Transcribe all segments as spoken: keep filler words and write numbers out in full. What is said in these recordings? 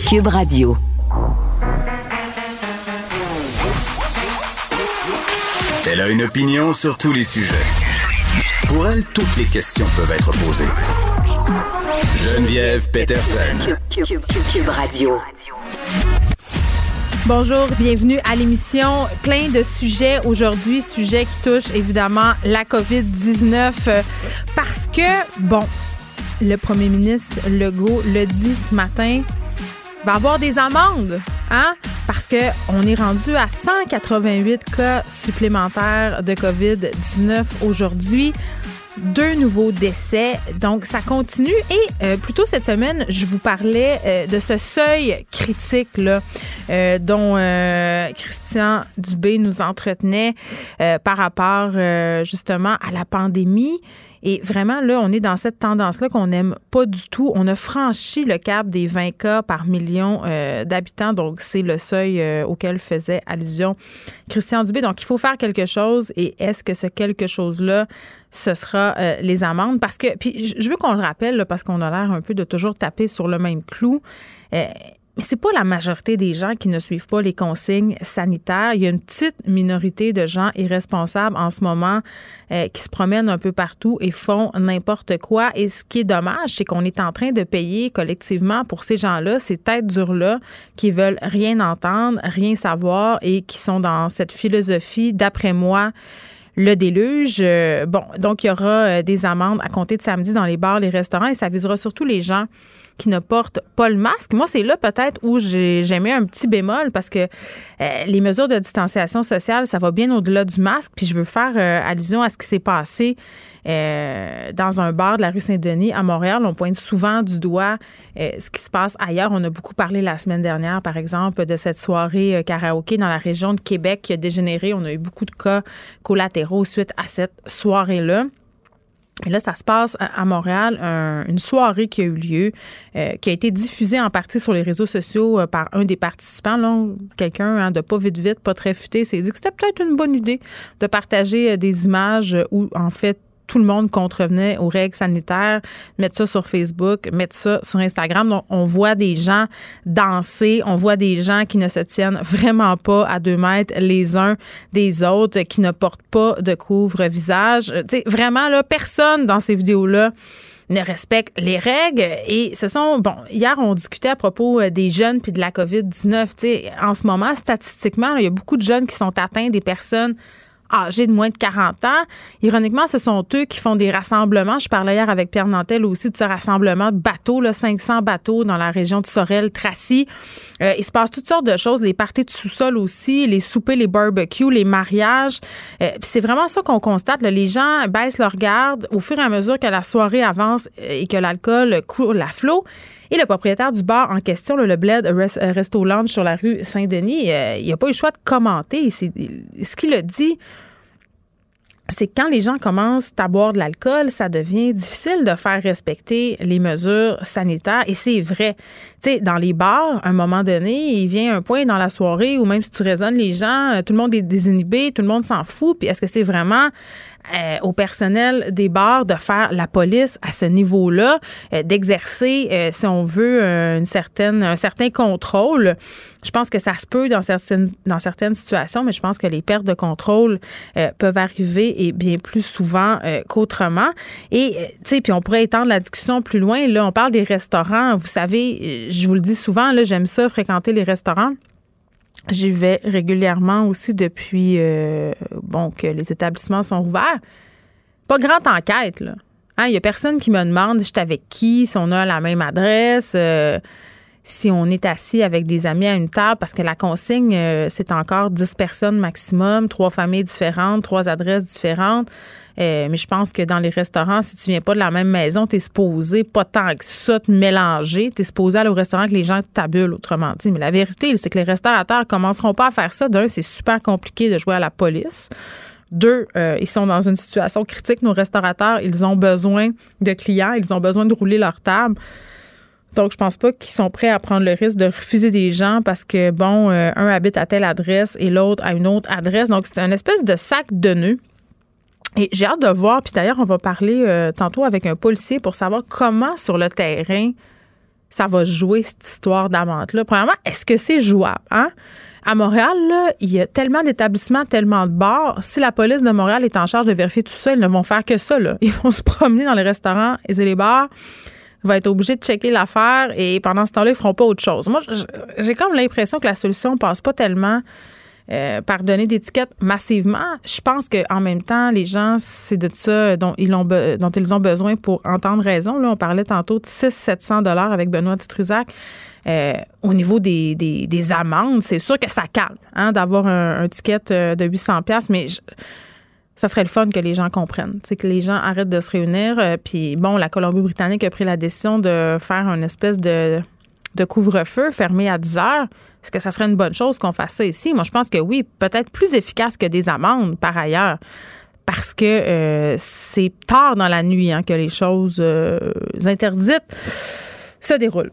Cube Radio. Elle a une opinion sur tous les sujets. Pour elle, toutes les questions peuvent être posées. Geneviève Peterson. Cube, Cube, Cube, Cube Radio. Bonjour, bienvenue à l'émission. Plein de sujets aujourd'hui, sujets qui touchent évidemment la covid dix-neuf euh, parce que, bon, le premier ministre Legault le dit ce matin, il va y avoir des amendes, hein? Parce qu'on est rendu à cent quatre-vingt-huit cas supplémentaires de covid dix-neuf aujourd'hui. Deux nouveaux décès. Donc, ça continue. Et euh, plus tôt cette semaine, je vous parlais euh, de ce seuil critique-là euh, dont euh, Christian Dubé nous entretenait euh, par rapport euh, justement à la pandémie. Et vraiment, là, on est dans cette tendance-là qu'on n'aime pas du tout. On a franchi le cap des vingt cas par million euh, d'habitants. Donc, c'est le seuil euh, auquel faisait allusion Christian Dubé. Donc, il faut faire quelque chose. Et est-ce que ce quelque chose-là, ce sera euh, les amendes? Parce que, puis je veux qu'on le rappelle, là, parce qu'on a l'air un peu de toujours taper sur le même clou. Euh, Mais c'est pas la majorité des gens qui ne suivent pas les consignes sanitaires. Il y a une petite minorité de gens irresponsables en ce moment euh, qui se promènent un peu partout et font n'importe quoi. Et ce qui est dommage, c'est qu'on est en train de payer collectivement pour ces gens-là, ces têtes dures-là qui veulent rien entendre, rien savoir et qui sont dans cette philosophie, d'après moi, le déluge. Euh, bon, donc il y aura euh, des amendes à compter de samedi dans les bars, les restaurants et ça visera surtout les gens qui ne portent pas le masque. Moi, c'est là peut-être où j'ai, j'ai mis un petit bémol parce que euh, les mesures de distanciation sociale, ça va bien au-delà du masque. Puis je veux faire euh, allusion à ce qui s'est passé euh, dans un bar de la rue Saint-Denis à Montréal. On pointe souvent du doigt euh, ce qui se passe ailleurs. On a beaucoup parlé la semaine dernière, par exemple, de cette soirée euh, karaoké dans la région de Québec qui a dégénéré. On a eu beaucoup de cas collatéraux suite à cette soirée-là. Et là, ça se passe à Montréal, un, une soirée qui a eu lieu, euh, qui a été diffusée en partie sur les réseaux sociaux euh, par un des participants. Là, quelqu'un hein, de pas vite vite, pas très futé, s'est dit que c'était peut-être une bonne idée de partager euh, des images où, en fait, tout le monde contrevenait aux règles sanitaires, mettre ça sur Facebook, mettre ça sur Instagram. Donc, on voit des gens danser, on voit des gens qui ne se tiennent vraiment pas à deux mètres les uns des autres, qui ne portent pas de couvre-visage. Tu sais, vraiment, là, personne dans ces vidéos-là ne respecte les règles. Et ce sont, bon, hier, on discutait à propos des jeunes puis de la covid dix-neuf. Tu sais, en ce moment, statistiquement, là, il y a beaucoup de jeunes qui sont atteints, des personnes âgés de moins de quarante ans. Ironiquement, ce sont eux qui font des rassemblements. Je parlais hier avec Pierre Nantel aussi de ce rassemblement de bateaux, là, cinq cents bateaux dans la région de Sorel-Tracy. Euh, il se passe toutes sortes de choses, les parties de sous-sol aussi, les soupers, les barbecues, les mariages. Euh, puis c'est vraiment ça qu'on constate. Là. Les gens baissent leur garde au fur et à mesure que la soirée avance et que l'alcool coule à flot. Et le propriétaire du bar en question, le Bled Resto Lounge sur la rue Saint-Denis, euh, il n'a pas eu le choix de commenter. C'est, ce qu'il a dit, c'est que quand les gens commencent à boire de l'alcool, ça devient difficile de faire respecter les mesures sanitaires. Et c'est vrai. Tu sais, dans les bars, à un moment donné, il vient un point dans la soirée où même si tu raisonnes les gens, tout le monde est désinhibé, tout le monde s'en fout. Puis est-ce que c'est vraiment Euh, au personnel des bars de faire la police à ce niveau-là, euh, d'exercer, euh, si on veut, euh, une certaine, un certain contrôle? Je pense que ça se peut dans certaines, dans certaines situations, mais je pense que les pertes de contrôle euh, peuvent arriver et bien plus souvent euh, qu'autrement. Et, euh, tu sais, puis on pourrait étendre la discussion plus loin. Là, on parle des restaurants. Vous savez, je vous le dis souvent, là, j'aime ça, fréquenter les restaurants. J'y vais régulièrement aussi depuis euh, bon, que les établissements sont ouverts. Pas grande enquête, là. Il hein, n'y a personne qui me demande je suis avec qui, si on a la même adresse, euh, si on est assis avec des amis à une table, parce que la consigne, euh, c'est encore dix personnes maximum, trois familles différentes, trois adresses différentes. Euh, mais je pense que dans les restaurants, si tu viens pas de la même maison, tu es supposé pas tant que ça te mélanger. Tu es supposé aller au restaurant que les gens tabulent, autrement dit. Mais la vérité, c'est que les restaurateurs commenceront pas à faire ça. D'un, c'est super compliqué de jouer à la police. Deux, euh, ils sont dans une situation critique, nos restaurateurs. Ils ont besoin de clients. Ils ont besoin de rouler leur table. Donc, je pense pas qu'ils sont prêts à prendre le risque de refuser des gens parce que, bon, euh, un habite à telle adresse et l'autre à une autre adresse. Donc, c'est une espèce de sac de nœuds. Et j'ai hâte de voir, puis d'ailleurs, on va parler euh, tantôt avec un policier pour savoir comment, sur le terrain, ça va jouer cette histoire d'amende-là? Premièrement, est-ce que c'est jouable? Hein? À Montréal, là, il y a tellement d'établissements, tellement de bars. Si la police de Montréal est en charge de vérifier tout ça, ils ne vont faire que ça. Là. Ils vont se promener dans les restaurants et les bars. Ils vont être obligés de checker l'affaire et pendant ce temps-là, ils ne feront pas autre chose. Moi, j'ai comme l'impression que la solution ne passe pas tellement euh, par donner des tickets massivement. Je pense qu'en même temps, les gens, c'est de ça dont ils ont, be- dont ils ont besoin pour entendre raison. Là, on parlait tantôt de six cents à sept cents dollars avec Benoît Dutrisac. Euh, au niveau des, des, des amendes, c'est sûr que ça calme hein, d'avoir un, un ticket de huit cents dollars, mais je, ça serait le fun que les gens comprennent. C'est que les gens arrêtent de se réunir. Euh, puis bon, la Colombie-Britannique a pris la décision de faire une espèce de, de couvre-feu fermé à dix heures. Est-ce que ça serait une bonne chose qu'on fasse ça ici? Moi, je pense que oui, peut-être plus efficace que des amendes par ailleurs. Parce que euh, c'est tard dans la nuit hein, que les choses euh, interdites se déroulent.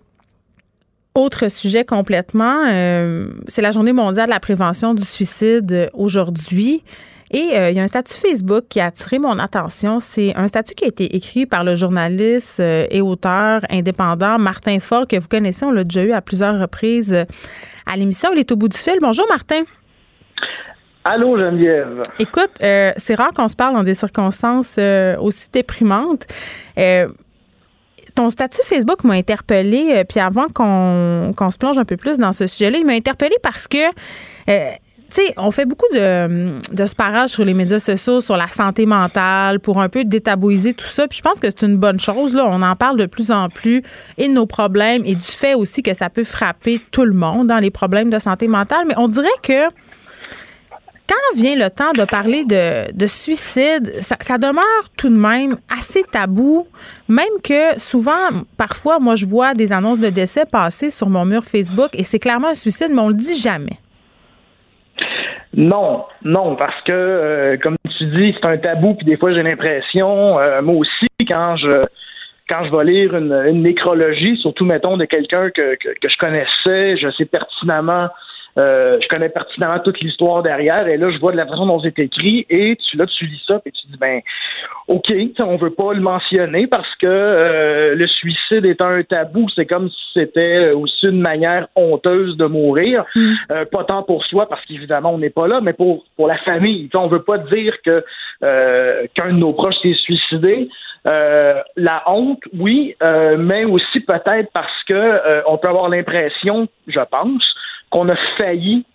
Autre sujet complètement, euh, c'est la Journée mondiale de la prévention du suicide aujourd'hui. Et euh, il y a un statut Facebook qui a attiré mon attention. C'est un statut qui a été écrit par le journaliste euh, et auteur indépendant Martin Faure, que vous connaissez. On l'a déjà eu à plusieurs reprises euh, à l'émission. Il est au bout du fil. Bonjour, Martin. Allô, Geneviève. Écoute, euh, c'est rare qu'on se parle dans des circonstances euh, aussi déprimantes. Euh, Ton statut Facebook m'a interpellée, euh, puis avant qu'on, qu'on se plonge un peu plus dans ce sujet-là, il m'a interpellée parce que, euh, tu sais, on fait beaucoup de, de sparage sur les médias sociaux, sur la santé mentale, pour un peu détabouiser tout ça. Puis je pense que c'est une bonne chose. Là, on en parle de plus en plus et de nos problèmes et du fait aussi que ça peut frapper tout le monde dans les problèmes de santé mentale. Mais on dirait que quand vient le temps de parler de, de suicide, ça, ça demeure tout de même assez tabou, même que souvent, parfois, moi, je vois des annonces de décès passer sur mon mur Facebook et c'est clairement un suicide, mais on le dit jamais. Non, non, parce que, euh, comme tu dis, c'est un tabou, puis des fois, j'ai l'impression, euh, moi aussi, quand je quand je vais lire une, une nécrologie, surtout, mettons, de quelqu'un que, que, que je connaissais, je sais pertinemment Euh, je connais pertinemment toute l'histoire derrière et là, je vois de la façon dont c'est écrit et tu, là, tu lis ça et tu dis, ben, OK, on veut pas le mentionner parce que euh, le suicide est un tabou. C'est comme si c'était aussi une manière honteuse de mourir. Mm. Euh, pas tant pour soi parce qu'évidemment, on n'est pas là, mais pour, pour la famille. T'sais, on veut pas dire que euh, qu'un de nos proches s'est suicidé. Euh, la honte, oui, euh, mais aussi peut-être parce que euh, on peut avoir l'impression, je pense, qu'on a failli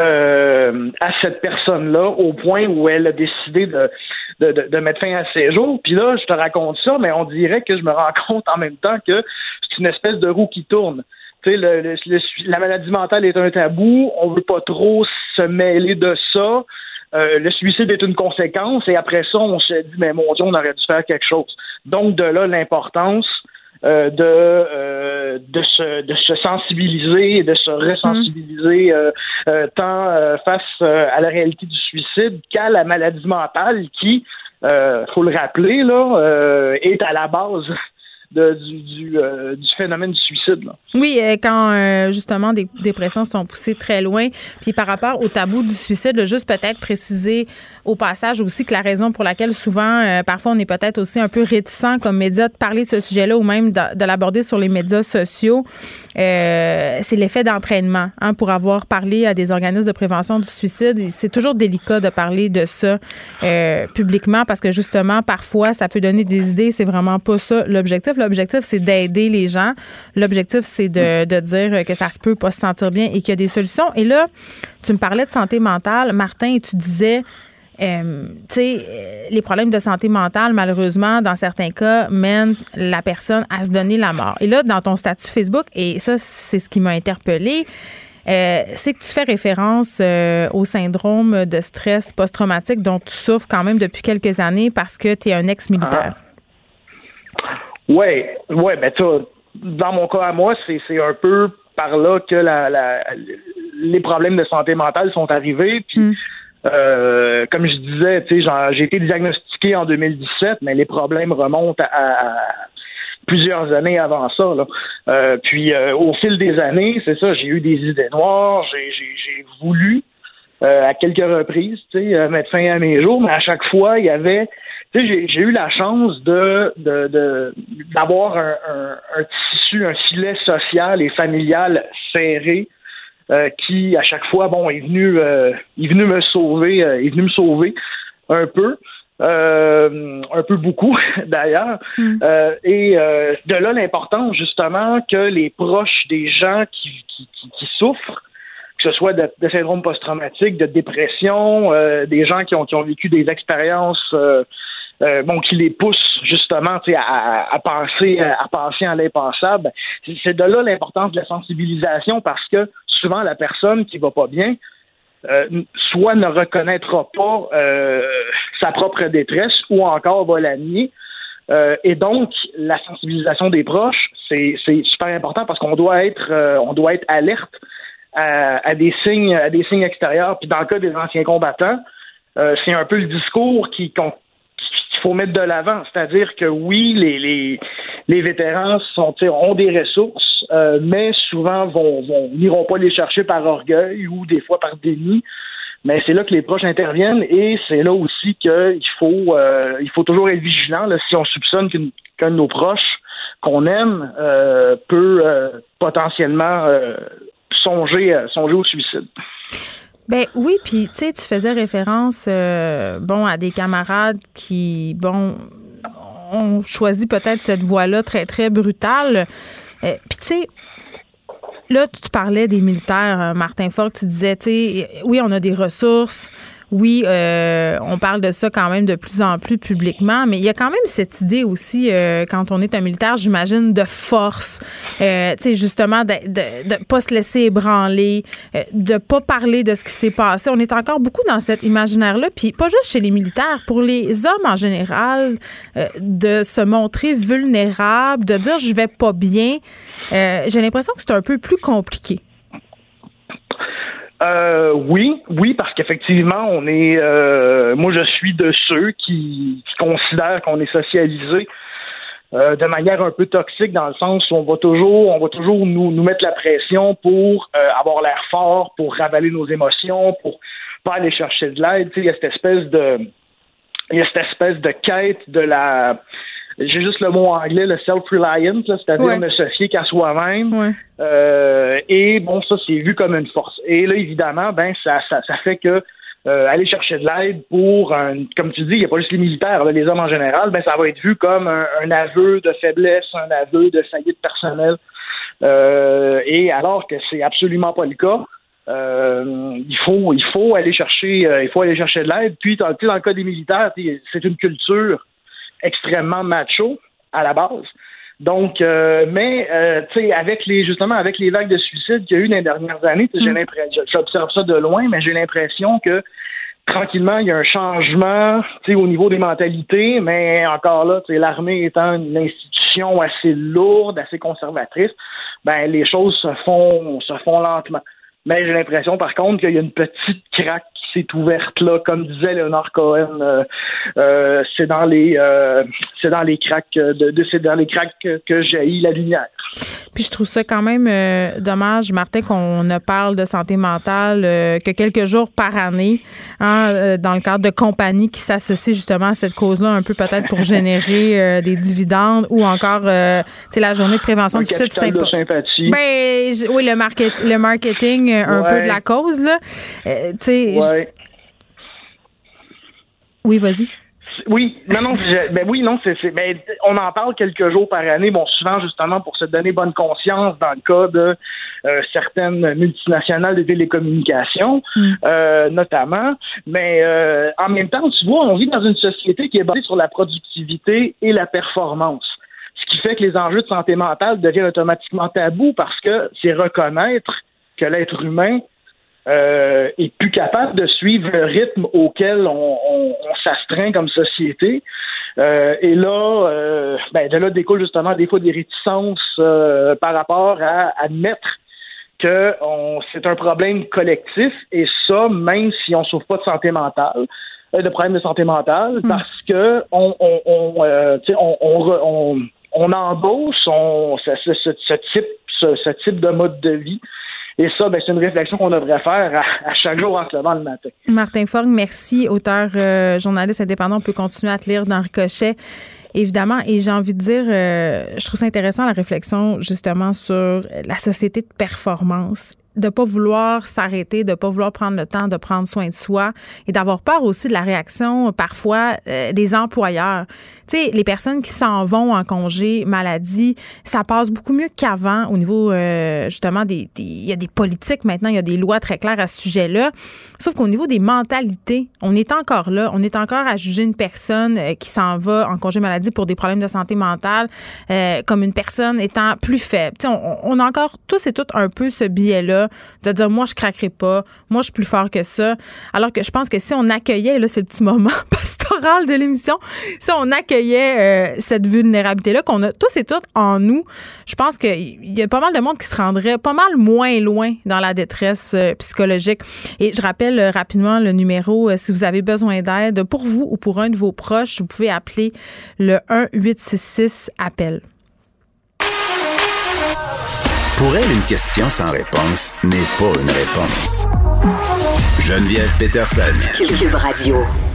euh, à cette personne-là au point où elle a décidé de, de, de, de mettre fin à ses jours. Puis là, je te raconte ça, mais on dirait que je me rends compte en même temps que c'est une espèce de roue qui tourne. Tu sais, le, le, le, la maladie mentale est un tabou, on veut pas trop se mêler de ça. Euh, le suicide est une conséquence et après ça, on se dit, mais mon Dieu, on aurait dû faire quelque chose. Donc, de là, l'importance Euh, de euh, de se de se sensibiliser et de se ressensibiliser euh, euh, tant euh, face euh, à la réalité du suicide qu'à la maladie mentale qui, euh, faut le rappeler là, euh, est à la base de, du du, euh, du phénomène du suicide. Là. Oui, quand euh, justement des dépressions sont poussées très loin. Puis par rapport au tabou du suicide, là, juste peut-être préciser au passage aussi que la raison pour laquelle souvent, euh, parfois, on est peut-être aussi un peu réticent comme média de parler de ce sujet-là ou même de, de l'aborder sur les médias sociaux, euh, c'est l'effet d'entraînement. Hein, pour avoir parlé à des organismes de prévention du suicide, c'est toujours délicat de parler de ça euh, publiquement parce que justement, parfois, ça peut donner des idées. C'est vraiment pas ça l'objectif. L'objectif, c'est d'aider les gens. L'objectif, c'est de, de dire que ça se peut pas se sentir bien et qu'il y a des solutions. Et là, tu me parlais de santé mentale, Martin, et tu disais, euh, tu sais, les problèmes de santé mentale, malheureusement, dans certains cas, mènent la personne à se donner la mort. Et là, dans ton statut Facebook, et ça, c'est ce qui m'a interpellée, euh, c'est que tu fais référence euh, au syndrome de stress post-traumatique dont tu souffres quand même depuis quelques années parce que tu es un ex-militaire. Ah. Oui, ouais, ben tu dans mon cas à moi, c'est, c'est un peu par là que la, la, les problèmes de santé mentale sont arrivés. Puis, mm. euh, comme je disais, tu sais, j'ai été diagnostiqué en deux mille dix-sept, mais les problèmes remontent à, à plusieurs années avant ça. Là. Euh, puis, euh, au fil des années, c'est ça, j'ai eu des idées noires, j'ai, j'ai, j'ai voulu, euh, à quelques reprises, tu sais, mettre fin à mes jours, mais à chaque fois, il y avait tu sais, j'ai, j'ai eu la chance de, de, de d'avoir un, un, un tissu, un filet social et familial serré euh, qui, à chaque fois, bon, est venu, euh, est venu me sauver, euh, est venu me sauver un peu. Euh, un peu beaucoup d'ailleurs. Mm. Euh, et euh, de là l'importance justement que les proches des gens qui, qui, qui, qui souffrent, que ce soit de, de syndrome post-traumatique, de dépression, euh, des gens qui ont, qui ont vécu des expériences euh, euh, bon, qui les poussent justement à, à penser à, à penser en l'impensable, c'est, c'est de là l'importance de la sensibilisation parce que souvent la personne qui va pas bien Euh, soit ne reconnaîtra pas euh, sa propre détresse ou encore va la nier. Euh, et donc, la sensibilisation des proches, c'est, c'est super important parce qu'on doit être euh, on doit être alerte à, à des signes à des signes extérieurs. Puis dans le cas des anciens combattants, euh, c'est un peu le discours qui, qu'on, qu'il faut mettre de l'avant. C'est-à-dire que oui, les, les, les vétérans sont, ont des ressources, euh, mais souvent vont, vont n'iront pas les chercher par orgueil ou des fois par déni. Mais c'est là que les proches interviennent et c'est là aussi qu'il faut euh, il faut toujours être vigilant là, si on soupçonne qu'une, qu'un de nos proches qu'on aime euh, peut euh, potentiellement euh, songer, euh, songer au suicide. Ben oui, puis tu sais, tu faisais référence euh, bon à des camarades qui bon ont choisi peut-être cette voie-là très très brutale. Euh, puis tu sais, là tu parlais des militaires, Martin Faure, tu disais, tu sais, oui, on a des ressources. Oui, euh, on parle de ça quand même de plus en plus publiquement, mais il y a quand même cette idée aussi, euh, quand on est un militaire, j'imagine, de force, euh, tu sais, justement, de, de, de pas se laisser ébranler, euh, de pas parler de ce qui s'est passé. On est encore beaucoup dans cet imaginaire-là, puis pas juste chez les militaires, pour les hommes en général, euh, de se montrer vulnérable, de dire « je vais pas bien euh, », j'ai l'impression que c'est un peu plus compliqué. Euh, oui, oui, parce qu'effectivement, on est. Euh, moi, je suis de ceux qui, qui considèrent qu'on est socialisé euh, de manière un peu toxique, dans le sens où on va toujours, on va toujours nous, nous mettre la pression pour euh, avoir l'air fort, pour ravaler nos émotions, pour pas aller chercher de l'aide. Tu sais, il y a cette espèce de, il y a cette espèce de quête de la. J'ai juste le mot anglais, le self-reliant, là, c'est-à-dire ouais. ne se fier qu'à soi-même. Ouais. Euh, et bon, ça, c'est vu comme une force. Et là, évidemment, ben ça, ça, ça fait que euh, aller chercher de l'aide pour, un, comme tu dis, il n'y a pas juste les militaires, là, les hommes en général, ben ça va être vu comme un, un aveu de faiblesse, un aveu de faillite personnelle. Euh, et alors que c'est absolument pas le cas. Euh, il faut, il faut aller chercher, euh, il faut aller chercher de l'aide. Puis, dans, dans le cas des militaires, c'est une culture extrêmement macho à la base. Donc, euh, mais euh, tu sais, avec les justement avec les vagues de suicide qu'il y a eu dans les dernières années, mmh. j'ai l'impression, j'observe ça de loin, mais j'ai l'impression que tranquillement il y a un changement, tu sais, au niveau des mentalités. Mais encore là, tu sais, l'armée étant une institution assez lourde, assez conservatrice, ben les choses se font se font lentement. Mais j'ai l'impression, par contre, qu'il y a une petite craque qui s'est ouverte là, comme disait Leonard Cohen. Euh, euh, c'est dans les, euh, c'est dans les cracks de, de c'est dans les cracks que, que jaillit la lumière. Puis je trouve ça quand même euh, dommage, Martin, qu'on ne parle de santé mentale euh, que quelques jours par année, hein, euh, dans le cadre de compagnies qui s'associent justement à cette cause-là, un peu peut-être pour générer euh, des dividendes ou encore, euh, tu sais, la journée de prévention un du suicide. C'est de sympathie. Ben, j- oui, le market, le marketing un ouais. peu de la cause là. Euh, tu sais. Ouais. Oui, vas-y. Oui, non, non, je, ben oui, non, c'est, c'est, ben, on en parle quelques jours par année, bon, souvent justement pour se donner bonne conscience dans le cas de euh, certaines multinationales de télécommunications, mm. euh, notamment, mais euh, en même temps, tu vois, on vit dans une société qui est basée sur la productivité et la performance, ce qui fait que les enjeux de santé mentale deviennent automatiquement tabous parce que c'est reconnaître que l'être humain Euh, est plus capable de suivre le rythme auquel on, on, on s'astreint comme société. Euh, et là, euh, ben, de là découle justement des fois des réticences euh, par rapport à admettre que on, c'est un problème collectif, et ça, même si on ne souffre pas de santé mentale, euh, de problèmes de santé mentale, mmh. parce que on, on, on, euh, on, on, on, on endosse on, ce, ce, ce, type, ce, ce type de mode de vie. Et ça, ben, c'est une réflexion qu'on devrait faire à, à chaque jour en se levant le matin. Martin Forgue, merci, auteur, euh, journaliste indépendant. On peut continuer à te lire dans Ricochet, évidemment. Et j'ai envie de dire, euh, je trouve ça intéressant la réflexion justement sur la société de performance, de pas vouloir s'arrêter, de pas vouloir prendre le temps de prendre soin de soi et d'avoir peur aussi de la réaction parfois euh, des employeurs. Tu sais, les personnes qui s'en vont en congé maladie, ça passe beaucoup mieux qu'avant au niveau euh, justement des, des il y a des politiques maintenant, il y a des lois très claires à ce sujet-là. Sauf qu'au niveau des mentalités, on est encore là, on est encore à juger une personne euh, qui s'en va en congé maladie pour des problèmes de santé mentale euh, comme une personne étant plus faible. Tu sais, on, on a encore tous et toutes un peu ce biais-là de dire moi je craquerai pas, moi je suis plus fort que ça. Alors que je pense que si on accueillait, là c'est le petit moment pastoral de l'émission, si on accueillait euh, cette vulnérabilité-là qu'on a tous et toutes en nous, je pense qu'il y a pas mal de monde qui se rendrait pas mal moins loin dans la détresse euh, psychologique. Et je rappelle euh, rapidement le numéro, euh, si vous avez besoin d'aide pour vous ou pour un de vos proches, vous pouvez appeler le un huit six six appel. Pour elle, une question sans réponse n'est pas une réponse. Geneviève Peterson. Cube Radio.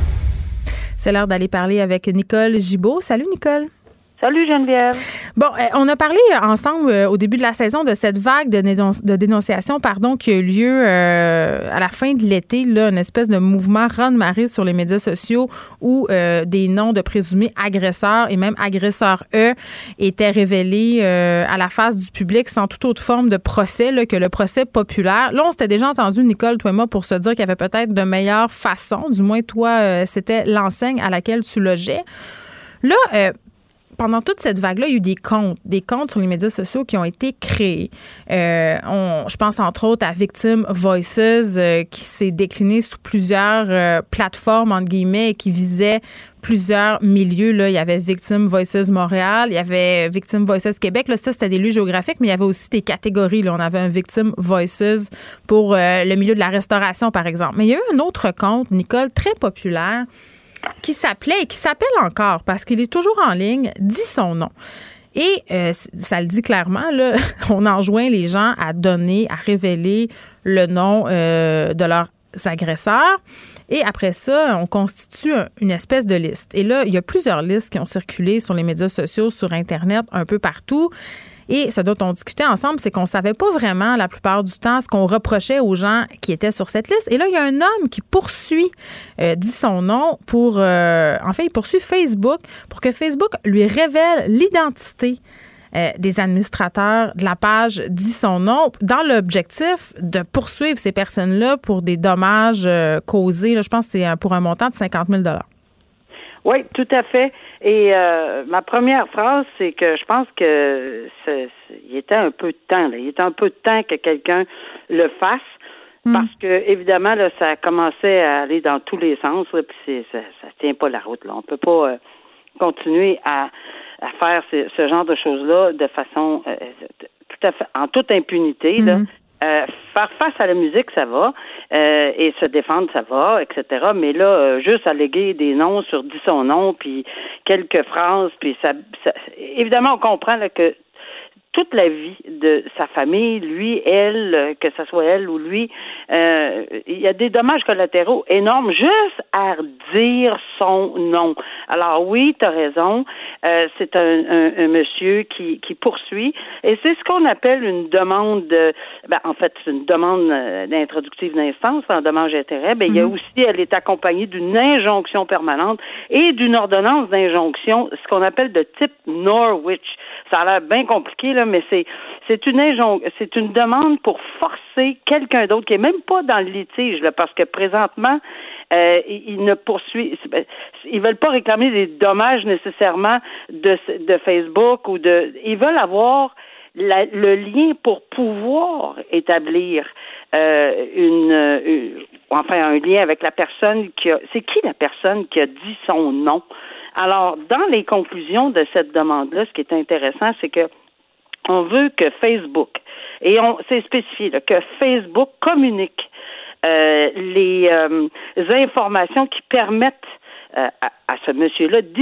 C'est l'heure d'aller parler avec Nicole Gibault. Salut, Nicole. Salut Geneviève. Bon, euh, on a parlé ensemble euh, au début de la saison de cette vague de, dénonci- de dénonciation pardon, qui a eu lieu euh, à la fin de l'été, là, une espèce de mouvement raz-de-marée sur les médias sociaux où euh, des noms de présumés agresseurs et même agresseurs eux étaient révélés euh, à la face du public sans toute autre forme de procès là, que le procès populaire. Là, on s'était déjà entendu, Nicole, toi et moi, pour se dire qu'il y avait peut-être de meilleures façons. Du moins, toi, euh, c'était l'enseigne à laquelle tu logeais. Là, euh, pendant toute cette vague-là, il y a eu des comptes, des comptes sur les médias sociaux qui ont été créés. Euh, on, je pense entre autres à Victim Voices, euh, qui s'est décliné sous plusieurs euh, plateformes, entre guillemets, et qui visait plusieurs milieux. Là. Il y avait Victim Voices Montréal, il y avait Victim Voices Québec. Là, ça, c'était des lieux géographiques, mais il y avait aussi des catégories. Là. On avait un Victim Voices pour euh, le milieu de la restauration, par exemple. Mais il y a eu un autre compte, Nicole, très populaire, qui s'appelait et qui s'appelle encore, parce qu'il est toujours en ligne, dit son nom. Et euh, ça le dit clairement, là, on enjoint les gens à donner, à révéler le nom euh, de leurs agresseurs. Et après ça, on constitue une espèce de liste. Et là, il y a plusieurs listes qui ont circulé sur les médias sociaux, sur Internet, un peu partout. Et ce dont on discutait ensemble, c'est qu'on ne savait pas vraiment la plupart du temps ce qu'on reprochait aux gens qui étaient sur cette liste. Et là, il y a un homme qui poursuit, euh, dit son nom, pour... Euh, en fait, il poursuit Facebook pour que Facebook lui révèle l'identité euh, des administrateurs de la page dit son nom, dans l'objectif de poursuivre ces personnes-là pour des dommages euh, causés. Là, je pense que c'est pour un montant de cinquante mille dollars. Oui, tout à fait. Et euh, ma première phrase, c'est que je pense que c'est, c'est, il était un peu de temps. Là. Il était un peu de temps que quelqu'un le fasse, mm. parce que évidemment, là, ça commençait à aller dans tous les sens. Là, puis c'est, ça, ça tient pas la route. Là. On peut pas euh, continuer à, à faire ce, ce genre de choses-là de façon euh, tout à fait en toute impunité. Mm. Là. Euh, faire face à la musique, ça va, euh, et se défendre, ça va, et cetera. Mais là, euh, juste alléguer des noms sur dit son nom, puis quelques phrases, puis ça, ça évidemment, on comprend là, que toute la vie de sa famille, lui, elle, que ce soit elle ou lui, euh, il y a des dommages collatéraux énormes juste à dire son nom. Alors oui, tu as raison, euh, c'est un, un, un monsieur qui, qui poursuit, et c'est ce qu'on appelle une demande, de, ben, en fait, c'est une demande d'introductive d'instance, en dommage d'intérêt. Ben, mm-hmm. Il y a aussi, elle est accompagnée d'une injonction permanente et d'une ordonnance d'injonction, ce qu'on appelle de type Norwich. Ça a l'air bien compliqué, là, mais c'est c'est une injon- c'est une demande pour forcer quelqu'un d'autre qui est même pas dans le litige, là, parce que présentement, euh, ils ne poursuivent, ils veulent pas réclamer des dommages nécessairement de, de Facebook ou de, ils veulent avoir la, le lien pour pouvoir établir euh, une, une, enfin un lien avec la personne qui a, c'est qui la personne qui a dit son nom. Alors, dans les conclusions de cette demande-là, ce qui est intéressant, c'est que on veut que Facebook, et on c'est spécifié, là, que Facebook communique euh, les, euh, les informations qui permettent euh, à, à ce monsieur-là d'identifier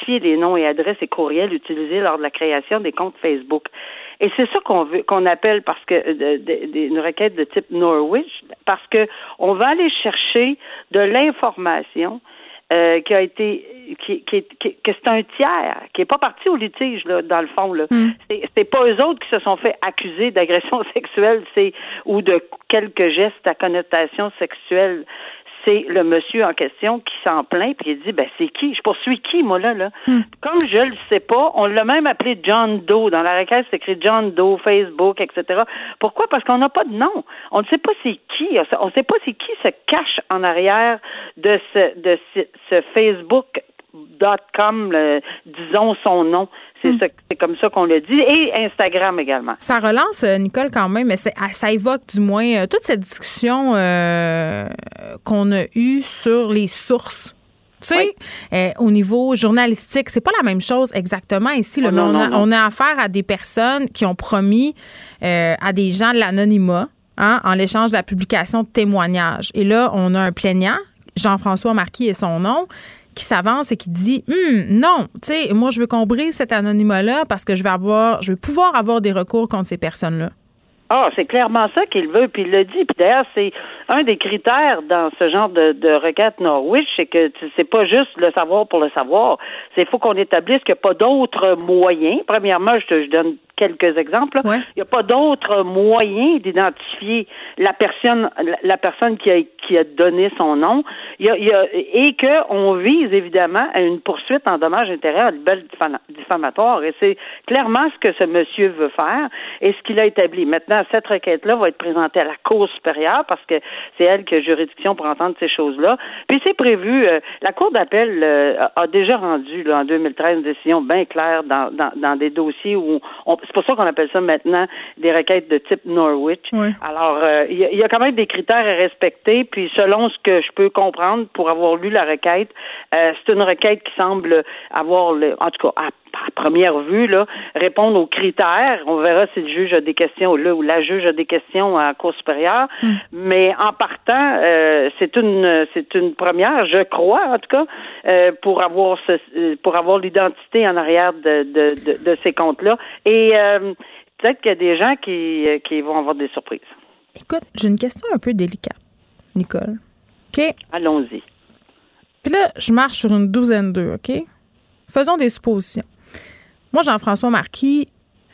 identifier les noms et adresses et courriels utilisés lors de la création des comptes Facebook. Et c'est ça qu'on veut, qu'on appelle parce que de, de, de, une requête de type Norwich, parce que on va aller chercher de l'information euh, qui a été, qui, qui, qui, que c'est un tiers, qui est pas parti au litige là, dans le fond là. Mm. C'est, c'est pas eux autres qui se sont fait accuser d'agression sexuelle, c'est ou de quelques gestes à connotation sexuelle. C'est le monsieur en question qui s'en plaint puis il dit ben c'est qui? Je poursuis qui moi là là? Mm. Comme je le sais pas, on l'a même appelé John Doe. Dans la requête, c'est écrit John Doe, Facebook, et cetera. Pourquoi? Parce qu'on n'a pas de nom. On ne sait pas c'est qui. On ne sait pas c'est qui se cache en arrière de ce de ce, ce Facebook dot com, le, disons son nom. C'est, mm. ça, c'est comme ça qu'on le dit. Et Instagram également. Ça relance, Nicole, quand même, mais c'est, ça évoque du moins euh, toute cette discussion euh, qu'on a eue sur les sources. Tu sais, oui. euh, au niveau journalistique, c'est pas la même chose exactement ici. Oh, là, non, mais on, a, non, non. on a affaire à des personnes qui ont promis euh, à des gens de l'anonymat hein, en l'échange de la publication de témoignages. Et là, on a un plaignant, Jean-François Marquis est son nom, qui s'avance et qui dit hum, non, tu sais, moi je veux qu'on brise cet anonymat-là parce que je vais avoir, je vais pouvoir avoir des recours contre ces personnes-là. Ah, c'est clairement ça qu'il veut, puis il le dit. Puis d'ailleurs, c'est un des critères dans ce genre de, de requête Norwich, c'est que c'est pas juste le savoir pour le savoir. C'est faut qu'on établisse qu'il n'y a pas d'autres moyens. Premièrement, je te je donne quelques exemples. Ouais. Il n'y a pas d'autres moyens d'identifier la personne, la, la personne qui a, qui a donné son nom. Il y a, il y a, et qu'on vise évidemment à une poursuite en dommages intérêts à libelle diffamatoire. Et c'est clairement ce que ce monsieur veut faire et ce qu'il a établi. Maintenant, cette requête-là va être présentée à la Cour supérieure parce que c'est elle qui a juridiction pour entendre ces choses-là. Puis c'est prévu, euh, la Cour d'appel euh, a déjà rendu là, en deux mille treize une décision bien claire dans, dans, dans des dossiers où on, c'est pour ça qu'on appelle ça maintenant des requêtes de type Norwich. Oui. Alors, euh, il y, y a quand même des critères à respecter, puis selon ce que je peux comprendre pour avoir lu la requête, euh, c'est une requête qui semble avoir, le, en tout cas, à à première vue, là, répondre aux critères. On verra si le juge a des questions là ou la juge a des questions à la Cour supérieure. Mm. Mais en partant, euh, c'est une c'est une première, je crois, en tout cas, euh, pour avoir ce, pour avoir l'identité en arrière de, de, de, de ces comptes-là. Et euh, peut-être qu'il y a des gens qui, qui vont avoir des surprises. Écoute, j'ai une question un peu délicate, Nicole. OK? Allons-y. Puis là, je marche sur une douzaine d'eux, OK? Faisons des suppositions. Moi, Jean-François Marquis,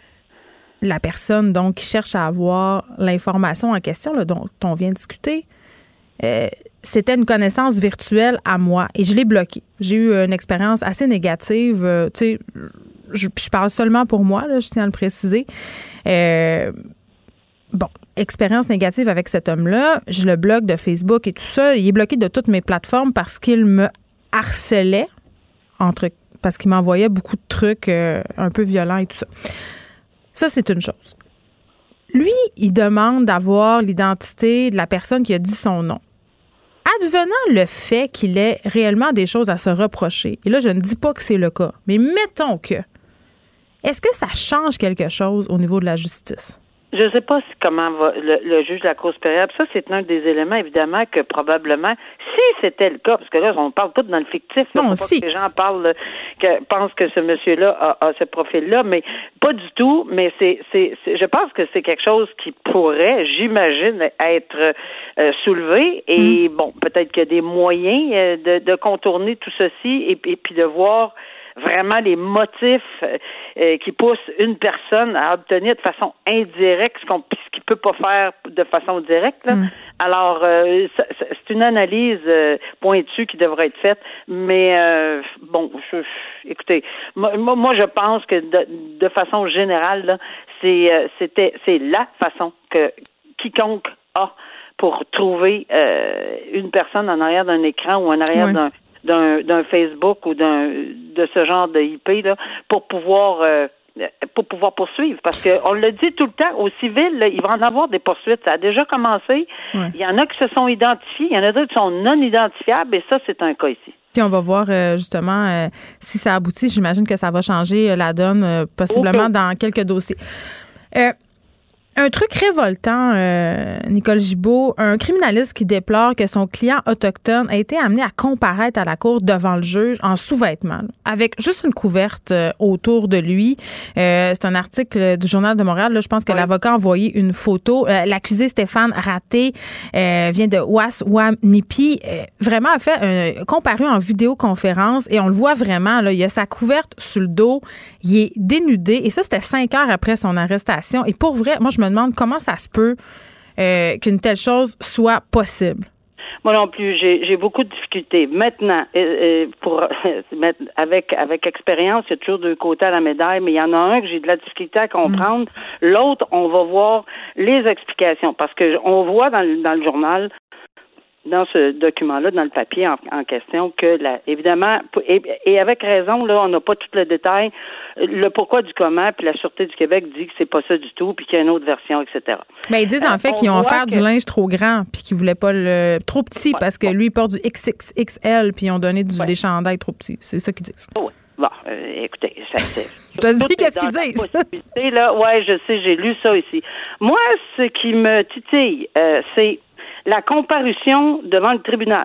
la personne donc qui cherche à avoir l'information en question là, dont on vient de discuter, euh, c'était une connaissance virtuelle à moi et je l'ai bloquée. J'ai eu une expérience assez négative. Euh, tu sais, je, je parle seulement pour moi, là, je tiens à le préciser. Euh, bon, expérience négative avec cet homme-là. Je le bloque de Facebook et tout ça. Il est bloqué de toutes mes plateformes parce qu'il me harcelait entre parce qu'il m'envoyait beaucoup de trucs euh, un peu violents et tout ça. Ça, c'est une chose. Lui, il demande d'avoir l'identité de la personne qui a dit son nom. Advenant le fait qu'il ait réellement des choses à se reprocher, et là, je ne dis pas que c'est le cas, mais mettons que, est-ce que ça change quelque chose au niveau de la justice? Je ne sais pas si, comment va le, le juge de la Cour supérieure. Ça, c'est un des éléments, évidemment, que probablement, si c'était le cas, parce que là, on parle tout dans le fictif. Là, non, si. Pas que les gens parlent, que, pensent que ce monsieur-là a, a ce profil-là, mais pas du tout. Mais c'est, c'est, c'est, je pense que c'est quelque chose qui pourrait, j'imagine, être euh, soulevé. Et mmh. bon, peut-être qu'il y a des moyens euh, de, de contourner tout ceci et, et puis de voir vraiment les motifs euh, qui poussent une personne à obtenir de façon indirecte ce qu'on ce qu'il peut pas faire de façon directe. Là. Mm. Alors, euh, ça, c'est une analyse euh, pointue qui devrait être faite, mais euh, bon, je, je, écoutez, moi, moi, je pense que de, de façon générale, là, c'est euh, c'était c'est la façon que quiconque a pour trouver euh, une personne en arrière d'un écran ou en arrière oui. d'un D'un, d'un Facebook ou d'un de ce genre de I P là pour pouvoir euh, pour pouvoir poursuivre parce que on le dit tout le temps au civil là, il va en avoir des poursuites, ça a déjà commencé. Ouais. Il y en a qui se sont identifiés, il y en a d'autres qui sont non identifiables et ça c'est un cas ici. Puis on va voir euh, justement euh, si ça aboutit, j'imagine que ça va changer euh, la donne euh, possiblement okay. dans quelques dossiers. Euh, Un truc révoltant, euh, Nicole Gibault, un criminaliste qui déplore que son client autochtone a été amené à comparaître à la cour devant le juge en sous-vêtements, avec juste une couverte euh, autour de lui. Euh, c'est un article du Journal de Montréal. Là, je pense que oui. L'avocat a envoyé une photo. Euh, l'accusé Stéphane Raté euh, vient de Ouasouanipi. Euh, vraiment a fait un, comparu en vidéoconférence et on le voit vraiment. Là, il a sa couverte sur le dos. Il est dénudé. Et ça, c'était cinq heures après son arrestation. Et pour vrai, moi, je me demande comment ça se peut euh, qu'une telle chose soit possible. Moi non plus, j'ai, j'ai beaucoup de difficultés. Maintenant, euh, pour avec avec expérience, il y a toujours deux côtés à la médaille, mais il y en a un que j'ai de la difficulté à comprendre. Mmh. L'autre, on va voir les explications, parce que on voit dans le, dans le journal, dans ce document-là, dans le papier en, en question, que la, évidemment, et, et avec raison, là, on n'a pas tout le détail, le pourquoi du comment, puis la Sûreté du Québec dit que c'est pas ça du tout, puis qu'il y a une autre version, et cetera. Ben, ils disent en fait euh, qu'ils ont offert que... du linge trop grand, puis qu'ils voulaient pas le trop petit, ouais, parce que ouais. lui, il porte du X X X L, puis ils ont donné du, ouais. des chandails trop petits. C'est ça qu'ils disent. Oui. Bon, euh, écoutez, ça c'est... Tu as dit qu'est-ce qu'ils disent? Là, ouais, je sais, j'ai lu ça ici. Moi, ce qui me titille, euh, c'est la comparution devant le tribunal.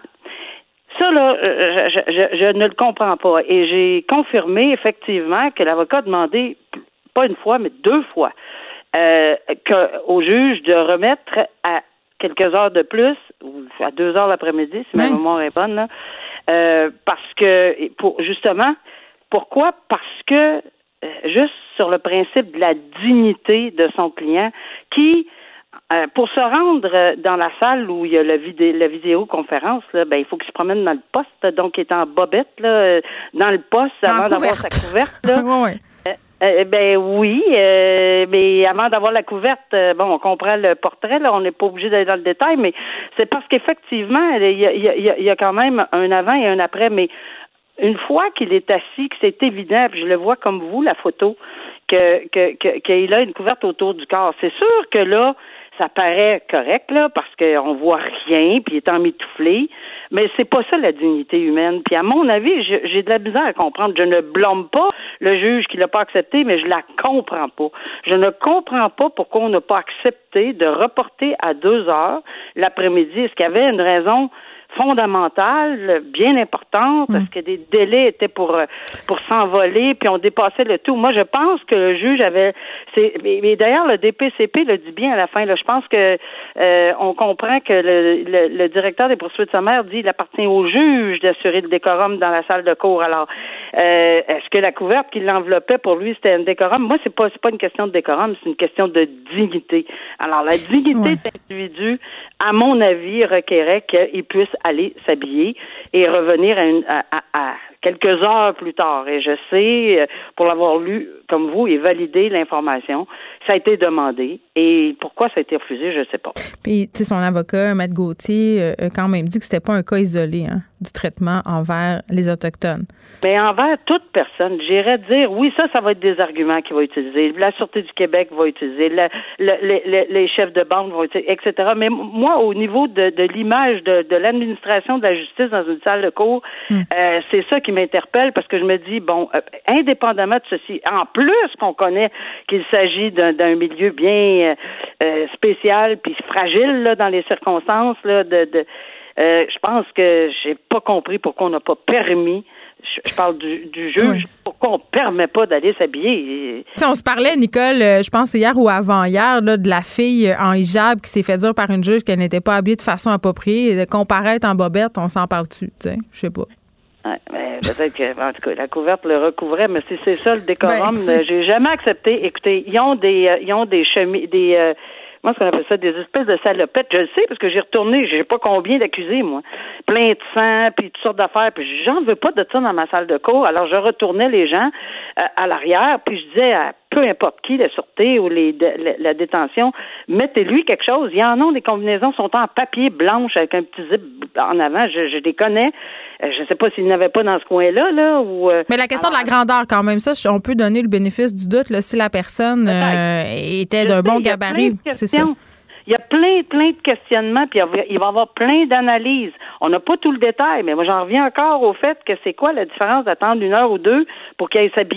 Ça, là, je, je, je ne le comprends pas. Et j'ai confirmé, effectivement, que l'avocat a demandé, pas une fois, mais deux fois, euh, que, au juge de remettre à quelques heures de plus, ou à deux heures l'après-midi, si ma oui. mémoire est bonne, là, euh, parce que, pour, justement, pourquoi? Parce que, euh, juste sur le principe de la dignité de son client, qui... Euh, pour se rendre dans la salle où il y a la, vidé- la vidéoconférence, là, ben, il faut qu'il se promène dans le poste, donc il est en bobette, là, dans le poste, dans avant d'avoir sa couverte. Là. oui, oui. Euh, euh, ben oui, euh, mais avant d'avoir la couverte, euh, bon, on comprend le portrait, là, on n'est pas obligé d'aller dans le détail, mais c'est parce qu'effectivement, il y a, il y a, il y a quand même un avant et un après, mais une fois qu'il est assis, que c'est évident, puis je le vois comme vous, la photo, que, que, que, qu'il a une couverte autour du corps. C'est sûr que là, ça paraît correct, là, parce qu'on voit rien, puis il est emmitouflé, mais c'est pas ça la dignité humaine. Puis à mon avis, j'ai, j'ai de la misère à comprendre. Je ne blâme pas le juge qui l'a pas accepté, mais je la comprends pas. Je ne comprends pas pourquoi on n'a pas accepté de reporter à deux heures l'après-midi. Est-ce qu'il y avait une raison fondamentale, bien importante, parce que des délais étaient pour pour s'envoler, puis on dépassait le tout. Moi, je pense que le juge avait... c'est mais d'ailleurs, le D P C P le dit bien à la fin. Là, je pense que euh, on comprend que le, le, le directeur des poursuites sommaires dit qu'il appartient au juge d'assurer le décorum dans la salle de cour. Alors, euh, est-ce que la couverte qui l'enveloppait, pour lui, c'était un décorum? Moi, c'est pas c'est pas une question de décorum, c'est une question de dignité. Alors, la dignité ouais. de l'individu, à mon avis, requérait qu'il puisse aller s'habiller et revenir à, une, à, à, à quelques heures plus tard. Et je sais, pour l'avoir lu comme vous et validé l'information, ça a été demandé. Et pourquoi ça a été refusé, je ne sais pas. Puis, tu sais, son avocat, Maître Gauthier, a quand même dit que c'était pas un cas isolé hein, du traitement envers les Autochtones. Mais envers toute personne, j'irais dire, oui, ça, ça va être des arguments qu'il va utiliser. La Sûreté du Québec va utiliser, la, la, les, les chefs de bande vont utiliser, et cetera. Mais moi, au niveau de, de l'image de, de l'administration de la justice dans une salle de cour, mm. euh, c'est ça qui m'interpelle parce que je me dis, bon, euh, indépendamment de ceci, en plus qu'on connaît qu'il s'agit d'un, d'un milieu bien euh, spécial puis fragile là, dans les circonstances, là, de, de euh, je pense que j'ai pas compris pourquoi on n'a pas permis. Je parle du, du juge. Oui. Pourquoi on ne permet pas d'aller s'habiller? T'sais, on se parlait, Nicole, je pense hier ou avant-hier, là, de la fille en hijab qui s'est fait dire par une juge qu'elle n'était pas habillée de façon appropriée. De comparaître en bobette, on s'en parle-tu? Je sais pas. Ouais, mais peut-être que, en tout cas, la couverte le recouvrait, mais si c'est ça le décorum, ben, j'ai jamais accepté. Écoutez, ils ont des, euh, ils ont des chemises, des, euh, moi, ce qu'on appelle ça, des espèces de salopettes. Je le sais, parce que j'ai retourné, je sais pas combien d'accusés, moi. Plein de sang, puis toutes sortes d'affaires, puis j'en veux pas de ça dans ma salle de cour. Alors, je retournais les gens euh, à l'arrière, puis je disais à peu importe qui, la sûreté ou les, de, la, la détention, mettez-lui quelque chose. Il y en a des combinaisons sont en papier blanche avec un petit zip en avant. Je, je les connais. Je ne sais pas s'ils n'avaient pas dans ce coin-là, là. Ou, euh, mais la question alors, de la grandeur, quand même, ça, on peut donner le bénéfice du doute là, si la personne euh, était d'un bon gabarit. C'est ça. Il y a plein, plein de questionnements, puis il va y avoir plein d'analyses. On n'a pas tout le détail, mais moi, j'en reviens encore au fait que c'est quoi la différence d'attendre une heure ou deux pour qu'il aille s'habiller?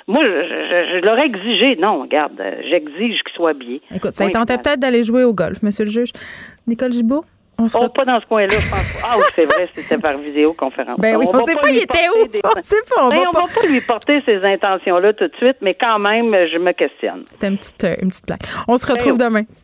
moi, je, je, je l'aurais exigé. Non, regarde, j'exige qu'il soit habillé. Écoute, ça oui, tentait peut-être d'aller jouer au golf, monsieur le juge. Nicole Gibault? On se oh, pas dans ce coin-là, je pense. Ah oui, c'est vrai, c'était par vidéoconférence. Ben oui, on ne sait pas, il était où. Des... On sait pas. On ben, va on pas... va pas lui porter ces intentions-là tout de suite, mais quand même, je me questionne. C'était une petite, euh, une petite blague. On se retrouve ben, demain.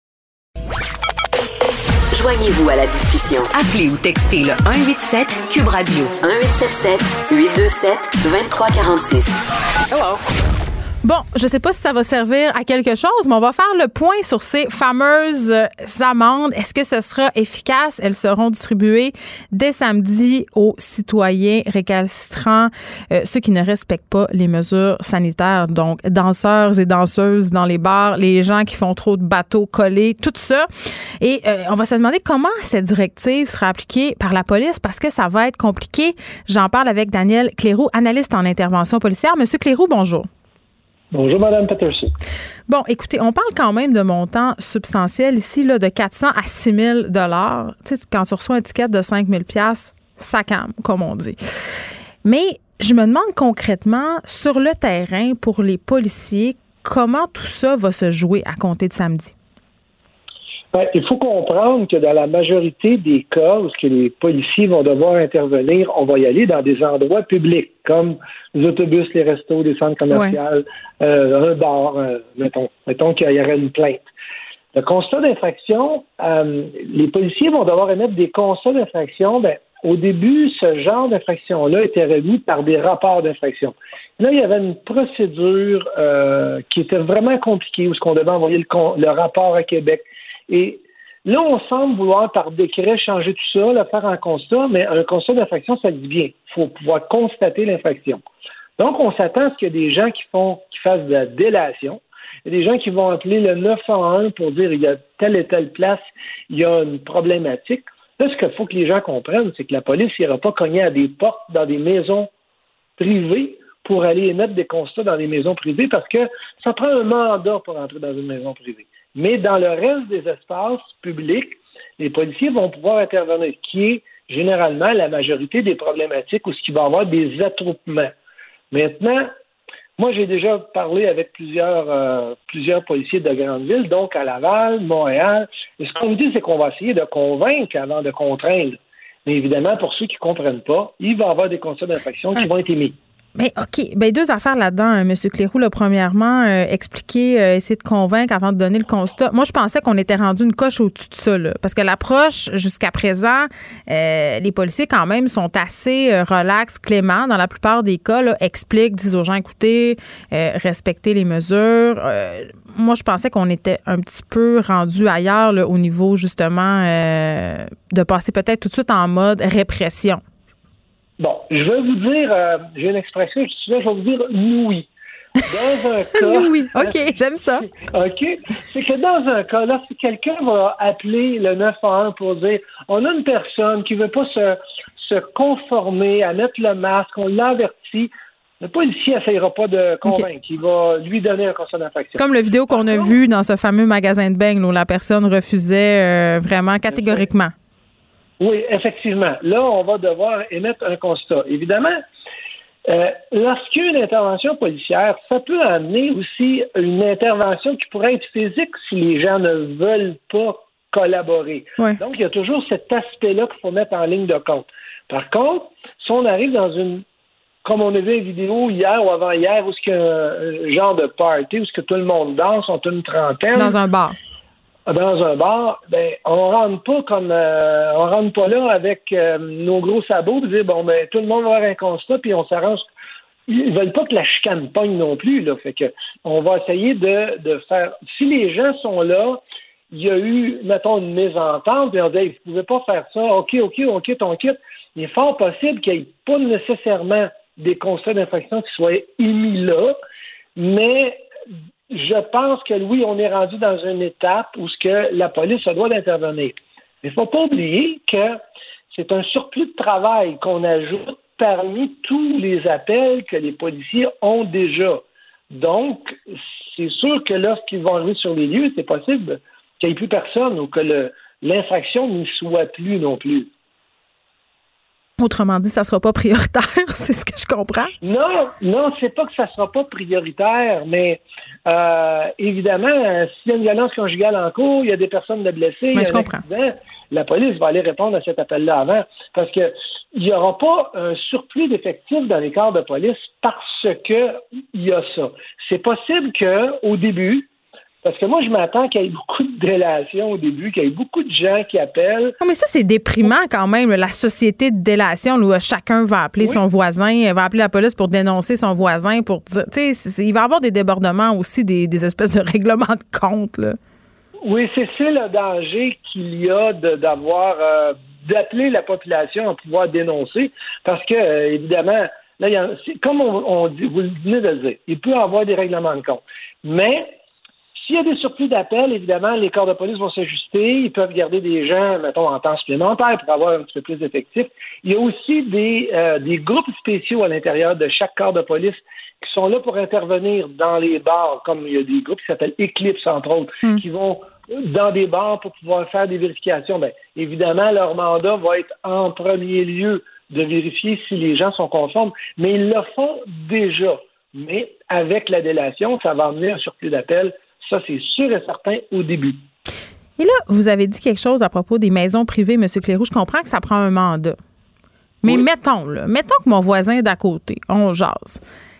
Joignez-vous à la discussion. Appelez ou textez le un huit sept Cube Radio. un huit sept sept huit deux sept deux trois quatre six. Hello. Bon, je sais pas si ça va servir à quelque chose, mais on va faire le point sur ces fameuses amendes. Est-ce que ce sera efficace? Elles seront distribuées dès samedi aux citoyens récalcitrants, euh, ceux qui ne respectent pas les mesures sanitaires. Donc, danseurs et danseuses dans les bars, les gens qui font trop de bateaux collés, tout ça. Et euh, on va se demander comment cette directive sera appliquée par la police parce que ça va être compliqué. J'en parle avec Daniel Cléroux, analyste en intervention policière. Monsieur Cléroux, bonjour. Bonjour, Mme Peterson. Bon, écoutez, on parle quand même de montants substantiels ici, là, de quatre cents à six mille dollars. Tu sais, quand tu reçois un ticket de cinq mille dollars, ça calme, comme on dit. Mais je me demande concrètement, sur le terrain, pour les policiers, comment tout ça va se jouer à compter de samedi? Ben, il faut comprendre que dans la majorité des cas où que les policiers vont devoir intervenir, on va y aller dans des endroits publics, comme les autobus, les restos, les centres commerciaux, ouais. euh, un bar, euh, mettons, mettons qu'il y aurait une plainte. Le constat d'infraction, euh, les policiers vont devoir émettre des constats d'infraction. Ben, au début, ce genre d'infraction-là était remis par des rapports d'infraction. Là, il y avait une procédure euh, qui était vraiment compliquée, où on devait envoyer le, con- le rapport à Québec. Et là, on semble vouloir, par décret, changer tout ça, le faire en constat, mais un constat d'infraction, ça dit bien. Il faut pouvoir constater l'infraction. Donc, on s'attend à ce qu'il y ait des gens qui font, qui fassent de la délation. Il y a des gens qui vont appeler le neuf un un pour dire il y a telle et telle place, il y a une problématique. Là, ce qu'il faut que les gens comprennent, c'est que la police n'ira pas cogner à des portes dans des maisons privées pour aller émettre des constats dans des maisons privées parce que ça prend un mandat pour entrer dans une maison privée. Mais dans le reste des espaces publics, les policiers vont pouvoir intervenir, qui est généralement la majorité des problématiques où il va y avoir des attroupements. Maintenant, moi, j'ai déjà parlé avec plusieurs, euh, plusieurs policiers de grandes villes, donc à Laval, Montréal. Et ce qu'on me dit, c'est qu'on va essayer de convaincre avant de contraindre. Mais évidemment, pour ceux qui ne comprennent pas, il va y avoir des constats d'infraction qui vont être émis. Mais OK, ben deux affaires là-dedans, M. Cléroux. Là, premièrement, euh, expliquer, euh, essayer de convaincre avant de donner le constat. Moi, je pensais qu'on était rendu une coche au-dessus de ça, là, parce que l'approche, jusqu'à présent, euh, les policiers, quand même, sont assez euh, relax, cléments. Dans la plupart des cas, là, expliquent, disent aux gens, écoutez, euh, respectez les mesures. Euh, moi, je pensais qu'on était un petit peu rendu ailleurs là, au niveau, justement, euh, de passer peut-être tout de suite en mode répression. Bon, je vais vous dire, euh, j'ai une expression, je vais vous dire oui. Dans un cas... oui, OK, j'aime ça. OK, c'est que dans un cas, là, si quelqu'un va appeler le neuf un un pour dire, on a une personne qui ne veut pas se, se conformer à mettre le masque, on l'avertit, le policier n'essayera pas de convaincre. Okay. Il va lui donner un constat d'infraction. Comme la vidéo qu'on a vue dans ce fameux magasin de beignes où la personne refusait euh, vraiment catégoriquement. Oui, effectivement. Là, on va devoir émettre un constat. Évidemment, euh, lorsqu'il y a une intervention policière, ça peut amener aussi une intervention qui pourrait être physique si les gens ne veulent pas collaborer. Ouais. Donc, il y a toujours cet aspect-là qu'il faut mettre en ligne de compte. Par contre, si on arrive dans une, comme on a vu une vidéo hier ou avant-hier, où il y a un genre de party, où tout le monde danse, on a une trentaine. Dans un bar. Dans un bar, ben on rentre pas comme euh, on rentre pas là avec euh, nos gros sabots et dire bon ben tout le monde va avoir un constat puis on s'arrange. Ils veulent pas que la chicane pogne non plus là, fait que on va essayer de, de faire. Si les gens sont là, il y a eu mettons une mésentente et on dit vous pouvez pas faire ça, ok ok on quitte on quitte. Il est fort possible qu'il n'y ait pas nécessairement des constats d'infraction qui soient émis là, mais je pense que, oui, on est rendu dans une étape où ce que la police se doit d'intervenir. Mais il ne faut pas oublier que c'est un surplus de travail qu'on ajoute parmi tous les appels que les policiers ont déjà. Donc, c'est sûr que lorsqu'ils vont arriver sur les lieux, c'est possible qu'il n'y ait plus personne ou que le, l'infraction n'y soit plus non plus. Autrement dit, ça sera pas prioritaire, c'est ce que je comprends. Non, non, c'est pas que ça sera pas prioritaire, mais euh, évidemment, euh, s'il y a une violence conjugale en cours, il y a des personnes de blessées, il y a un accident, la police va aller répondre à cet appel-là avant, parce que il n'y aura pas un surplus d'effectifs dans les corps de police parce que il y a ça. C'est possible qu'au début, parce que moi, je m'attends qu'il y ait beaucoup de délations au début, qu'il y ait beaucoup de gens qui appellent. Non, mais ça, c'est déprimant quand même, la société de délation où chacun va appeler oui. son voisin, va appeler la police pour dénoncer son voisin, pour dire, tu sais, il va y avoir des débordements aussi, des, des espèces de règlements de compte, là. Oui, c'est ça le danger qu'il y a de, d'avoir, euh, d'appeler la population à pouvoir dénoncer, parce que, euh, évidemment, là, il y a, c'est, comme on, on dit, vous le venez de le dire, il peut y avoir des règlements de compte, mais s'il y a des surplus d'appels, évidemment, les corps de police vont s'ajuster. Ils peuvent garder des gens, mettons, en temps supplémentaire pour avoir un petit peu plus d'effectifs. Il y a aussi des, euh, des groupes spéciaux à l'intérieur de chaque corps de police qui sont là pour intervenir dans les bars, comme il y a des groupes qui s'appellent Eclipse, entre autres, mm. qui vont dans des bars pour pouvoir faire des vérifications. Bien, évidemment, leur mandat va être en premier lieu de vérifier si les gens sont conformes, mais ils le font déjà. Mais avec la délation, ça va amener un surplus d'appels. Ça, c'est sûr et certain au début. Et là, vous avez dit quelque chose à propos des maisons privées, M. Cléroux. Je comprends que ça prend un mandat. Mais oui. mettons, là, mettons que mon voisin d'à côté, on jase,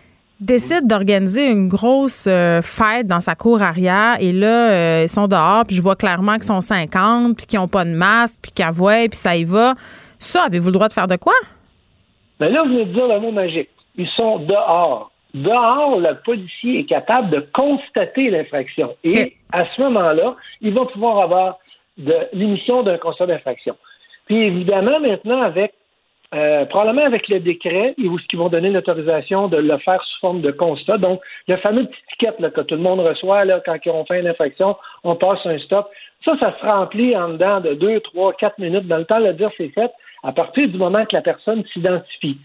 décide d'organiser une grosse euh, fête dans sa cour arrière et là, euh, ils sont dehors, puis je vois clairement qu'ils sont cinquante, puis qu'ils n'ont pas de masque, puis qu'ils avouent, puis ça y va. Ça, avez-vous le droit de faire de quoi? Bien là, vous venez de dire le mot magique. Ils sont dehors. Dehors, le policier est capable de constater l'infraction. Et okay. à ce moment-là, il va pouvoir avoir de l'émission d'un constat d'infraction. Puis évidemment, maintenant, avec euh, probablement avec le décret, ils vont donner l'autorisation de le faire sous forme de constat. Donc, le fameux petit ticket là, que tout le monde reçoit là, quand on fait une infraction, on passe un stop. Ça, ça se remplit en dedans de deux, trois, quatre minutes. Dans le temps de le dire, c'est fait à partir du moment que la personne s'identifie.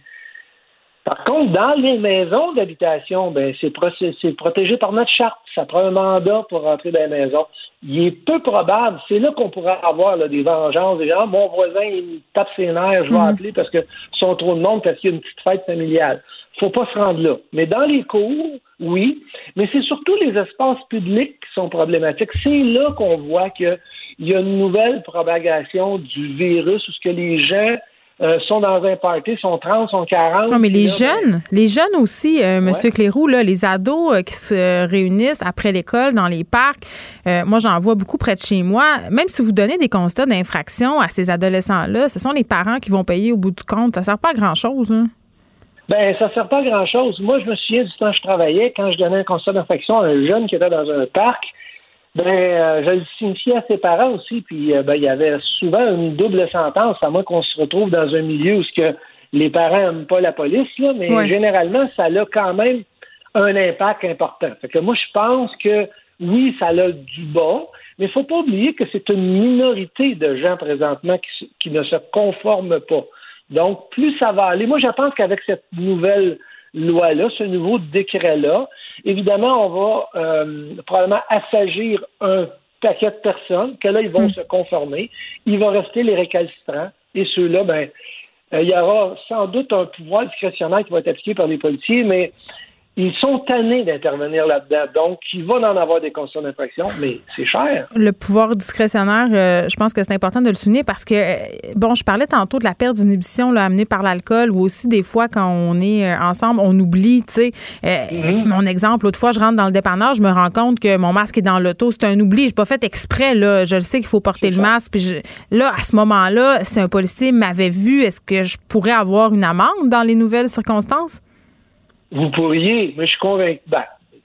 Par contre, dans les maisons d'habitation, ben c'est, pro- c'est protégé par notre charte. Ça prend un mandat pour rentrer dans les maisons. Il est peu probable, c'est là qu'on pourrait avoir là, des vengeances, des gens, mon voisin, il me tape ses nerfs, je vais mmh. appeler parce que sont trop de monde, parce qu'il y a une petite fête familiale. Faut pas se rendre là. Mais dans les cours, oui, mais c'est surtout les espaces publics qui sont problématiques. C'est là qu'on voit qu'il y a une nouvelle propagation du virus, où ce que les gens Euh, sont dans un party, sont trente, sont quarante. Non, mais les là, jeunes, ben... les jeunes aussi, euh, M. Ouais. Cléroux, là, les ados euh, qui se réunissent après l'école dans les parcs, euh, moi, j'en vois beaucoup près de chez moi. Même si vous donnez des constats d'infraction à ces adolescents-là, ce sont les parents qui vont payer au bout du compte. Ça sert pas à grand-chose, hein? Ben, ça sert pas à grand-chose. Moi, je me souviens du temps que je travaillais, quand je donnais un constat d'infraction à un jeune qui était dans un parc, ben, euh, je le signifiais à ses parents aussi, puis euh, ben, il y avait souvent une double sentence, à moins qu'on se retrouve dans un milieu où ce que les parents n'aiment pas la police, là, mais ouais. généralement, ça a quand même un impact important. Fait que moi, je pense que oui, ça a du bas, mais il ne faut pas oublier que c'est une minorité de gens présentement qui, qui ne se conforment pas. Donc, plus ça va aller. Moi, je pense qu'avec cette nouvelle loi-là, ce nouveau décret-là, évidemment, on va euh, probablement assagir un paquet de personnes, que là, ils vont mmh. se conformer. Il va rester les récalcitrants. Et ceux-là, ben, euh, il y aura sans doute un pouvoir discrétionnaire qui va être appliqué par les policiers, mais ils sont tannés d'intervenir là-dedans. Donc, il va en avoir des constats d'infraction, mais c'est cher. Le pouvoir discrétionnaire, euh, je pense que c'est important de le souligner parce que, euh, bon, je parlais tantôt de la perte d'inhibition là, amenée par l'alcool ou aussi des fois, quand on est euh, ensemble, on oublie, tu sais. Euh, mm-hmm. Mon exemple, l'autre fois, je rentre dans le dépanneur, je me rends compte que mon masque est dans l'auto. C'est un oubli. Je n'ai pas fait exprès, là. Je le sais qu'il faut porter c'est le ça. masque. Puis je, là, à ce moment-là, si un policier m'avait vu, est-ce que je pourrais avoir une amende dans les nouvelles circonstances? Vous pourriez, mais je suis convaincu. Ben,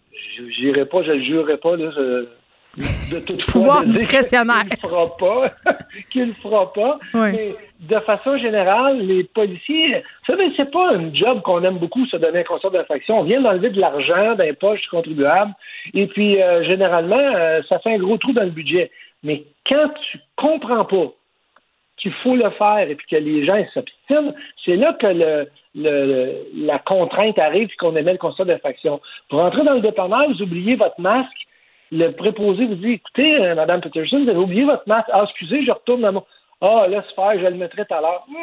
j'irai pas, je le jurerai pas, là, je, de toute pouvoir fois, discrétionnaire. Qu'il le fera pas, qu'il le fera pas. Oui. Mais de façon générale, les policiers, vous savez, c'est pas un job qu'on aime beaucoup, se donner un constat d'infraction. On vient d'enlever de l'argent dans les poches du contribuable, et puis euh, généralement, euh, ça fait un gros trou dans le budget. Mais quand tu comprends pas qu'il faut le faire et puis que les gens s'obstinent, c'est là que le Le, le, la contrainte arrive et qu'on émet le constat d'infraction. Pour entrer dans le dépanneur, vous oubliez votre masque. Le préposé vous dit, écoutez, euh, Mme Peterson, vous avez oublié votre masque. Ah, excusez, je retourne dans mon... Ah, laisse faire, je le mettrai tout à l'heure. Hum,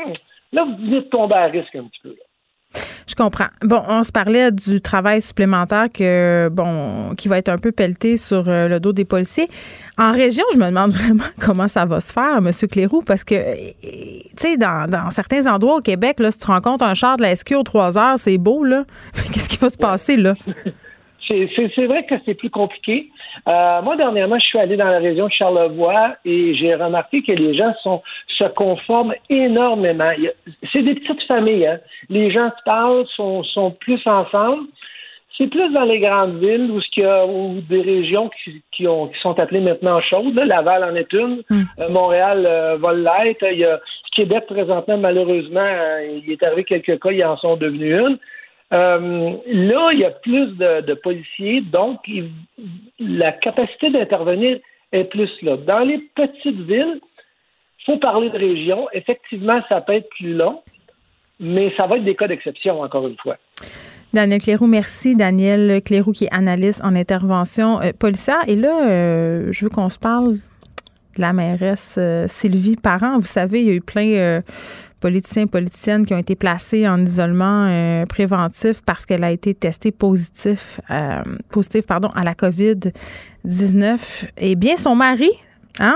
là, vous venez de tomber à risque un petit peu. Là. Je comprends. Bon, on se parlait du travail supplémentaire que, bon, qui va être un peu pelleté sur euh, le dos des policiers. En région, je me demande vraiment comment ça va se faire, M. Cléroux, parce que, tu sais, dans, dans certains endroits au Québec, là, si tu rencontres un char de la S Q aux trois heures, c'est beau, là. Qu'est-ce qui va se passer, là? C'est, c'est, c'est vrai que c'est plus compliqué. Euh, moi, dernièrement, je suis allé dans la région de Charlevoix et j'ai remarqué que les gens sont, se conforment énormément. Il y a, c'est des petites familles, hein. Les gens se parlent, sont, sont plus ensemble. C'est plus dans les grandes villes où il y a ou des régions qui, qui, ont, qui sont appelées maintenant chaudes. Là. Laval en est une. Mm. Euh, Montréal euh, va l'être. Il y a Québec, présentement, malheureusement, euh, il est arrivé quelques cas, ils en sont devenus une. Euh, là, il y a plus de, de policiers, donc il, la capacité d'intervenir est plus là. Dans les petites villes, il faut parler de région. Effectivement, ça peut être plus long, mais ça va être des cas d'exception, encore une fois. Daniel Cléroux, merci. Daniel Cléroux, qui est analyste en intervention euh, policière. Et là, euh, je veux qu'on se parle de la mairesse euh, Sylvie Parent. Vous savez, il y a eu plein... Euh, politiciens et politiciennes qui ont été placés en isolement euh, préventif parce qu'elle a été testée positif, euh, positive pardon, à la covid dix-neuf. Et bien, son mari, hein,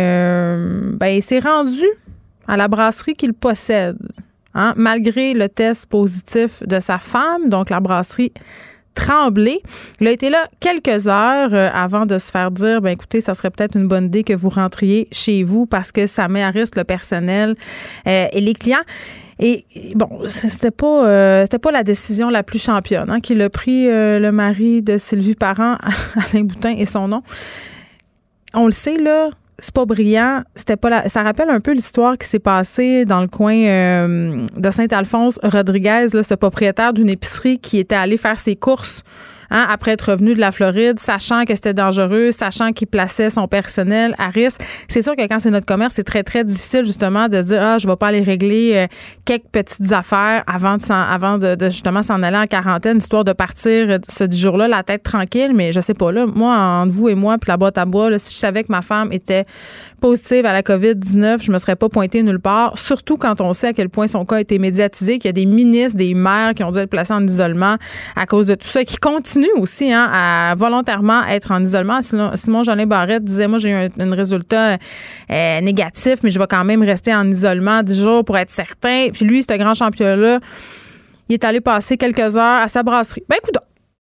euh, ben, il s'est rendu à la brasserie qu'il possède, hein, malgré le test positif de sa femme, donc la brasserie Tremblay. Il a été là quelques heures euh, avant de se faire dire, ben écoutez, ça serait peut-être une bonne idée que vous rentriez chez vous parce que ça met à risque le personnel euh, et les clients. Et bon, c'était pas euh, c'était pas la décision la plus championne hein, qu'il a pris euh, le mari de Sylvie Parent, Alain Boutin et son nom. On le sait là. C'est pas brillant. C'était pas la... Ça rappelle un peu l'histoire qui s'est passée dans le coin euh, de Saint-Alphonse-Rodriguez, là, ce propriétaire d'une épicerie qui était allé faire ses courses hein, après être revenu de la Floride, sachant que c'était dangereux, sachant qu'il plaçait son personnel à risque. C'est sûr que quand c'est notre commerce, c'est très, très difficile justement de se dire « Ah, je vais pas aller régler euh, quelques petites affaires avant de, s'en, avant de, de justement s'en aller en quarantaine, histoire de partir ce dix jours-là, la tête tranquille. » Mais je sais pas, là, moi, entre vous et moi, puis la boîte à bois, là, si je savais que ma femme était positive à la covid dix-neuf, je me serais pas pointée nulle part, surtout quand on sait à quel point son cas a été médiatisé, qu'il y a des ministres, des maires qui ont dû être placés en isolement à cause de tout ça, qui continuent aussi hein, à volontairement être en isolement. Simon, Simon Jolin Barrette disait, moi, j'ai eu un, un résultat euh, négatif, mais je vais quand même rester en isolement dix jours pour être certain. Puis lui, ce grand champion-là, il est allé passer quelques heures à sa brasserie. Ben, écoute.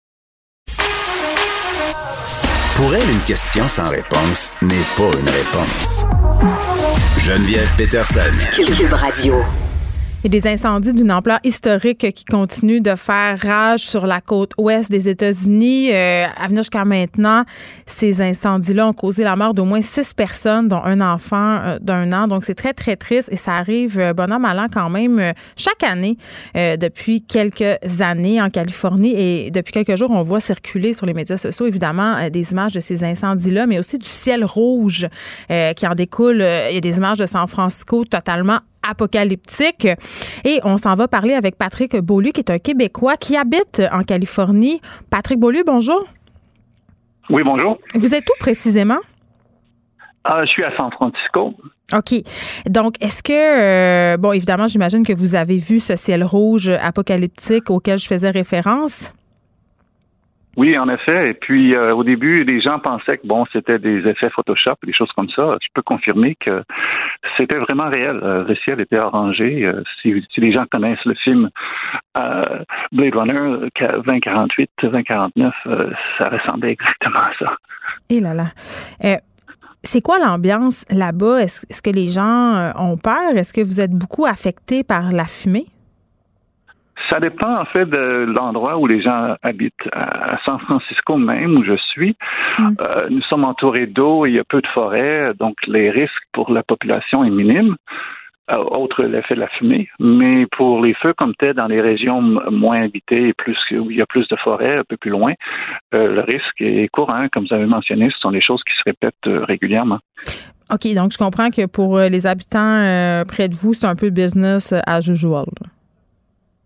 Pour elle, une question sans réponse n'est pas une réponse. Geneviève Peterson. Cube Radio. Il y a des incendies d'une ampleur historique qui continuent de faire rage sur la côte ouest des États-Unis. Euh, à venir jusqu'à maintenant, ces incendies-là ont causé la mort d'au moins six personnes, dont un enfant euh, d'un an. Donc, c'est très, très triste et ça arrive, euh, bon an, mal an quand même, euh, chaque année euh, depuis quelques années en Californie. Et depuis quelques jours, on voit circuler sur les médias sociaux, évidemment, euh, des images de ces incendies-là, mais aussi du ciel rouge euh, qui en découle. Euh, il y a des images de San Francisco totalement apocalyptique. Et on s'en va parler avec Patrick Beaulieu, qui est un Québécois qui habite en Californie. Patrick Beaulieu, bonjour. Oui, bonjour. Vous êtes où précisément? Euh, je suis à San Francisco. OK. Donc, est-ce que, euh, bon, évidemment, j'imagine que vous avez vu ce ciel rouge apocalyptique auquel je faisais référence? Oui, en effet. Et puis, euh, au début, les gens pensaient que, bon, c'était des effets Photoshop, des choses comme ça. Je peux confirmer que c'était vraiment réel. Euh, le ciel était orangé. Euh, si, si les gens connaissent le film euh, Blade Runner vingt quarante-huit, vingt quarante-neuf, euh, ça ressemblait exactement à ça. Et là là. Euh, c'est quoi l'ambiance là-bas? Est-ce, est-ce que les gens ont peur? Est-ce que vous êtes beaucoup affectés par la fumée? Ça dépend, en fait, de l'endroit où les gens habitent. À San Francisco même, où je suis, mm. euh, nous sommes entourés d'eau et il y a peu de forêts, donc les risques pour la population est minime, euh, autre l'effet de la fumée. Mais pour les feux comme tel, dans les régions moins habitées, et plus où il y a plus de forêts, un peu plus loin, euh, le risque est courant. Comme vous avez mentionné, ce sont des choses qui se répètent euh, régulièrement. OK, donc je comprends que pour les habitants euh, près de vous, c'est un peu business as usual.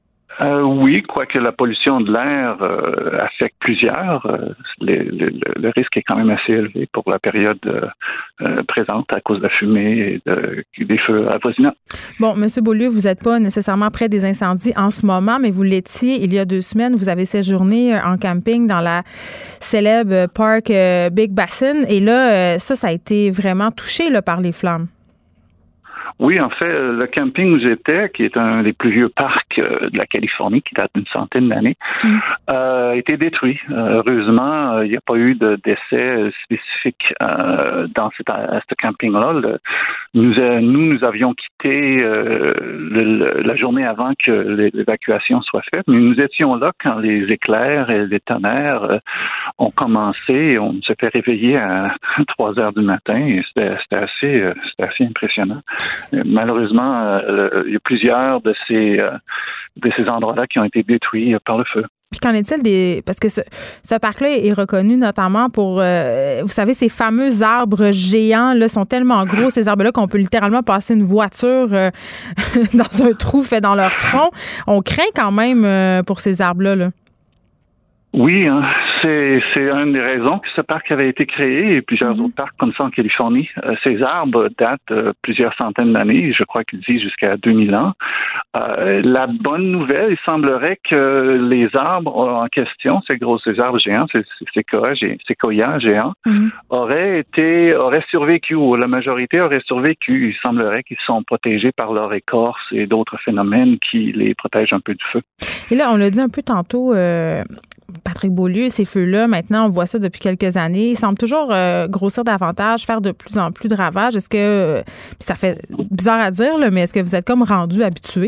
Euh, oui, quoique la pollution de l'air euh, affecte plusieurs, euh, les, le, le risque est quand même assez élevé pour la période euh, présente à cause de la fumée et de, des feux avoisinants. Bon, M. Beaulieu, vous n'êtes pas nécessairement près des incendies en ce moment, mais vous l'étiez il y a deux semaines. Vous avez séjourné en camping dans la célèbre parc euh, Big Basin. Et là, euh, ça, ça a été vraiment touché là, par les flammes. Oui, en fait, le camping où j'étais, qui est un des plus vieux parcs de la Californie, qui date d'une centaine d'années, mmh. euh, a été détruit. Euh, heureusement, il n'y a pas eu de décès spécifique euh, dans cet, à ce camping-là. Le, nous, euh, nous, nous avions quitté euh, le, le, la journée avant que l'évacuation soit faite, mais nous étions là quand les éclairs et les tonnerres euh, ont commencé. Et on s'est fait réveiller à trois heures du matin et c'était, c'était, assez, euh, c'était assez impressionnant. Malheureusement, euh, il y a plusieurs de ces euh, de ces endroits-là qui ont été détruits euh, par le feu. Puis qu'en est-il des... Parce que ce, ce parc-là est reconnu notamment pour, euh, vous savez, ces fameux arbres géants, là, sont tellement gros, ces arbres-là, qu'on peut littéralement passer une voiture euh, dans un trou fait dans leur tronc. On craint quand même euh, pour ces arbres-là, là. Oui, hein, c'est, c'est une des raisons que ce parc avait été créé et plusieurs mm-hmm. autres parcs comme ça en Californie. Euh, ces arbres datent euh, plusieurs centaines d'années, je crois qu'ils disent jusqu'à deux mille ans. Euh, la bonne nouvelle, il semblerait que les arbres en question, ces gros ces arbres géants, ces, ces séquoias, séquoias géants, mm-hmm. auraient été, auraient survécu, ou la majorité aurait survécu. Il semblerait qu'ils sont protégés par leur écorce et d'autres phénomènes qui les protègent un peu du feu. Et là, on l'a dit un peu tantôt, euh Patrick Beaulieu, ces feux-là, maintenant, on voit ça depuis quelques années. Ils semblent toujours euh, grossir davantage, faire de plus en plus de ravages. Est-ce que, euh, ça fait bizarre à dire, là, mais est-ce que vous êtes comme rendu habitué?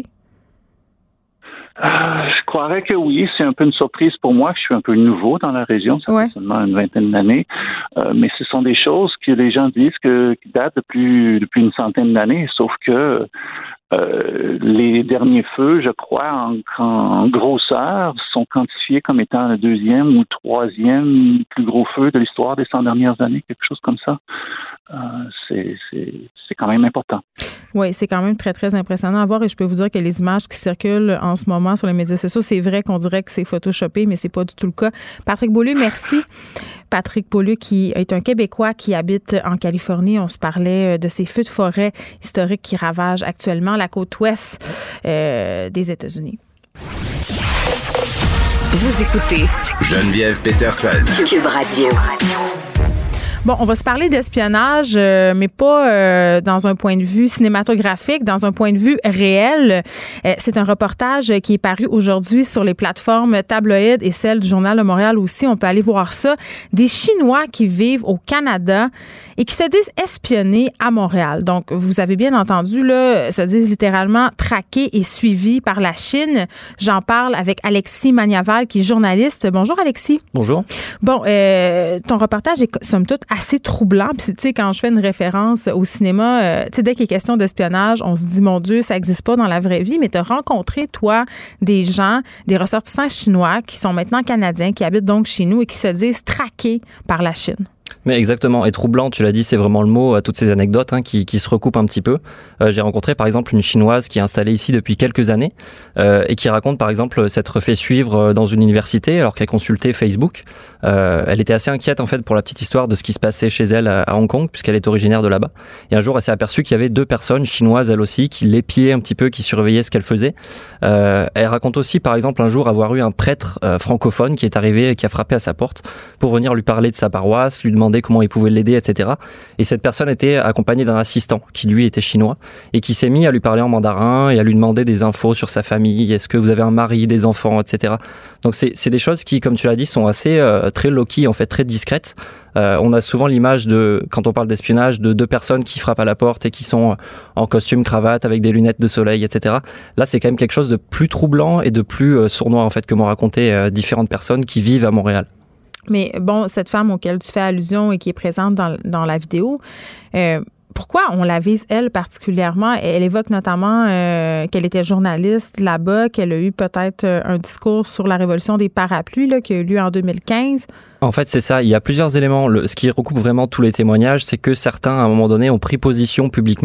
Euh, je croirais que oui. C'est un peu une surprise pour moi. Je suis un peu nouveau dans la région. Ça ouais. fait seulement une vingtaine d'années. Euh, mais ce sont des choses que les gens disent que, qui datent depuis, depuis une centaine d'années. Sauf que Euh, les derniers feux, je crois, en, en grosseur, sont quantifiés comme étant le deuxième ou troisième plus gros feu de l'histoire des cent dernières années, quelque chose comme ça. Euh, c'est, c'est, c'est quand même important. Oui, c'est quand même très, très impressionnant à voir et je peux vous dire que les images qui circulent en ce moment sur les médias sociaux, c'est vrai qu'on dirait que c'est photoshopé, mais c'est pas du tout le cas. Patrick Beaulieu, merci. Patrick Beaulieu, qui est un Québécois qui habite en Californie. On se parlait de ces feux de forêt historiques qui ravagent actuellement la côte ouest euh, des États-Unis. Vous écoutez Geneviève Peterson. Cube Radio. Bon, on va se parler d'espionnage, euh, mais pas euh, dans un point de vue cinématographique, dans un point de vue réel. Euh, c'est un reportage qui est paru aujourd'hui sur les plateformes tabloïdes et celle du Journal de Montréal aussi. On peut aller voir ça. Des Chinois qui vivent au Canada et qui se disent espionnés à Montréal. Donc, vous avez bien entendu, là, se disent littéralement traqués et suivis par la Chine. J'en parle avec Alexis Magnaval, qui est journaliste. Bonjour, Alexis. Bonjour. Bon, euh, ton reportage est, somme toute, assez troublant. Puis, tu sais, quand je fais une référence au cinéma, euh, tu sais, dès qu'il est question d'espionnage, on se dit, mon Dieu, ça n'existe pas dans la vraie vie. Mais tu as rencontré, toi, des gens, des ressortissants chinois qui sont maintenant canadiens, qui habitent donc chez nous et qui se disent traqués par la Chine. Mais exactement, et troublant, tu l'as dit, c'est vraiment le mot à toutes ces anecdotes hein, qui, qui se recoupent un petit peu. Euh, j'ai rencontré par exemple une Chinoise qui est installée ici depuis quelques années euh, et qui raconte par exemple s'être fait suivre dans une université alors qu'elle consultait Facebook. Euh, elle était assez inquiète en fait pour la petite histoire de ce qui se passait chez elle à, à Hong Kong puisqu'elle est originaire de là-bas. Et un jour, elle s'est aperçue qu'il y avait deux personnes chinoises elles aussi qui l'épiaient un petit peu, qui surveillaient ce qu'elle faisait. Euh, elle raconte aussi par exemple un jour avoir eu un prêtre euh, francophone qui est arrivé et qui a frappé à sa porte pour venir lui parler de sa paroisse, lui demander comment il pouvait l'aider, et cetera. Et cette personne était accompagnée d'un assistant qui, lui, était chinois et qui s'est mis à lui parler en mandarin et à lui demander des infos sur sa famille. Est-ce que vous avez un mari, des enfants, et cetera. Donc, c'est, c'est des choses qui, comme tu l'as dit, sont assez euh, très low-key, en fait, très discrètes. Euh, on a souvent l'image de, quand on parle d'espionnage, de deux personnes qui frappent à la porte et qui sont en costume, cravate, avec des lunettes de soleil, et cetera. Là, c'est quand même quelque chose de plus troublant et de plus euh, sournois, en fait, que m'ont raconté euh, différentes personnes qui vivent à Montréal. Mais bon, cette femme auquel tu fais allusion et qui est présente dans, dans la vidéo, euh, pourquoi on la vise, elle, particulièrement? Elle évoque notamment euh, qu'elle était journaliste là-bas, qu'elle a eu peut-être un discours sur la révolution des parapluies là, qui a eu lieu en deux mille quinze. En fait, c'est ça. Il y a plusieurs éléments. Le, ce qui recoupe vraiment tous les témoignages, c'est que certains, à un moment donné, ont pris position publiquement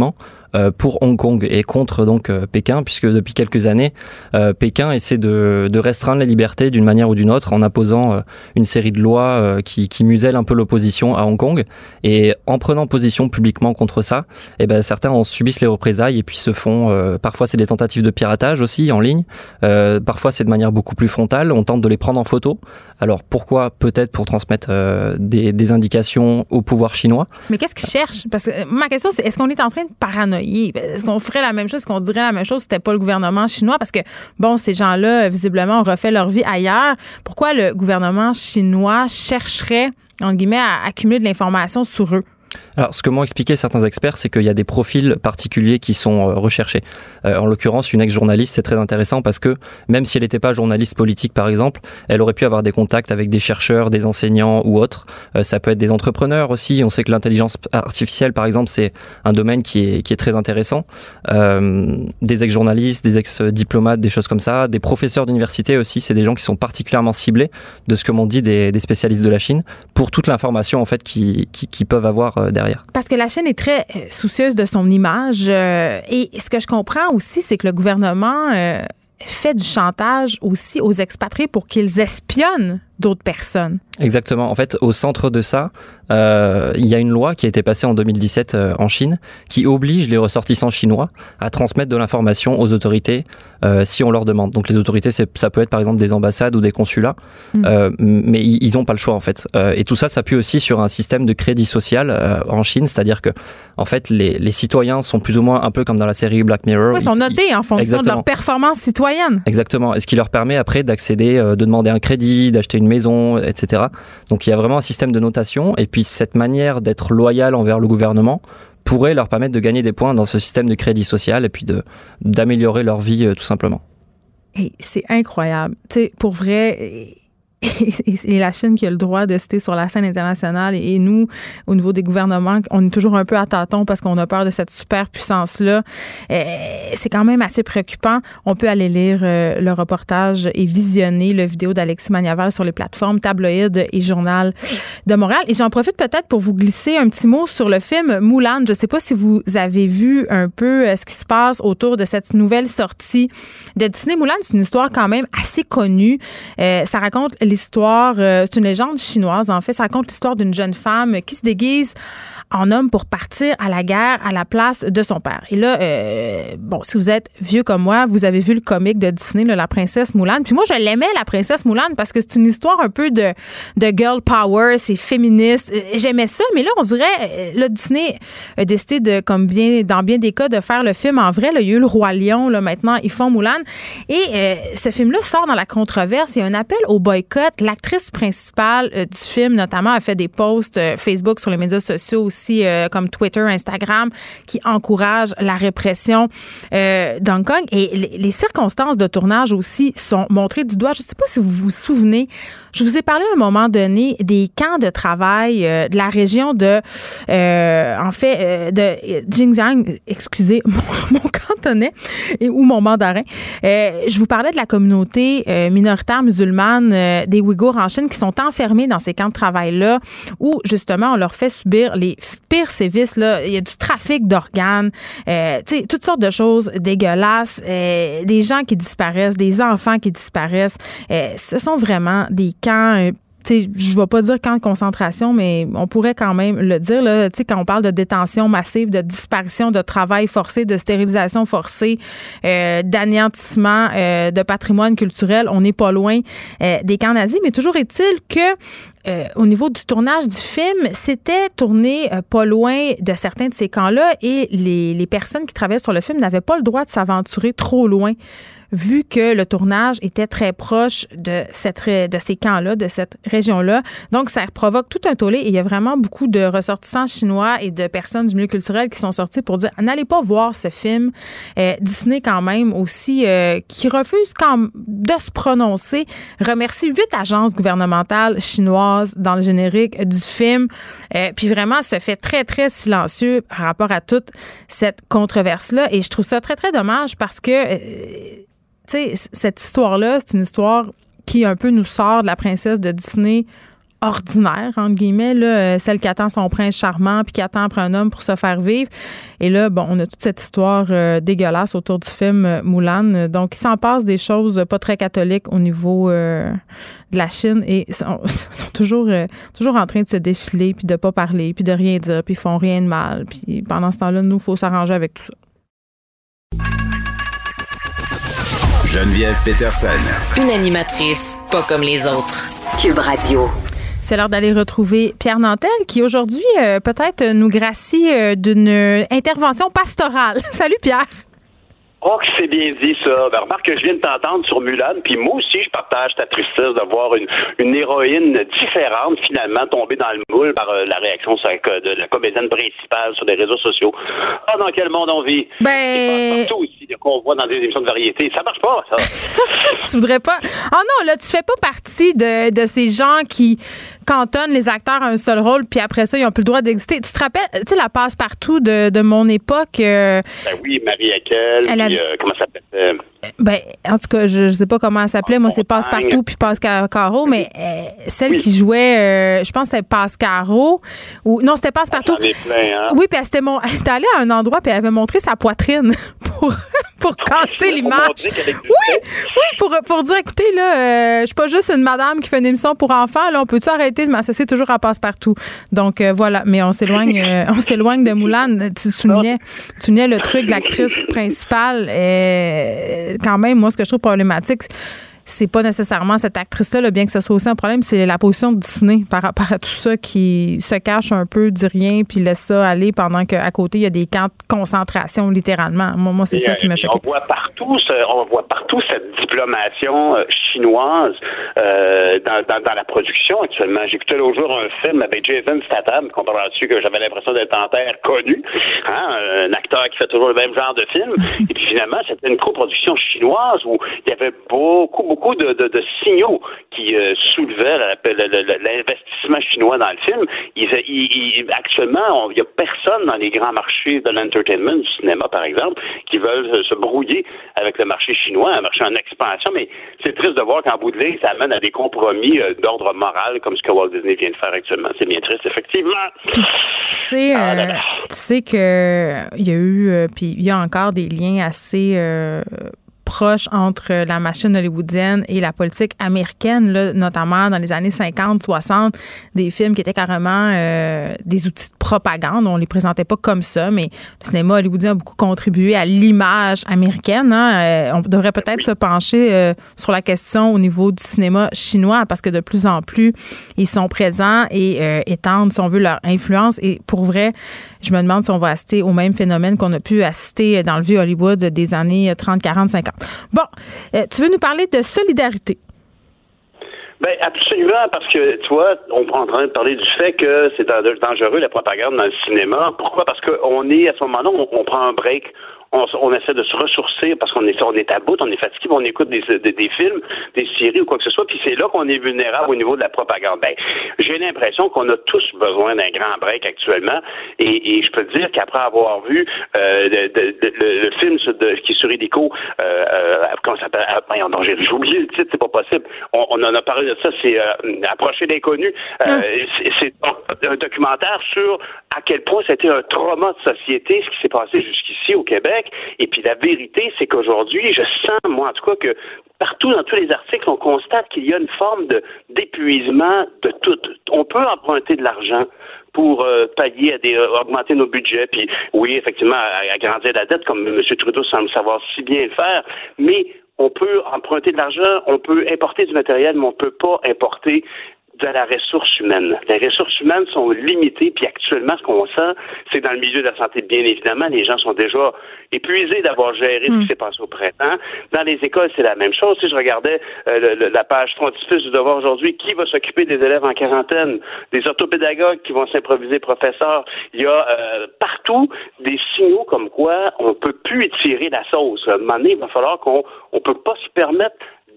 euh, pour Hong Kong et contre donc euh, Pékin, puisque depuis quelques années, euh, Pékin essaie de, de restreindre les libertés d'une manière ou d'une autre en imposant euh, une série de lois euh, qui, qui musellent un peu l'opposition à Hong Kong. Et en prenant position publiquement contre ça, eh ben, certains en subissent les représailles et puis se font... Euh, parfois, c'est des tentatives de piratage aussi en ligne. Euh, parfois, c'est de manière beaucoup plus frontale. On tente de les prendre en photo. Alors, pourquoi? Peut-être pour transmettre euh, des, des indications au pouvoir chinois. Mais qu'est-ce qu'ils cherchent? Parce que ma question, c'est est-ce qu'on est en train de paranoïer? Est-ce qu'on ferait la même chose? Est-ce qu'on dirait la même chose si c'était pas le gouvernement chinois? Parce que, bon, ces gens-là, visiblement, ont refait leur vie ailleurs. Pourquoi le gouvernement chinois chercherait, en guillemets, à accumuler de l'information sur eux? Alors, ce que m'ont expliqué certains experts, c'est qu'il y a des profils particuliers qui sont euh, recherchés. Euh, en l'occurrence, une ex-journaliste, c'est très intéressant parce que même si elle n'était pas journaliste politique, par exemple, elle aurait pu avoir des contacts avec des chercheurs, des enseignants ou autres. Euh, ça peut être des entrepreneurs aussi. On sait que l'intelligence artificielle, par exemple, c'est un domaine qui est, qui est très intéressant. Euh, des ex-journalistes, des ex-diplomates, des choses comme ça. Des professeurs d'université aussi, c'est des gens qui sont particulièrement ciblés de ce que m'ont dit des, des spécialistes de la Chine pour toute l'information en fait qui, qui, qui peuvent avoir euh, derrière. Parce que la Chine est très euh, soucieuse de son image. Euh, et ce que je comprends aussi, c'est que le gouvernement euh, fait du chantage aussi aux expatriés pour qu'ils espionnent d'autres personnes. Exactement. En fait, au centre de ça, euh, il y a une loi qui a été passée en deux mille dix-sept euh, en Chine qui oblige les ressortissants chinois à transmettre de l'information aux autorités euh, si on leur demande. Donc les autorités, c'est, ça peut être par exemple des ambassades ou des consulats, mmh. euh, mais ils n'ont pas le choix en fait. Euh, et tout ça s'appuie aussi sur un système de crédit social euh, en Chine, c'est-à-dire que en fait les, les citoyens sont plus ou moins un peu comme dans la série Black Mirror. Oui, ils sont notés ils, en fonction exactement. de leur performance citoyenne. Exactement. Et ce qui leur permet après d'accéder, euh, de demander un crédit, d'acheter une maison, et cetera. Donc il y a vraiment un système de notation et puis cette manière d'être loyal envers le gouvernement pourrait leur permettre de gagner des points dans ce système de crédit social et puis de, d'améliorer leur vie euh, tout simplement. Et c'est incroyable. Tu sais, pour vrai... Et la Chine qui a le droit de citer sur la scène internationale et nous, au niveau des gouvernements, on est toujours un peu à tâtons parce qu'on a peur de cette superpuissance-là. C'est quand même assez préoccupant. On peut aller lire le reportage et visionner le vidéo d'Alexis Magnaval sur les plateformes Tabloïd et Journal de Montréal. Et j'en profite peut-être pour vous glisser un petit mot sur le film Mulan. Je ne sais pas si vous avez vu un peu ce qui se passe autour de cette nouvelle sortie de Disney. Mulan, c'est une histoire quand même assez connue. Euh, ça raconte l'histoire, euh, c'est une légende chinoise en fait, ça raconte l'histoire d'une jeune femme qui se déguise en homme pour partir à la guerre à la place de son père. Et là, euh, bon, si vous êtes vieux comme moi, vous avez vu le comique de Disney, là, La princesse Mulan. Puis moi, je l'aimais, La princesse Mulan, parce que c'est une histoire un peu de, de girl power, c'est féministe. J'aimais ça, mais là, on dirait, là, Disney a décidé de, comme bien, dans bien des cas, de faire le film en vrai. Là, il y a eu le Roi Lion, là, maintenant, ils font Mulan. Et euh, ce film-là sort dans la controverse. Il y a un appel au boycott. L'actrice principale euh, du film, notamment, a fait des posts euh, Facebook sur les médias sociaux aussi, aussi euh, comme Twitter, Instagram, qui encouragent la répression euh, d'Hong Kong. Et les, les circonstances de tournage aussi sont montrées du doigt. Je ne sais pas si vous vous souvenez, je vous ai parlé à un moment donné des camps de travail euh, de la région de, euh, en fait, euh, de Xinjiang, excusez, mon, mon cantonais, et, ou mon mandarin. Euh, je vous parlais de la communauté euh, minoritaire musulmane euh, des Ouïghours en Chine qui sont enfermés dans ces camps de travail-là où, justement, on leur fait subir les pires sévices. Là. Il y a du trafic d'organes, euh, tu sais, toutes sortes de choses dégueulasses, euh, des gens qui disparaissent, des enfants qui disparaissent. Euh, ce sont vraiment des camps... Euh, je ne vais pas dire camp de concentration, mais on pourrait quand même le dire. Là, quand on parle de détention massive, de disparition, de travail forcé, de stérilisation forcée, euh, d'anéantissement euh, de patrimoine culturel, on n'est pas loin euh, des camps nazis. Mais toujours est-il que euh, au niveau du tournage du film, c'était tourné euh, pas loin de certains de ces camps-là et les, les personnes qui travaillaient sur le film n'avaient pas le droit de s'aventurer trop loin, vu que le tournage était très proche de cette de ces camps-là, de cette région-là. Donc, ça provoque tout un tollé et il y a vraiment beaucoup de ressortissants chinois et de personnes du milieu culturel qui sont sortis pour dire « N'allez pas voir ce film. Euh, » Disney, quand même, aussi, euh, qui refuse quand de se prononcer, remercie huit agences gouvernementales chinoises dans le générique du film, euh, puis vraiment se fait très, très silencieux par rapport à toute cette controverse-là. Et je trouve ça très, très dommage parce que... Euh, tu sais, cette histoire-là, c'est une histoire qui un peu nous sort de la princesse de Disney ordinaire, entre guillemets, là, celle qui attend son prince charmant puis qui attend après un homme pour se faire vivre. Et là, bon, on a toute cette histoire euh, dégueulasse autour du film euh, Mulan. Donc, il s'en passe des choses pas très catholiques au niveau euh, de la Chine et ils sont, sont toujours, euh, toujours en train de se défiler puis de pas parler puis de rien dire puis ils font rien de mal. Puis pendant ce temps-là, nous, il faut s'arranger avec tout ça. Geneviève Peterson. Une animatrice pas comme les autres. Cube Radio. C'est l'heure d'aller retrouver Pierre Nantel qui aujourd'hui euh, peut-être nous gracie euh, d'une intervention pastorale. Salut Pierre. Oh, que c'est bien dit, ça. Ben, remarque que je viens de t'entendre sur Mulan, puis moi aussi, je partage ta tristesse de voir une, une héroïne différente, finalement, tomber dans le moule par euh, la réaction de la comédienne principale sur les réseaux sociaux. Ah, dans quel monde on vit? Ben... Partout aussi, qu'on voit dans des émissions de variété. Ça marche pas, ça. Tu voudrais pas... Oh non, là, tu fais pas partie de, de ces gens qui cantonnent les acteurs à un seul rôle, puis après ça, ils ont plus le droit d'exister. Tu te rappelles, tu sais, la passe-partout de, de mon époque... Euh, ben oui, Marie Haquel, puis, a... euh, comment ça s'appelle? Euh... Ben, en tout cas, je, je sais pas comment elle s'appelait. Moi, c'est Passe-Partout puis Passe-Caro, mais euh, celle oui. qui jouait, euh, je pense que c'était Passe-Caro. Ou, non, c'était Passe-Partout. J'en ai plein, hein? Oui, puis c'était mon. Elle était allée à un endroit puis elle avait montré sa poitrine pour, pour casser l'image. Oui, oui, pour, pour dire, écoutez, là, euh, je suis pas juste une madame qui fait une émission pour enfants. Là, on peut-tu arrêter de m'associer toujours à Passe-Partout? Donc, euh, voilà. Mais on s'éloigne, euh, on s'éloigne de Mulan. Tu soulignais, tu soulignais le truc de l'actrice principale. Euh, quand même, moi, ce que je trouve problématique, c'est pas nécessairement cette actrice-là, là, bien que ce soit aussi un problème, c'est la position de Disney par rapport à tout ça qui se cache un peu, dit rien, puis laisse ça aller pendant qu'à côté, il y a des camps de concentration, littéralement. Moi, moi c'est et ça qui m'a choqué. On voit partout, ce, on voit partout cette diplomation euh, chinoise euh, dans, dans, dans la production actuellement. J'écoutais l'autre jour un film avec Jason Statham, comparant dessus que j'avais l'impression d'être en terre connu, hein, un acteur qui fait toujours le même genre de film. Et puis finalement, c'était une coproduction chinoise où il y avait beaucoup, beaucoup beaucoup de, de, de signaux qui euh, soulevaient la, la, la, l'investissement chinois dans le film. Il, il, il, actuellement, il n'y a personne dans les grands marchés de l'entertainment, du cinéma par exemple, qui veulent se brouiller avec le marché chinois, un marché en expansion, mais c'est triste de voir qu'en bout de ligne, ça amène à des compromis euh, d'ordre moral comme ce que Walt Disney vient de faire actuellement. C'est bien triste, effectivement. Tu sais, ah, euh, tu sais que il y a eu, euh, puis il y a encore des liens assez... Euh, proche entre la machine hollywoodienne et la politique américaine, là, notamment dans les années cinquante, soixante, des films qui étaient carrément euh, des outils de propagande. On les présentait pas comme ça, mais le cinéma hollywoodien a beaucoup contribué à l'image américaine. Hein. Euh, on devrait peut-être oui. se pencher euh, sur la question au niveau du cinéma chinois parce que de plus en plus, ils sont présents et euh, étendent, si on veut, leur influence. Et pour vrai, je me demande si on va assister au même phénomène qu'on a pu assister dans le vieux Hollywood des années trente, quarante, cinquante. Bon, euh, tu veux nous parler de solidarité? Ben absolument, parce que, tu vois, on est en train de parler du fait que c'est dangereux la propagande dans le cinéma. Pourquoi? Parce qu'on est, à ce moment-là, on, on prend un break. On, on essaie de se ressourcer parce qu'on est, on est à bout, on est fatigué, on écoute des, des, des films, des séries ou quoi que ce soit, puis c'est là qu'on est vulnérable au niveau de la propagande. Ben, j'ai l'impression qu'on a tous besoin d'un grand break actuellement, et, et je peux te dire qu'après avoir vu euh, de, de, de, le, le film de, qui est sur Illico, euh, euh, comment ça s'appelle? Ah, non, j'ai, j'ai oublié le titre, c'est pas possible. On, on en a parlé de ça, c'est euh, Approcher l'inconnu. Euh, c'est, c'est un documentaire sur à quel point c'était un trauma de société, ce qui s'est passé jusqu'ici au Québec. Et puis la vérité, c'est qu'aujourd'hui, je sens, moi en tout cas, que partout dans tous les articles, on constate qu'il y a une forme de d'épuisement de tout. On peut emprunter de l'argent pour euh, pallier à des euh, augmenter nos budgets, puis oui, effectivement, agrandir la dette, comme M. Trudeau semble savoir si bien le faire, mais on peut emprunter de l'argent, on peut importer du matériel, mais on peut pas importer de la ressource humaine. Les ressources humaines sont limitées, puis actuellement, ce qu'on sent, c'est dans le milieu de la santé, bien évidemment, les gens sont déjà épuisés d'avoir géré mm. ce qui s'est passé au printemps. Dans les écoles, c'est la même chose. Si je regardais euh, le, le, la page frontispice du Devoir aujourd'hui, qui va s'occuper des élèves en quarantaine? Des orthopédagogues qui vont s'improviser professeurs. Il y a euh, partout des signaux comme quoi on peut plus étirer la sauce. À un moment donné, il va falloir qu'on on peut pas se permettre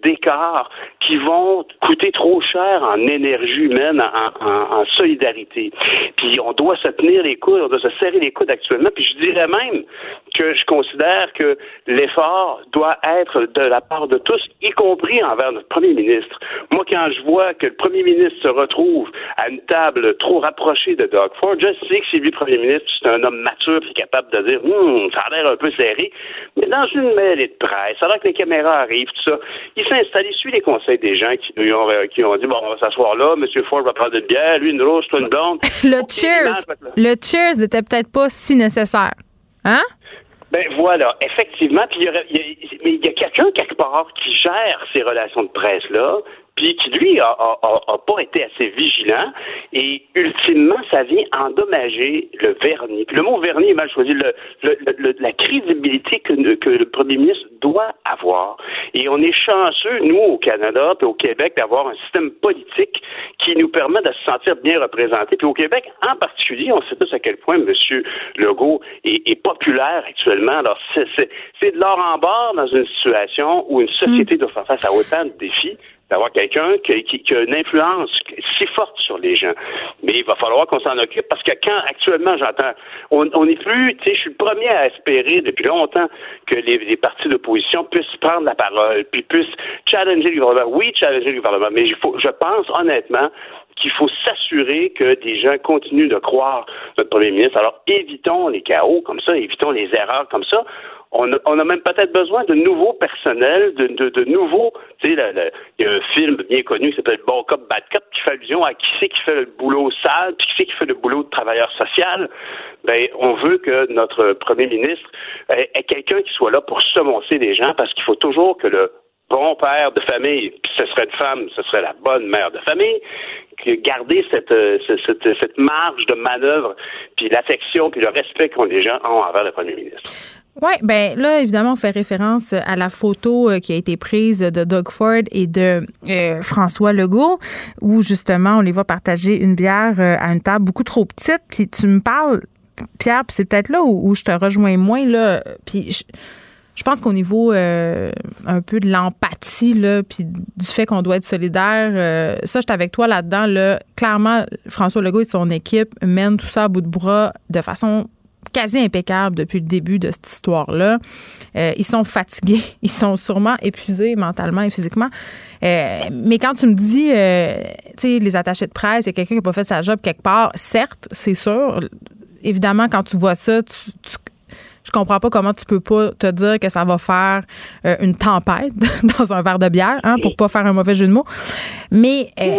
d'écart qui vont coûter trop cher en énergie humaine, en, en, en solidarité. Puis on doit se tenir les coudes, on doit se serrer les coudes actuellement. Puis je dirais même que je considère que l'effort doit être de la part de tous, y compris envers notre premier ministre. Moi, quand je vois que le premier ministre se retrouve à une table trop rapprochée de Doug Ford, je sais que c'est lui le premier ministre, c'est un homme mature qui est capable de dire hum, ça a l'air un peu serré, mais dans une mêlée de presse, alors que les caméras arrivent, tout ça, il s'est installé, il suit les conseils des gens qui lui ont, euh, qui ont dit bon, on va s'asseoir là, M. Ford va prendre une bière, lui une rose, toi une blonde. Le cheers, le cheers n'était peut-être pas si nécessaire. Hein? Ben voilà, effectivement, puis il y a, il y a, mais il y a quelqu'un quelque part qui gère ces relations de presse-là, puis qui, lui, a, a, a, a pas été assez vigilant, et ultimement, ça vient endommager le vernis. Puis le mot vernis est mal choisi, le, le, le, la crédibilité que, que le premier ministre doit avoir. Et on est chanceux, nous, au Canada, puis au Québec, d'avoir un système politique qui nous permet de se sentir bien représentés. Puis au Québec, en particulier, on sait tous à quel point M. Legault est, est populaire actuellement. Alors, c'est, c'est, c'est de l'or en barre dans une situation où une société mmh. doit faire face à autant de défis, d'avoir quelqu'un qui, qui, qui a une influence si forte sur les gens. Mais il va falloir qu'on s'en occupe parce que quand actuellement j'entends, on n'est plus, tu sais, je suis le premier à espérer depuis longtemps que les, les partis d'opposition puissent prendre la parole, puis puissent challenger le gouvernement. Oui, challenger le gouvernement, mais il faut, je pense honnêtement qu'il faut s'assurer que des gens continuent de croire notre premier ministre. Alors évitons les chaos comme ça, évitons les erreurs comme ça. On a, on a même peut-être besoin de nouveaux personnels, de, de, de nouveaux, tu sais, il y a un film bien connu qui s'appelle Bon Cop, Bad Cop, qui fait allusion à qui c'est qui fait le boulot sale, puis qui c'est qui fait le boulot de travailleur social. Ben, on veut que notre premier ministre ait, ait quelqu'un qui soit là pour semoncer les gens, parce qu'il faut toujours que le bon père de famille, puis ce serait une femme, ce serait la bonne mère de famille, garder cette, cette, cette marge de manœuvre, puis l'affection, puis le respect qu'ont les gens ont envers le premier ministre. Oui, bien là, évidemment, on fait référence à la photo qui a été prise de Doug Ford et de euh, François Legault, où justement, on les voit partager une bière à une table beaucoup trop petite. Puis tu me parles, Pierre, puis c'est peut-être là où, où je te rejoins moins, là. Puis je, je pense qu'au niveau euh, un peu de l'empathie, là, puis du fait qu'on doit être solidaire, euh, ça, je suis avec toi là-dedans. Là. Clairement, François Legault et son équipe mènent tout ça à bout de bras de façon quasi impeccable depuis le début de cette histoire-là. Euh, ils sont fatigués, ils sont sûrement épuisés mentalement et physiquement. Euh, mais quand tu me dis, euh, tu sais, les attachés de presse, il y a quelqu'un qui n'a pas fait sa job quelque part, certes, c'est sûr. Évidemment, quand tu vois ça, tu, tu je comprends pas comment tu peux pas te dire que ça va faire euh, une tempête dans un verre de bière, hein, pour pas faire un mauvais jeu de mots. Mais euh,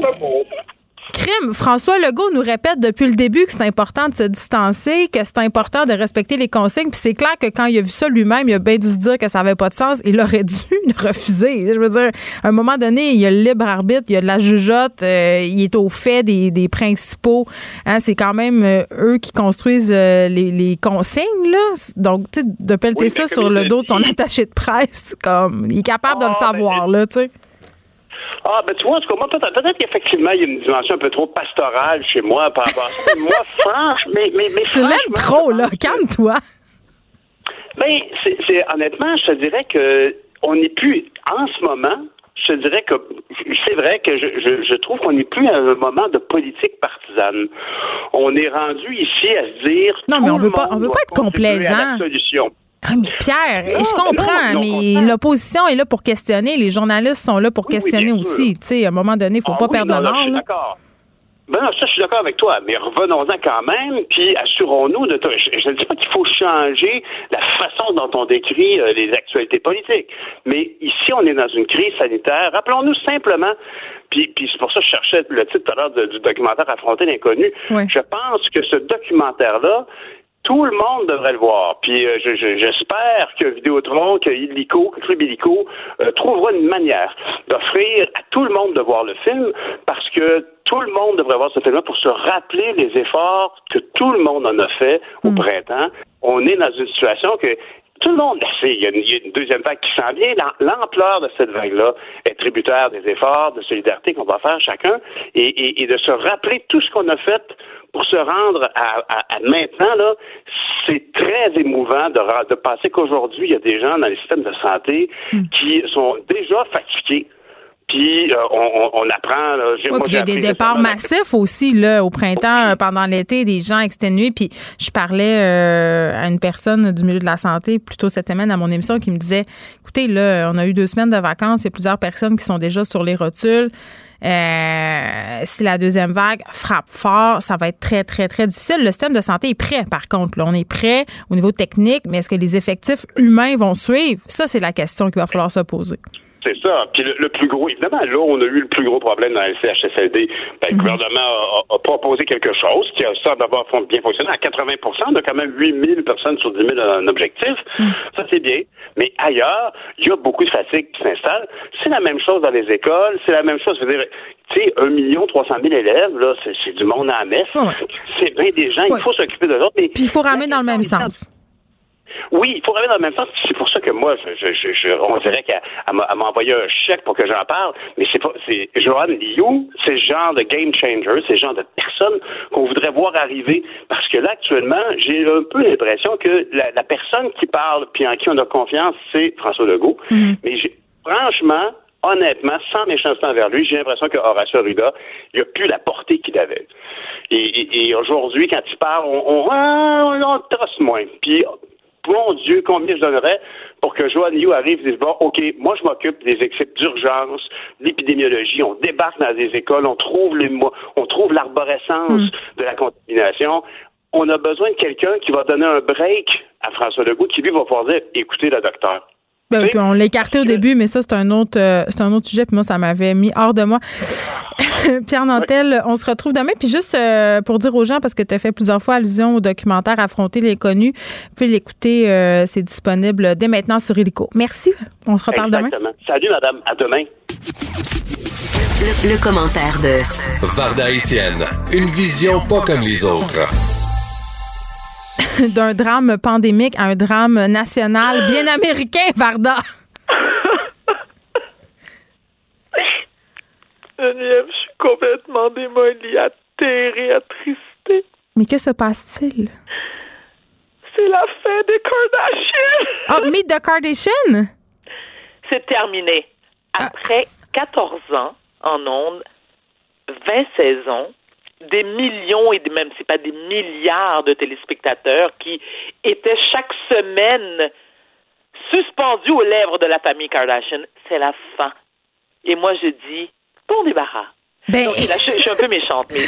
crime, François Legault nous répète depuis le début que c'est important de se distancer, que c'est important de respecter les consignes. Puis c'est clair que quand il a vu ça lui-même, il a bien dû se dire que ça n'avait pas de sens. Il aurait dû refuser. Je veux dire, à un moment donné, il y a le libre arbitre, il y a de la jugeote, euh, il est au fait des, des principaux. Hein, c'est quand même euh, eux qui construisent euh, les, les consignes, là. Donc, tu sais, de pelleter oui, ça sur le dos de son attaché de presse, comme il est capable oh, de le savoir, là, tu sais. Ah, ben tu vois, en tout cas, moi, peut-être, peut-être qu'effectivement, il y a une dimension un peu trop pastorale chez moi par rapport à ça. Moi, franchement, mais, mais, mais tu l'aimes trop, là. Calme-toi. Ben, c'est, c'est, honnêtement, je te dirais que on n'est plus, en ce moment, je te dirais que c'est vrai que je, je, je trouve qu'on n'est plus à un moment de politique partisane. On est rendu ici à se dire... Non, mais on veut pas, on veut pas être complaisant. Ah, mais Pierre, non, je comprends, non, mais non, l'opposition est là pour questionner. Les journalistes sont là pour oui, questionner oui, aussi. Tu sais, à un moment donné, il ne faut ah, pas oui, perdre le nord. Je suis d'accord. Ben non, ça, je suis d'accord avec toi, mais revenons-en quand même, puis assurons-nous de... Je, je ne dis pas qu'il faut changer la façon dont on décrit euh, les actualités politiques, mais ici, on est dans une crise sanitaire. Rappelons-nous simplement, puis, puis c'est pour ça que je cherchais le titre tout à l'heure de, du documentaire « Affronter l'inconnu oui. ». Je pense que ce documentaire-là, tout le monde devrait le voir. Puis euh, je, je, j'espère que Vidéotron, que Illico, que Club Illico euh, trouvera une manière d'offrir à tout le monde de voir le film, parce que tout le monde devrait voir ce film-là pour se rappeler les efforts que tout le monde en a fait au mmh. printemps. On est dans une situation que tout le monde le sait. Il y a une, il y a une deuxième vague qui s'en vient. L'ampleur de cette vague-là est tributaire des efforts de solidarité qu'on va faire chacun et, et, et de se rappeler tout ce qu'on a fait pour se rendre à, à, à maintenant, là, c'est très émouvant de, de penser qu'aujourd'hui, il y a des gens dans les systèmes de santé mmh. qui sont déjà fatigués. Puis euh, on, on apprend. Là, oui, puis il y a des départs massifs aussi là au printemps, oui. pendant l'été, des gens exténués. Puis je parlais euh, à une personne du milieu de la santé plus tôt cette semaine à mon émission qui me disait, écoutez, là, on a eu deux semaines de vacances, il y a plusieurs personnes qui sont déjà sur les rotules. Euh, si la deuxième vague frappe fort, ça va être très, très, très difficile. Le système de santé est prêt, par contre. Là, on est prêt au niveau technique, mais est-ce que les effectifs humains vont suivre? Ça, c'est la question qu'il va falloir se poser. C'est ça. Puis le, le plus gros, évidemment, là, on a eu le plus gros problème dans la C H S L D. Ben, le mm-hmm. gouvernement a, a proposé quelque chose qui a ça d'abord bien fonctionné. À quatre-vingts pour cent, on a quand même huit mille personnes sur dix mille en objectif. Mm. Ça, c'est bien. Mais ailleurs, il y a beaucoup de fatigue qui s'installe. C'est la même chose dans les écoles. C'est la même chose. Je veux dire, tu sais, un million trois cent mille élèves, là, c'est, c'est du monde à la messe. Ouais. C'est bien des gens. Ouais. Il faut s'occuper d'eux autres. Puis il faut ramener dans le même sens. Oui, il faut revenir dans le même sens. C'est pour ça que moi, je, je, je, je on dirait qu'elle elle m'a, elle m'a envoyé un chèque pour que j'en parle. Mais c'est pas, c'est Joanne Liu, c'est le genre de game changer, c'est le genre de personne qu'on voudrait voir arriver. Parce que là, actuellement, j'ai un peu l'impression que la, la personne qui parle puis en qui on a confiance, c'est François Legault. Mm-hmm. Mais j'ai, franchement, honnêtement, sans méchanceté envers lui, j'ai l'impression que Horacio Arruda, il n'a plus la portée qu'il avait. Et, et, et aujourd'hui, quand il parle, on, on, on, on trosse moins. Puis mon Dieu, combien je donnerais pour que Joanne Liu arrive et dise, bon, OK, moi, je m'occupe des équipes d'urgence, de l'épidémiologie, on débarque dans des écoles, on trouve les, on trouve l'arborescence mmh. de la contamination. On a besoin de quelqu'un qui va donner un break à François Legault, qui lui va pouvoir dire, écoutez le docteur. Ben, puis on l'a écarté au début, mais ça, c'est un autre euh, c'est un autre sujet. Puis moi, ça m'avait mis hors de moi. Pierre Nantel, oui. On se retrouve demain. Puis juste euh, pour dire aux gens, parce que tu as fait plusieurs fois allusion au documentaire Affronter l'inconnu, vous pouvez l'écouter. Euh, c'est disponible dès maintenant sur Illico. Merci. On se reparle Exactement. Demain. Salut, madame. À demain. Le, le commentaire de Varda Étienne. Une vision pas comme les autres. D'un drame pandémique à un drame national bien américain, Varda. Geneviève, je suis complètement démolie, atterrée, attristée. Mais que se passe-t-il? C'est la fin des Kardashians. Ah, oh, Meet the Kardashians? C'est terminé. Après ah. quatorze ans en ondes, vingt saisons, des millions et même c'est pas des milliards de téléspectateurs qui étaient chaque semaine suspendus aux lèvres de la famille Kardashian. C'est la fin. Et moi, je dis, bon débarras. Ben... Donc, là, je, je suis un peu méchante, mais...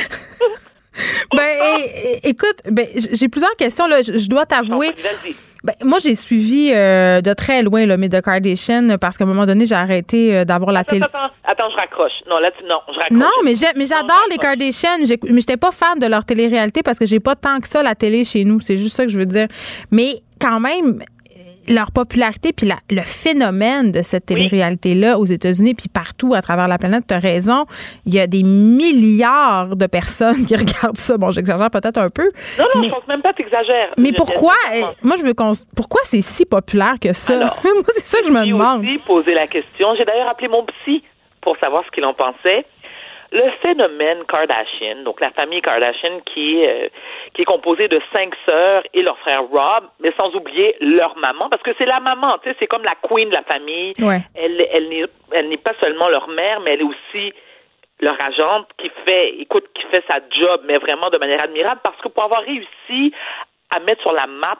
ben, é- écoute, ben, j'ai plusieurs questions, là. Je, je dois t'avouer... Vas-y. Ben, moi, j'ai suivi euh, de très loin le Meet the Kardashians parce qu'à un moment donné, j'ai arrêté euh, d'avoir la attends, télé. Attends, attends, je raccroche. Non, là, tu, non, je raccroche. Non, mais, j'ai, mais j'adore non, les Kardashians. J'ai, mais j'étais pas fan de leur télé-réalité parce que j'ai pas tant que ça la télé chez nous. C'est juste ça que je veux dire. Mais quand même, leur popularité puis la, le phénomène de cette télé-réalité-là aux États-Unis puis partout à travers la planète, tu as raison, il y a des milliards de personnes qui regardent ça. Bon, j'exagère peut-être un peu. Non, non, mais, je pense même pas que tu exagères. Mais je pourquoi, moi, je veux qu'on... Pourquoi c'est si populaire que ça? Alors, moi, c'est ça que je me demande. J'ai aussi posé la question. J'ai d'ailleurs appelé mon psy pour savoir ce qu'il en pensait. Le phénomène Kardashian, donc la famille Kardashian qui, euh, qui est composée de cinq sœurs et leur frère Rob, mais sans oublier leur maman, parce que c'est la maman, tu sais, c'est comme la queen de la famille. Ouais. Elle, elle, n'est, elle n'est pas seulement leur mère, mais elle est aussi leur agente qui fait, écoute, qui fait sa job, mais vraiment de manière admirable, parce que pour avoir réussi à mettre sur la map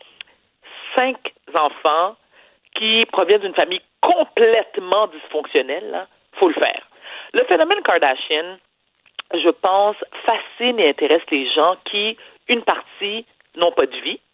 cinq enfants qui proviennent d'une famille complètement dysfonctionnelle, là, faut le faire. Le phénomène Kardashian, je pense, fascine et intéresse les gens qui, une partie, n'ont pas de vie,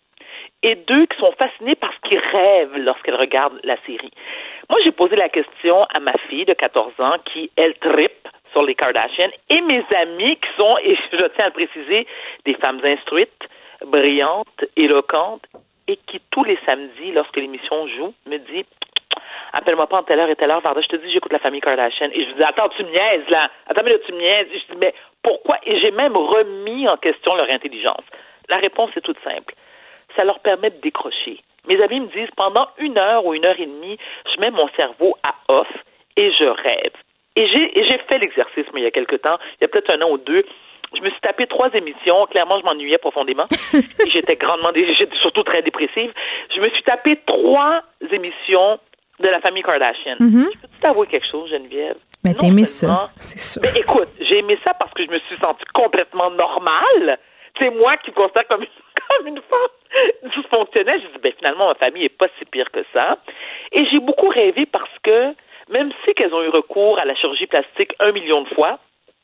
et deux, qui sont fascinés parce qu'ils rêvent lorsqu'elles regardent la série. Moi, j'ai posé la question à ma fille de quatorze ans qui, elle, trippe sur les Kardashians, et mes amis qui sont, et je tiens à le préciser, des femmes instruites, brillantes, éloquentes, et qui, tous les samedis, lorsque l'émission joue, me dit... Appelle-moi pas en telle heure et telle heure, Varda, je te dis, j'écoute la famille Kardashian. Et je lui dis, attends, tu me niaises, là. Attends, mais là, tu me niaises. Et je dis, mais pourquoi? Et j'ai même remis en question leur intelligence. La réponse est toute simple. Ça leur permet de décrocher. Mes amis me disent, pendant une heure ou une heure et demie, je mets mon cerveau à off et je rêve. Et j'ai, et j'ai fait l'exercice, mais il y a quelque temps, il y a peut-être un an ou deux, Je me suis tapé trois émissions. Clairement, je m'ennuyais profondément. Et j'étais grandement, dé- j'étais surtout très dépressive. Je me suis tapé trois émissions de la famille Kardashian. Mm-hmm. Je peux-tu t'avouer quelque chose, Geneviève? Mais t'as aimé ça, c'est sûr. Mais écoute, j'ai aimé ça parce que je me suis sentie complètement normale. C'est moi qui me considère comme une, comme une femme dysfonctionnelle. J'ai dit, ben finalement, ma famille est pas si pire que ça. Et j'ai beaucoup rêvé parce que, même si qu'elles ont eu recours à la chirurgie plastique un million de fois,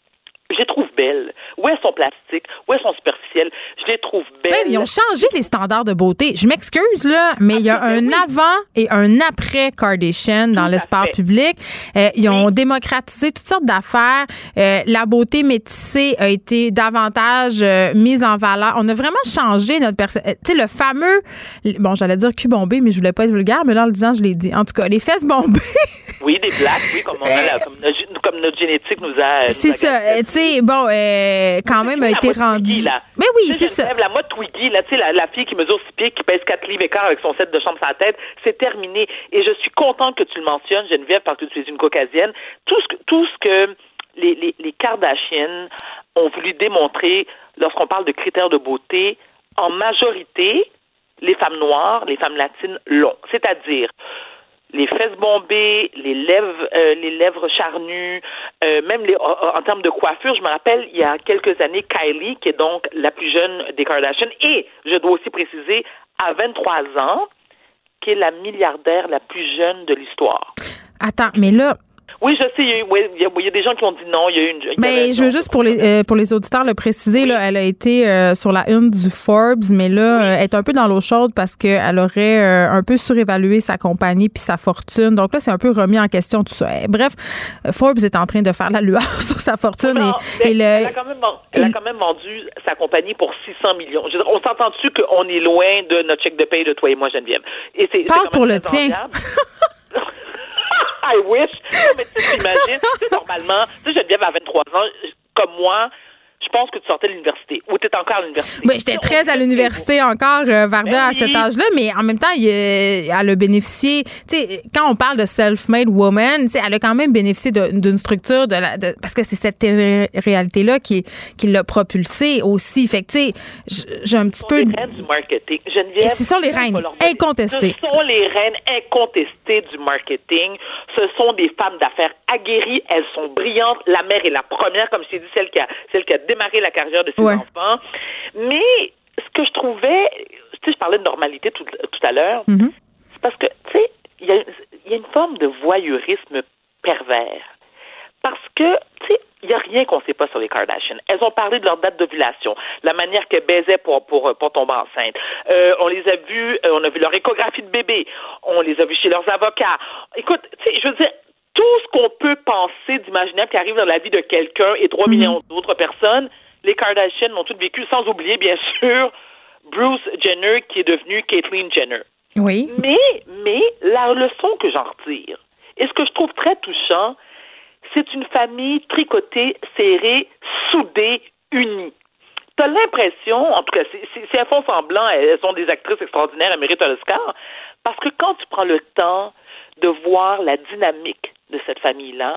je les trouve belles. Où elles sont plastiques, où elles sont superficielles, je les trouve belles. Ouais, ils ont changé les standards de beauté. Je m'excuse, là, mais il y a un oui. avant et un après Kardashian dans Tout l'espace public. Euh, ils ont oui. démocratisé toutes sortes d'affaires. Euh, la beauté métissée a été davantage euh, mise en valeur. On a vraiment changé notre personne. Euh, tu sais, le fameux... Bon, j'allais dire cul bombé, mais je voulais pas être vulgaire, mais là, en le disant, je l'ai dit. En tout cas, les fesses bombées. Oui, des blagues, oui, comme, on a la, comme, notre, comme notre génétique nous a... C'est nous a ça. Tu sais, bon, euh, quand même a été rendu... Twiggy, là. Mais oui, tu sais, c'est ça. La mode Twiggy, là, tu sais, la, la fille qui mesure six pieds, qui pèse quatre livres et quart avec son set de chambre sur la tête, c'est terminé. Et je suis contente que tu le mentionnes, Geneviève, parce que tu es une caucasienne. Tout ce que, tout ce que les, les, les Kardashians ont voulu démontrer lorsqu'on parle de critères de beauté, en majorité, les femmes noires, les femmes latines l'ont. C'est-à-dire... les fesses bombées, les lèvres, euh, les lèvres charnues, euh, même les, en, en termes de coiffure, je me rappelle, il y a quelques années, Kylie, qui est donc la plus jeune des Kardashian, et je dois aussi préciser, à vingt-trois ans, qui est la milliardaire la plus jeune de l'histoire. Attends, mais là... Oui, je sais, il y, a eu, oui, il, y a, il y a des gens qui ont dit non. Il y a eu une. Mais je veux juste pour les euh, pour les auditeurs le préciser, oui. là, elle a été euh, sur la une du Forbes, mais là, oui. euh, elle est un peu dans l'eau chaude parce qu'elle aurait euh, un peu surévalué sa compagnie puis sa fortune. Donc là, c'est un peu remis en question tout ça. Bref, Forbes est en train de faire la lueur sur sa fortune. Non, et, et le, elle, a quand même, elle et, a quand même vendu sa compagnie pour six cents millions. Je veux dire, on s'entend dessus qu'on est loin de notre chèque de paye de toi et moi, Geneviève. Et c'est, parle c'est pour le tien. I wish. Non, mais tu t'imagines, tu sais, normalement, tu sais, Geneviève à vingt-trois ans, comme moi, je pense que tu sortais de l'université ou tu étais encore à l'université. Oui, j'étais très à l'université encore, euh, Varda, ben à oui. cet âge-là, mais en même temps, il, elle a bénéficié, tu sais, quand on parle de self-made woman, tu sais, elle a quand même bénéficié de, d'une structure, de, la, de parce que c'est cette réalité-là qui, qui l'a propulsée aussi. Fait que, tu sais, j'ai un petit peu... Ce sont les reines du marketing. Geneviève, et ce sont les reines incontestées. Ce sont les reines incontestées du marketing. Ce sont des femmes d'affaires aguerries. Elles sont brillantes. La mère est la première, comme je t'ai dit, celle qui a, celle qui a démarrer la carrière de ses ouais. enfants. Mais ce que je trouvais, tu sais, je parlais de normalité tout, tout à l'heure, mm-hmm. c'est parce que, tu sais, il y a, y a une forme de voyeurisme pervers. Parce que, tu sais, il n'y a rien qu'on ne sait pas sur les Kardashians. Elles ont parlé de leur date d'ovulation, la manière qu'elles baisaient pour, pour, pour tomber enceinte. Euh, on les a vues, euh, on a vu leur échographie de bébé, on les a vues chez leurs avocats. Écoute, tu sais, je veux dire, tout ce qu'on peut penser d'imaginaire qui arrive dans la vie de quelqu'un et trois mm-hmm. millions d'autres personnes, les Kardashians l'ont toutes vécu, sans oublier, bien sûr, Bruce Jenner, qui est devenu Caitlyn Jenner. Oui. Mais, mais, la leçon que j'en retire, et ce que je trouve très touchant, c'est une famille tricotée, serrée, soudée, unie. T'as l'impression, en tout cas, c'est, c'est, c'est elles font semblant, elles sont des actrices extraordinaires, elles méritent un Oscar, parce que quand tu prends le temps de voir la dynamique de cette famille-là,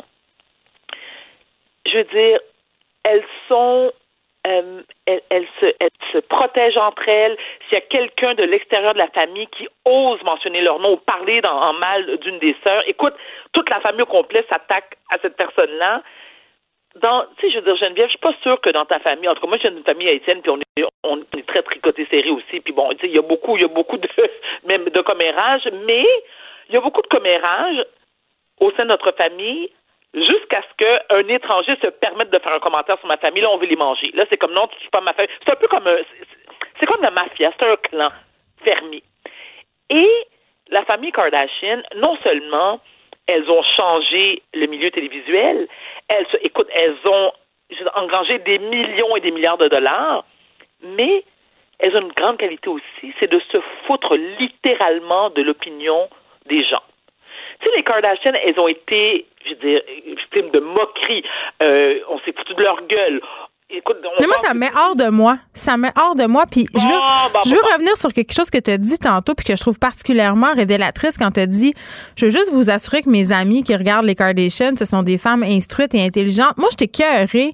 je veux dire, elles sont, euh, elles, elles, se, elles se protègent entre elles. S'il y a quelqu'un de l'extérieur de la famille qui ose mentionner leur nom ou parler dans, en mal d'une des sœurs, écoute, toute la famille au complet s'attaque à cette personne-là. Dans, tu sais, je veux dire, Geneviève, je suis pas sûre que dans ta famille, en tout cas, moi, je viens d'une famille haïtienne, puis on est, on est très tricoté serré aussi, puis bon, tu sais, il y a beaucoup, il y a beaucoup de, même de commérage, mais il y a beaucoup de commérage au sein de notre famille jusqu'à ce qu'un étranger se permette de faire un commentaire sur ma famille. Là, on veut les manger. Là, c'est comme non, tu ne touches pas ma famille. C'est un peu comme un, c'est, c'est comme la mafia, c'est un clan fermé. Et la famille Kardashian, non seulement elles ont changé le milieu télévisuel, elles, écoute, elles ont engrangé des millions et des milliards de dollars, mais elles ont une grande qualité aussi, c'est de se foutre littéralement de l'opinion des gens. Tu sais, les Kardashians, elles ont été, je veux dire, victimes de moquerie. Euh, on s'est foutu de leur gueule. Écoute, mais moi, ça me met hors de moi. Ça me met hors de moi. Puis je veux, oh, bah, je veux bah, revenir sur quelque chose que tu as dit tantôt puis que je trouve particulièrement révélatrice quand tu as dit « Je veux juste vous assurer que mes amis qui regardent les Kardashians, ce sont des femmes instruites et intelligentes. » Moi, j'étais écœurée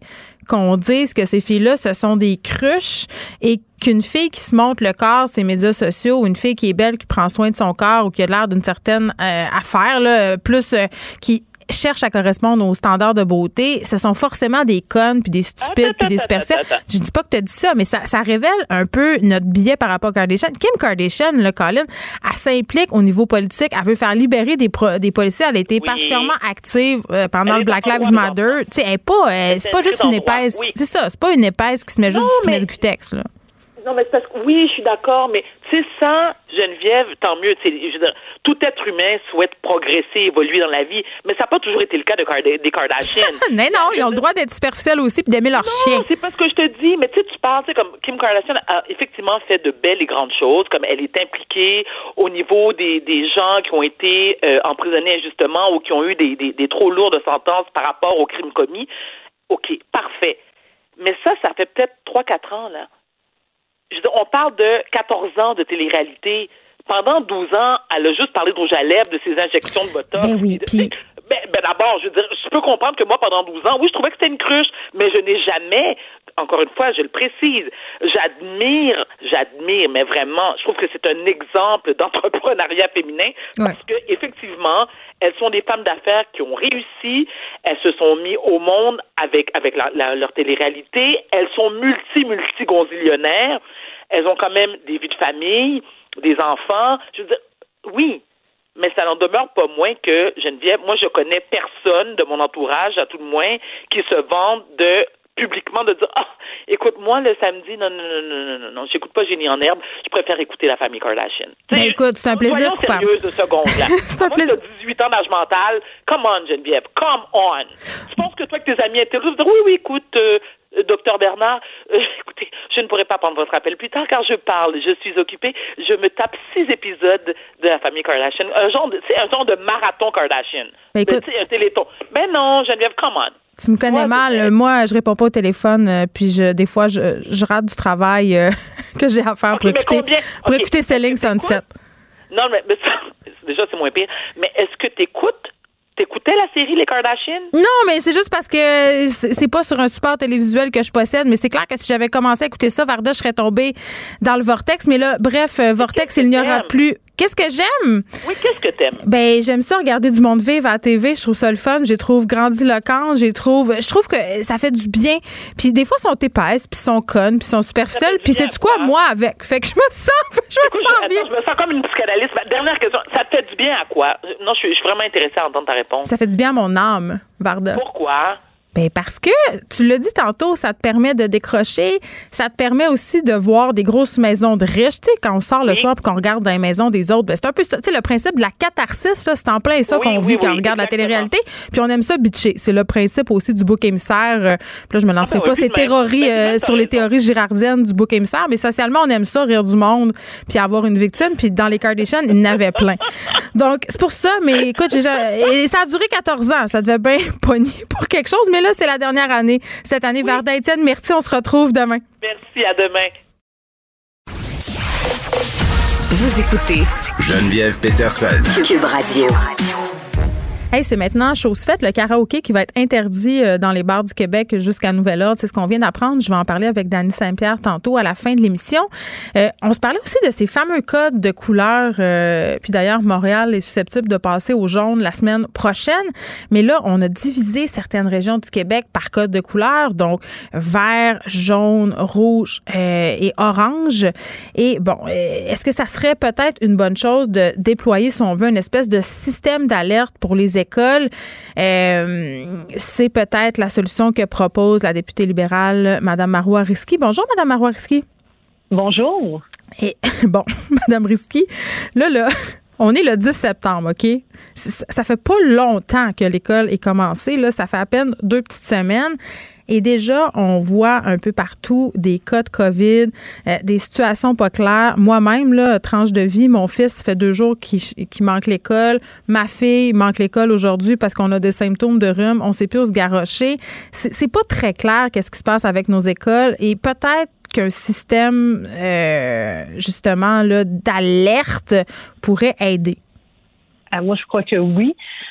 qu'on dise que ces filles-là, ce sont des cruches et qu'une fille qui se montre le corps sur les médias sociaux ou une fille qui est belle, qui prend soin de son corps ou qui a l'air d'une certaine euh, affaire, là, plus euh, qui cherchent à correspondre aux standards de beauté, ce sont forcément des connes puis des stupides puis des superficiels. Je dis pas que tu as dit ça, mais ça, ça révèle un peu notre biais par rapport à Kardashian. Kim Kardashian, le Colin, elle s'implique au niveau politique. Elle veut faire libérer des, pro, des policiers. Elle a été oui. particulièrement active euh, pendant elle le Black Lives Matter. Tu sais, elle est pas, euh, c'est pas juste une épaisse. Oui. C'est ça, c'est pas une épaisse qui se met juste non, du mais... Cutex, là. Non, mais c'est parce que, oui, je suis d'accord, mais tu sais, ça, Geneviève, tant mieux. Je veux dire, tout être humain souhaite progresser, évoluer dans la vie, mais ça n'a pas toujours été le cas de Card- des Kardashians. non, non, ils ont le droit d'être superficiels aussi puis d'aimer leurs chiens. Non, c'est pas ce que je te dis, mais tu sais, tu parles, tu sais, comme Kim Kardashian a effectivement fait de belles et grandes choses, comme elle est impliquée au niveau des, des gens qui ont été euh, emprisonnés injustement ou qui ont eu des, des, des trop lourdes sentences par rapport aux crimes commis. OK, parfait. Mais ça, ça fait peut-être trois quatre ans, là. Je veux dire, on parle de quatorze ans de télé-réalité. Pendant douze ans, elle a juste parlé de rouge à lèvres, de ses injections de botox. Ben oui, puis... Ben, ben d'abord, je veux dire, je peux comprendre que moi, pendant douze ans, oui, je trouvais que c'était une cruche, mais je n'ai jamais, encore une fois, je le précise, j'admire, j'admire, mais vraiment, je trouve que c'est un exemple d'entrepreneuriat féminin parce ouais. que, effectivement, elles sont des femmes d'affaires qui ont réussi, elles se sont mis au monde avec, avec la, la, leur télé-réalité, elles sont multi-multi-gonzillionnaires, elles ont quand même des vies de famille, des enfants, je veux dire, oui, mais ça n'en demeure pas moins que, Geneviève, moi, je connais personne de mon entourage, à tout le moins, qui se vante de publiquement de dire « Ah, écoute, moi, le samedi, non, non, non, non, non, non, non, j'écoute pas Génie en herbe, je préfère écouter la famille Kardashian. » Ben écoute, c'est un plaisir coupable. Soyons sérieuses de seconde, là. C'est un plaisir. Moi, t'as dix-huit ans d'âge mental, come on, Geneviève, come on. Tu penses que toi, que tes amis étaient là, oui, oui, écoute, euh, docteur Bernard, euh, écoutez, je ne pourrai pas prendre votre appel plus tard car je parle, je suis occupée, je me tape six épisodes de la famille Kardashian, un genre de, c'est un genre de marathon Kardashian. Ben, écoute, un téléthon. Ben non, Geneviève, come on. Tu me connais ouais, mal. C'est... Moi, je réponds pas au téléphone, euh, puis je, des fois, je, je rate du travail euh, que j'ai à faire okay, pour écouter, combien... pour okay. écouter Selling Sunset. Non, mais, mais ça, déjà, c'est moins pire. Mais est-ce que tu écoutes? T'écoutais la série Les Kardashians? Non, mais c'est juste parce que c'est pas sur un support télévisuel que je possède, mais c'est clair que si j'avais commencé à écouter ça, Varda, je serais tombée dans le vortex. Mais là, bref, mais Vortex, il n'y aura plus. Qu'est-ce que j'aime? Oui, qu'est-ce que t'aimes? Ben, j'aime ça regarder du monde vivre à la T V. Je trouve ça le fun. Je les trouve grandiloquents. Je trouve, je trouve que ça fait du bien. Puis des fois, ils sont épaisses, puis ils sont connes, puis ils sont superficielles. Puis c'est-tu quoi, moi, avec? Fait que je me sens, je me Écoute, sens je, bien. Attends, je me sens comme une psychanalyste. Dernière question. Ça te fait du bien à quoi? Non, je suis, je suis vraiment intéressée à entendre ta réponse. Ça fait du bien à mon âme, Varda. Pourquoi? Ben parce que, tu l'as dit tantôt, ça te permet de décrocher, ça te permet aussi de voir des grosses maisons de riches. Tu sais, quand on sort le oui. soir et qu'on regarde dans les maisons des autres, ben c'est un peu ça. Tu sais, le principe de la catharsis, là, c'est en plein ça oui, qu'on vit oui, quand oui, on regarde exactement. La télé-réalité. Puis on aime ça bitcher. C'est le principe aussi du bouc émissaire. Euh, puis là, je me lancerai ah ben pas oui, ces théories euh, sur les théories girardiennes du bouc émissaire, mais socialement, on aime ça, rire du monde, puis avoir une victime. Puis dans les Kardashians, il y en avait plein. Donc, c'est pour ça, mais écoute, j'ai, et ça a duré quatorze ans. Ça devait bien pogner pour quelque chose, mais là, c'est la dernière année. Cette année, oui. Varda Étienne, merci, on se retrouve demain. Merci, à demain. Vous écoutez Geneviève Peterson. Cube Radio. Hey, c'est maintenant chose faite, le karaoké qui va être interdit dans les bars du Québec jusqu'à nouvel ordre. C'est ce qu'on vient d'apprendre. Je vais en parler avec Dany Saint-Pierre tantôt à la fin de l'émission. Euh, on se parlait aussi de ces fameux codes de couleurs. Euh, puis d'ailleurs, Montréal est susceptible de passer au jaune la semaine prochaine. Mais là, on a divisé certaines régions du Québec par code de couleurs. Donc, vert, jaune, rouge euh, et orange. Et bon, est-ce que ça serait peut-être une bonne chose de déployer, si on veut, une espèce de système d'alerte pour les écoles? Euh, c'est peut-être la solution que propose la députée libérale, Mme Marois Risky. Bonjour, Mme Marois Risky. Bonjour. Et bon, Mme Risky, là, là, on est le dix septembre, OK? Ça, ça fait pas longtemps que l'école est commencée, là, ça fait à peine deux petites semaines. Et déjà, on voit un peu partout des cas de COVID, euh, des situations pas claires. Moi-même, là, tranche de vie, mon fils fait deux jours qu'il, qu'il manque l'école. Ma fille manque l'école aujourd'hui parce qu'on a des symptômes de rhume. On sait plus où se garrocher. C'est, c'est pas très clair qu'est-ce qui se passe avec nos écoles. Et peut-être qu'un système, euh, justement, là, d'alerte pourrait aider. Ah, moi, je crois que oui.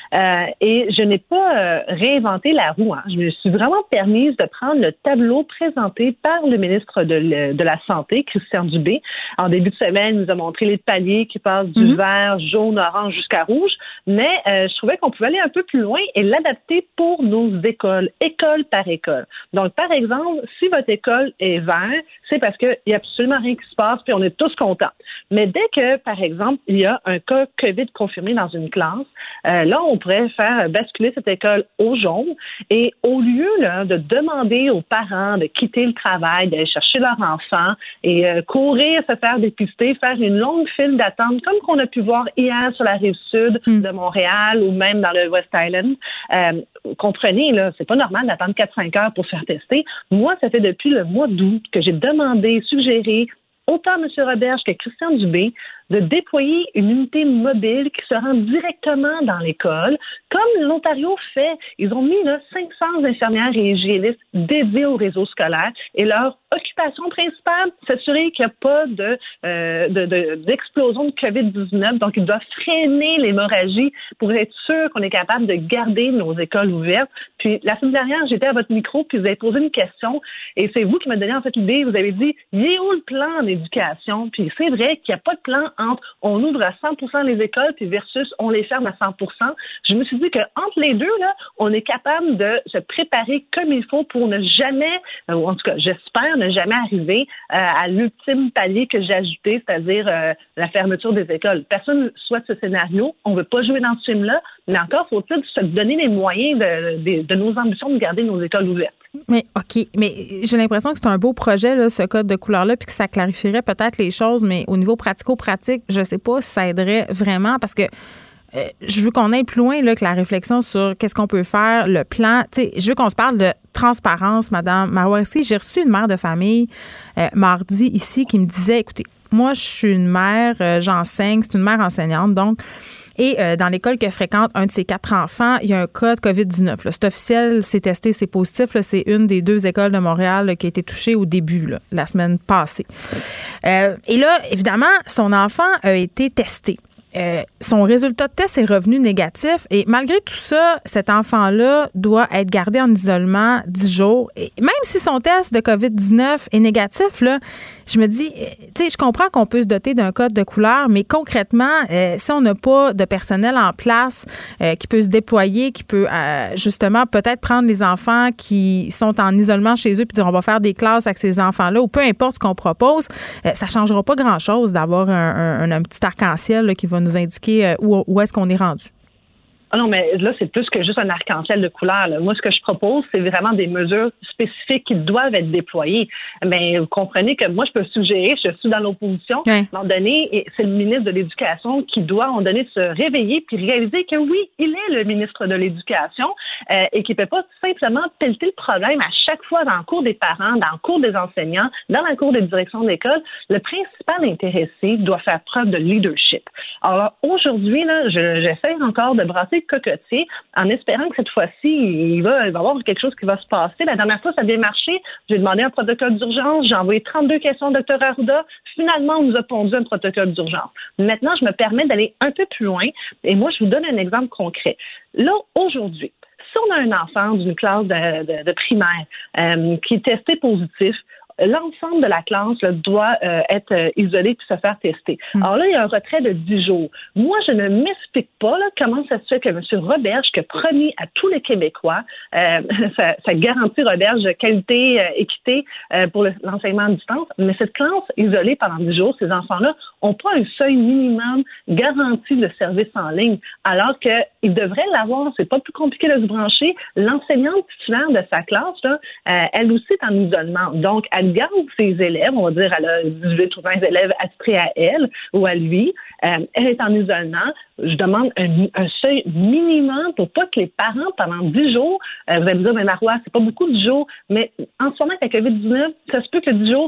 Euh, et je n'ai pas euh, réinventé la roue. Hein. Je me suis vraiment permise de prendre le tableau présenté par le ministre de, le, de la Santé, Christian Dubé. En début de semaine, il nous a montré les paliers qui passent du mm-hmm. vert, jaune, orange jusqu'à rouge. Mais euh, je trouvais qu'on pouvait aller un peu plus loin et l'adapter pour nos écoles, école par école. Donc, par exemple, si votre école est vert, c'est parce qu'il n'y a absolument rien qui se passe puis on est tous contents. Mais dès que, par exemple, il y a un cas COVID confirmé dans une classe, euh, là, on pourrait faire basculer cette école au jaune et au lieu là, de demander aux parents de quitter le travail, d'aller chercher leur enfant et euh, courir, se faire dépister, faire une longue file d'attente, comme qu'on a pu voir hier sur la rive sud mm. de Montréal ou même dans le West Island, euh, comprenez, là, c'est pas normal d'attendre quatre à cinq heures pour se faire tester. Moi, ça fait depuis le mois d'août que j'ai demandé, suggéré, autant M. Roberge que Christian Dubé, de déployer une unité mobile qui se rend directement dans l'école, comme l'Ontario fait. Ils ont mis là, cinq cents infirmières et hygiénistes dédiés au réseau scolaire et leur occupation principale, s'assurer qu'il n'y a pas de, euh, de, de, d'explosion de COVID dix-neuf. Donc, ils doivent freiner l'hémorragie pour être sûr qu'on est capable de garder nos écoles ouvertes. Puis, la semaine dernière, j'étais à votre micro, puis vous avez posé une question et c'est vous qui m'avez donné en fait l'idée. Vous avez dit, il est où le plan d'éducation? Puis, c'est vrai qu'il n'y a pas de plan entre on ouvre à cent pour cent les écoles puis versus on les ferme à cent pour cent. Je me suis dit qu'entre les deux, là, on est capable de se préparer comme il faut pour ne jamais, ou en tout cas, j'espère ne jamais arriver euh, à l'ultime palier que j'ai ajouté, c'est-à-dire euh, la fermeture des écoles. Personne ne souhaite ce scénario. On ne veut pas jouer dans ce film-là, mais encore faut-il se donner les moyens de, de, de nos ambitions de garder nos écoles ouvertes. Mais OK, mais j'ai l'impression que c'est un beau projet, là, ce code de couleur-là, puis que ça clarifierait peut-être les choses, mais au niveau pratico-pratique, je sais pas si ça aiderait vraiment parce que euh, je veux qu'on aille plus loin là, que la réflexion sur qu'est-ce qu'on peut faire, le plan. Tu sais, je veux qu'on se parle de transparence, Madame Marois-Risky. J'ai reçu une mère de famille euh, mardi ici qui me disait, écoutez, moi, je suis une mère, euh, j'enseigne, c'est une mère enseignante, donc... Et euh, dans l'école que fréquente un de ses quatre enfants, il y a un cas de COVID dix-neuf. Là. C'est officiel, c'est testé, c'est positif. Là. C'est une des deux écoles de Montréal là, qui a été touchée au début, là, la semaine passée. Euh, et là, évidemment, son enfant a été testé. Euh, son résultat de test est revenu négatif et malgré tout ça, cet enfant-là doit être gardé en isolement dix jours. Et même si son test de COVID dix-neuf est négatif, là, je me dis, tu sais, je comprends qu'on peut se doter d'un code de couleur, mais concrètement, euh, si on n'a pas de personnel en place euh, qui peut se déployer, qui peut euh, justement peut-être prendre les enfants qui sont en isolement chez eux puis dire on va faire des classes avec ces enfants-là ou peu importe ce qu'on propose, euh, ça ne changera pas grand-chose d'avoir un, un, un petit arc-en-ciel là, qui va nous indiquer euh, où, où est-ce qu'on est rendu. Ah non, mais là, c'est plus que juste un arc-en-ciel de couleurs. Là. Moi, ce que je propose, c'est vraiment des mesures spécifiques qui doivent être déployées. Mais vous comprenez que moi, je peux suggérer, je suis dans l'opposition, oui. À un moment donné, c'est le ministre de l'Éducation qui doit, à un moment donné, se réveiller puis réaliser que oui, il est le ministre de l'Éducation euh, et qu'il ne peut pas simplement pelleter le problème à chaque fois dans le cours des parents, dans le cours des enseignants, dans le cours des directions d'école. Le principal intéressé doit faire preuve de leadership. Alors, aujourd'hui, là, je, j'essaie encore de brasser cocotier en espérant que cette fois-ci, il va, il va y avoir quelque chose qui va se passer. La dernière fois, ça a bien marché. J'ai demandé un protocole d'urgence. J'ai envoyé trente-deux questions au docteur Arruda. Finalement, on nous a pondu un protocole d'urgence. Maintenant, je me permets d'aller un peu plus loin. Et moi, je vous donne un exemple concret. Là, aujourd'hui, si on a un enfant d'une classe de, de, de primaire euh, qui est testé positif, l'ensemble de la classe là, doit euh, être euh, isolé puis se faire tester. Mmh. Alors là, il y a un retrait de dix jours. Moi, je ne m'explique pas là, comment ça se fait que M. Roberge, qui a promis à tous les Québécois euh, sa, sa garantie Roberge de qualité, euh, équité euh, pour le, l'enseignement à distance, mais cette classe isolée pendant dix jours, ces enfants-là n'ont pas un seuil minimum garanti de service en ligne, alors qu'ils devraient l'avoir. C'est pas plus compliqué de se brancher. L'enseignante titulaire de sa classe, là, euh, elle aussi est en isolement. Donc, elle garde ses élèves, on va dire, elle a dix-huit ou vingt élèves attitrés à elle ou à lui. Euh, elle est en isolement. Je demande un, un seuil minimum pour pas que les parents, pendant dix jours, euh, vous allez me dire, mais Marois, c'est pas beaucoup de jours, mais en ce moment, avec la COVID dix-neuf, ça se peut que dix jours soit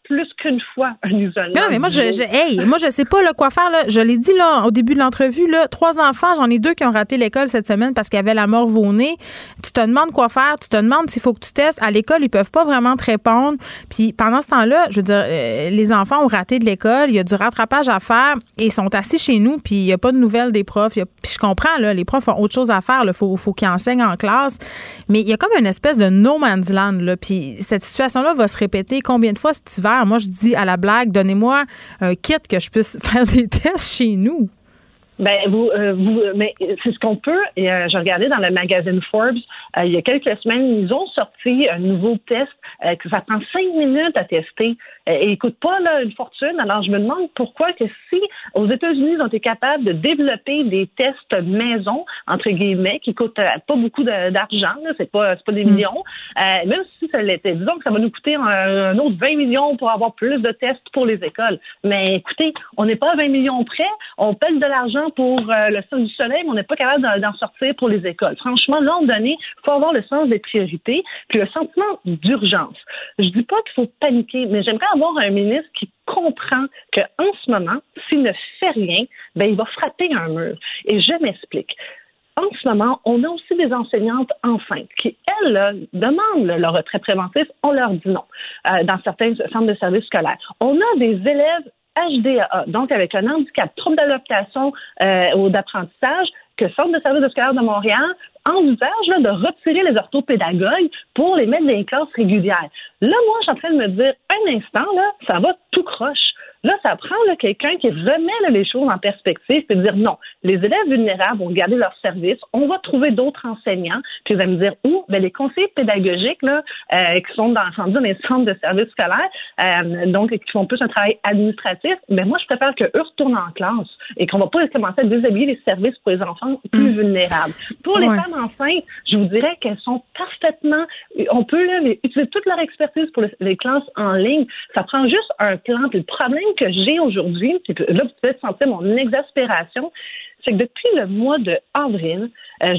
plus qu'une fois un isolement. Non, mais moi, je, je, hey, moi, je sais pas là, quoi faire. Là. Je l'ai dit là, au début de l'entrevue, là, trois enfants, j'en ai deux qui ont raté l'école cette semaine parce qu'il y avait la mort au nez. Tu te demandes quoi faire, tu te demandes s'il faut que tu testes. À l'école, ils peuvent pas vraiment te répondre. Puis pendant ce temps-là, je veux dire, euh, les enfants ont raté de l'école, il y a du rattrapage à faire et ils sont assis chez nous, puis il y a pas de nouvelles des profs. A, puis je comprends, là, les profs ont autre chose à faire. Il faut, faut qu'ils enseignent en classe. Mais il y a comme une espèce de no man's land. Là. Puis cette situation-là va se répéter combien de fois cet hiver? Moi, je dis à la blague, donnez-moi un kit que je puisse faire des tests chez nous. Ben vous, euh, vous, mais c'est ce qu'on peut. Et, euh, j'ai regardé dans le magazine Forbes euh, il y a quelques semaines, ils ont sorti un nouveau test euh, que ça prend cinq minutes à tester euh, et il coûte pas là une fortune. Alors je me demande pourquoi que si aux États-Unis ils ont été capables de développer des tests maison entre guillemets qui coûtent euh, pas beaucoup de, d'argent, là, c'est pas c'est pas des millions. Euh, même si ça l'était, disons que ça va nous coûter un, un autre vingt millions pour avoir plus de tests pour les écoles. Mais écoutez, on n'est pas à vingt millions près, on paie de l'argent pour euh, le Cirque du Soleil, mais on n'est pas capable d'en, d'en sortir pour les écoles. Franchement, là, on donné, il faut avoir le sens des priorités, puis le sentiment d'urgence. Je dis pas qu'il faut paniquer, mais j'aimerais avoir un ministre qui comprend qu'en ce moment, s'il ne fait rien, ben il va frapper un mur. Et je m'explique. En ce moment, on a aussi des enseignantes enceintes qui, elles, là, demandent là, leur retrait préventif. On leur dit non euh, dans certains centres de services scolaires. On a des élèves H D A A, donc avec un handicap, trouble d'adaptation euh, ou d'apprentissage, que le Centre de services scolaires de Montréal envisage là, de retirer les orthopédagogues pour les mettre dans les classes régulières. Là, moi, je suis en train de me dire, un instant, là, ça va tout croche. Là, ça prend là, quelqu'un qui remet là, les choses en perspective et dire non, les élèves vulnérables vont garder leur service, on va trouver d'autres enseignants, puis vous allez me dire où? Ben, les conseillers pédagogiques là, euh, qui sont dans, dans les centres de services scolaires, euh, donc qui font plus un travail administratif, ben moi, je préfère qu'eux retournent en classe et qu'on ne va pas commencer à déshabiller les services pour les enfants plus mmh. vulnérables. Pour les ouais. femmes enceintes, je vous dirais qu'elles sont parfaitement, on peut là, utiliser toute leur expertise pour les, les classes en ligne. Ça prend juste un plan. Puis le problème que j'ai aujourd'hui, puis là, vous pouvez sentir mon exaspération, c'est que depuis le mois de avril, euh,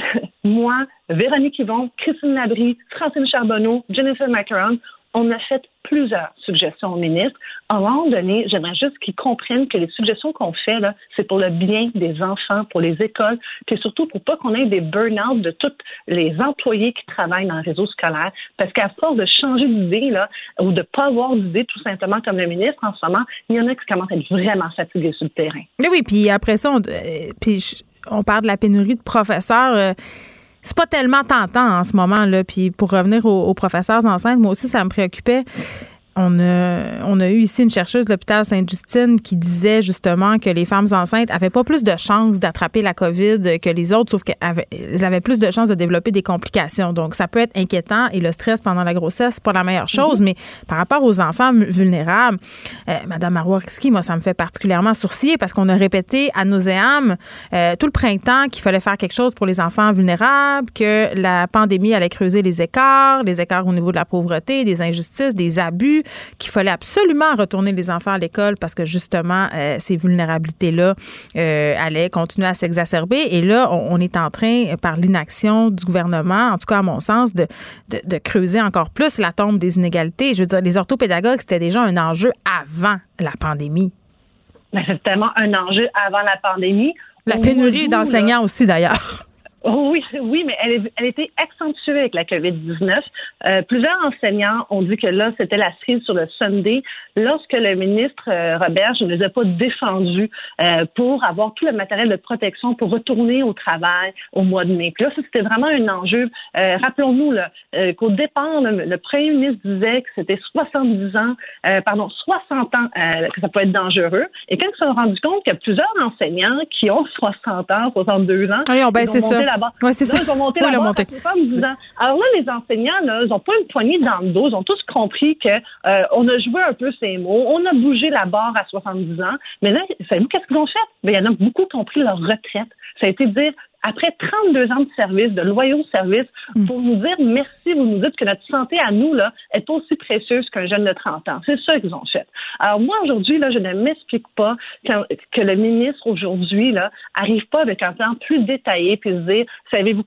moi, Véronique Yvon, Christine Labrie, Francine Charbonneau, Jennifer Macaron, on a fait plusieurs suggestions au ministre. À un moment donné, j'aimerais juste qu'ils comprennent que les suggestions qu'on fait, là, c'est pour le bien des enfants, pour les écoles, puis surtout pour pas qu'on ait des burn-out de tous les employés qui travaillent dans le réseau scolaire. Parce qu'à force de changer d'idée, là, ou de pas avoir d'idée, tout simplement, comme le ministre, en ce moment, il y en a qui commencent à être vraiment fatigués sur le terrain. Oui, oui, puis après ça, on, euh, puis on parle de la pénurie de professeurs. Euh, C'est pas tellement tentant en ce moment, là. Puis pour revenir aux, aux professeurs enceintes, moi aussi, ça me préoccupait. On a, on a eu ici une chercheuse de l'hôpital Sainte-Justine qui disait justement que les femmes enceintes avaient pas plus de chances d'attraper la COVID que les autres, sauf qu'elles avaient, elles avaient plus de chances de développer des complications. Donc, ça peut être inquiétant et le stress pendant la grossesse, c'est pas la meilleure chose. Mm-hmm. Mais par rapport aux enfants vulnérables, euh, Mme Marois-Risky, moi, ça me fait particulièrement sourciller parce qu'on a répété à nauséam euh, tout le printemps qu'il fallait faire quelque chose pour les enfants vulnérables, que la pandémie allait creuser les écarts, les écarts au niveau de la pauvreté, des injustices, des abus, qu'il fallait absolument retourner les enfants à l'école parce que justement, euh, ces vulnérabilités-là euh, allaient continuer à s'exacerber. Et là, on, on est en train, par l'inaction du gouvernement, en tout cas à mon sens, de, de, de creuser encore plus la tombe des inégalités. Je veux dire, les orthopédagogues, c'était déjà un enjeu avant la pandémie. Ben, c'est tellement un enjeu avant la pandémie. La pénurie d'enseignants là, aussi, d'ailleurs. Oui, oui, mais elle, elle était accentuée avec la covid dix-neuf. Euh, plusieurs enseignants ont dit que là, c'était la cerise sur le Sunday lorsque le ministre euh, Robert ne les a pas défendus euh, pour avoir tout le matériel de protection pour retourner au travail au mois de mai. Puis là, ça, c'était vraiment un enjeu. Euh, rappelons-nous là, euh, qu'au départ, le, le premier ministre disait que c'était soixante-dix ans, euh, pardon, soixante ans euh, que ça peut être dangereux. Et quand ils se sont rendus compte qu'il y a plusieurs enseignants qui ont soixante ans, soixante-deux ans, oui, on baisse ça. Ouais, c'est là, ça. Ils vont monter oui, la barre à les femmes disant. Alors là, les enseignants, là, ils n'ont pas une poignée dans le dos. Ils ont tous compris que euh, on a joué un peu ces mots. On a bougé la barre à soixante-dix ans. Mais là, savez-vous qu'est-ce qu'ils ont fait? Bien, il y en a beaucoup qui ont pris leur retraite. Ça a été de dire, après trente-deux ans de service, de loyaux services, pour nous dire merci, vous nous dites que notre santé à nous, là, est aussi précieuse qu'un jeune de trente ans. C'est ça qu'ils ont fait. Alors moi, aujourd'hui, là, je ne m'explique pas que, que le ministre, aujourd'hui, là, arrive pas avec un plan plus détaillé puis se dire, savez-vous quoi?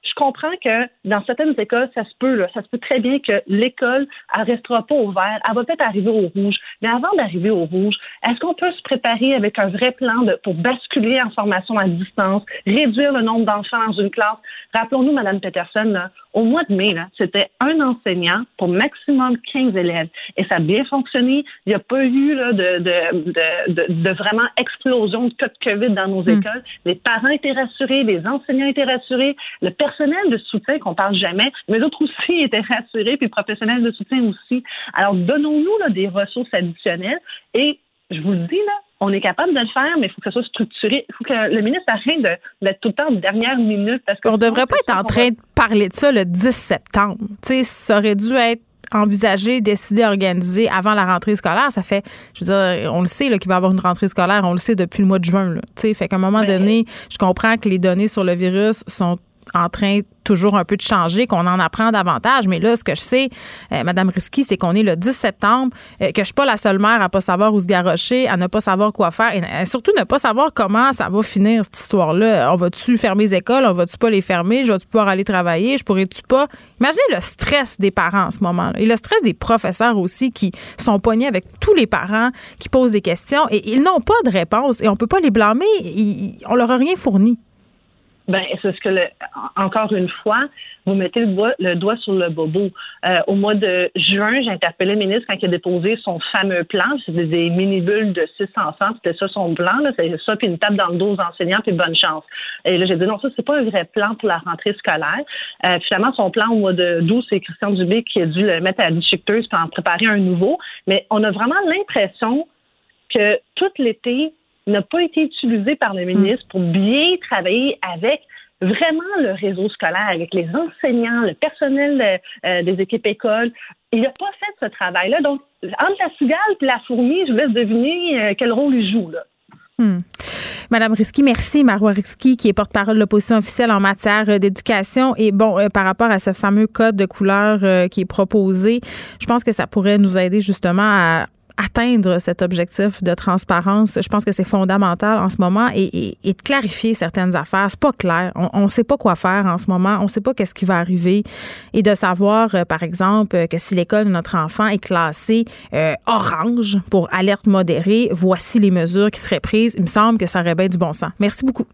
je comprends que dans certaines écoles, ça se peut, là, ça se peut très bien que l'école, elle restera pas au vert, elle va peut-être arriver au rouge. Mais avant d'arriver au rouge, est-ce qu'on peut se préparer avec un vrai plan de, pour basculer en formation à distance, réduire le nombre d'enfants dans une classe? Rappelons-nous, Mme Peterson, là, au mois de mai, là, c'était un enseignant pour maximum quinze élèves. Et ça a bien fonctionné. Il n'y a pas eu là, de, de, de, de, de vraiment explosion de cas de COVID dans nos mmh. écoles. Les parents étaient rassurés, les enseignants étaient rassurés, le personnel de soutien qu'on parle jamais, mais les autres aussi étaient rassurés, puis le professionnel de soutien aussi. Alors, donnons-nous là, des ressources additionnelles et je vous le dis, là, on est capable de le faire, mais il faut que ça soit structuré. Il faut que le ministre arrête de, d'être tout le temps de dernière minute. Parce que on ne devrait pas être en train va... de parler de ça le dix septembre. Tu sais, ça aurait dû être envisagé, décidé, organisé avant la rentrée scolaire. Ça fait, je veux dire, on le sait là, qu'il va y avoir une rentrée scolaire. On le sait depuis le mois de juin. Là, tu sais, fait qu'à un moment mais... donné, je comprends que les données sur le virus sont en train toujours un peu de changer, qu'on en apprend davantage. Mais là, ce que je sais, euh, Mme Risky, c'est qu'on est le dix septembre, euh, que je suis pas la seule mère à pas savoir où se garrocher, à ne pas savoir quoi faire et euh, surtout ne pas savoir comment ça va finir, cette histoire-là. On va-tu fermer les écoles? On va-tu pas les fermer? Je vais-tu pouvoir aller travailler? Je pourrais-tu pas? Imaginez le stress des parents en ce moment-là et le stress des professeurs aussi qui sont pognés avec tous les parents qui posent des questions et ils n'ont pas de réponse et on peut pas les blâmer. Ils, on leur a rien fourni. Ben, c'est ce que, le, encore une fois, vous mettez le doigt, le doigt sur le bobo. Euh, au mois de juin, j'ai interpellé le ministre quand il a déposé son fameux plan. C'était des mini-bulles de six enfants. C'était ça son plan. Là. C'est ça, puis une tape dans le dos aux enseignants, puis bonne chance. Et là, j'ai dit non, ça, c'est pas un vrai plan pour la rentrée scolaire. Euh, finalement, son plan au mois de d'août, c'est Christian Dubé qui a dû le mettre à la déchiqueteuse pour en préparer un nouveau. Mais on a vraiment l'impression que tout l'été, n'a pas été utilisé par le ministre pour bien travailler avec vraiment le réseau scolaire, avec les enseignants, le personnel euh, des équipes écoles. Il n'a pas fait ce travail-là. Donc, entre la cigale et la fourmi, je vous laisse deviner euh, quel rôle il joue, là. Hmm. Madame Risky, merci. Marois Risky, qui est porte-parole de l'opposition officielle en matière d'éducation. Et bon, euh, par rapport à ce fameux code de couleur euh, qui est proposé, je pense que ça pourrait nous aider justement à atteindre cet objectif de transparence. Je pense que c'est fondamental en ce moment et, et, et de clarifier certaines affaires. C'est pas clair. On ne sait pas quoi faire en ce moment. On ne sait pas qu'est-ce qui va arriver. Et de savoir, euh, par exemple, que si l'école de notre enfant est classée euh, orange pour alerte modérée, voici les mesures qui seraient prises. Il me semble que ça aurait bien du bon sens. Merci beaucoup.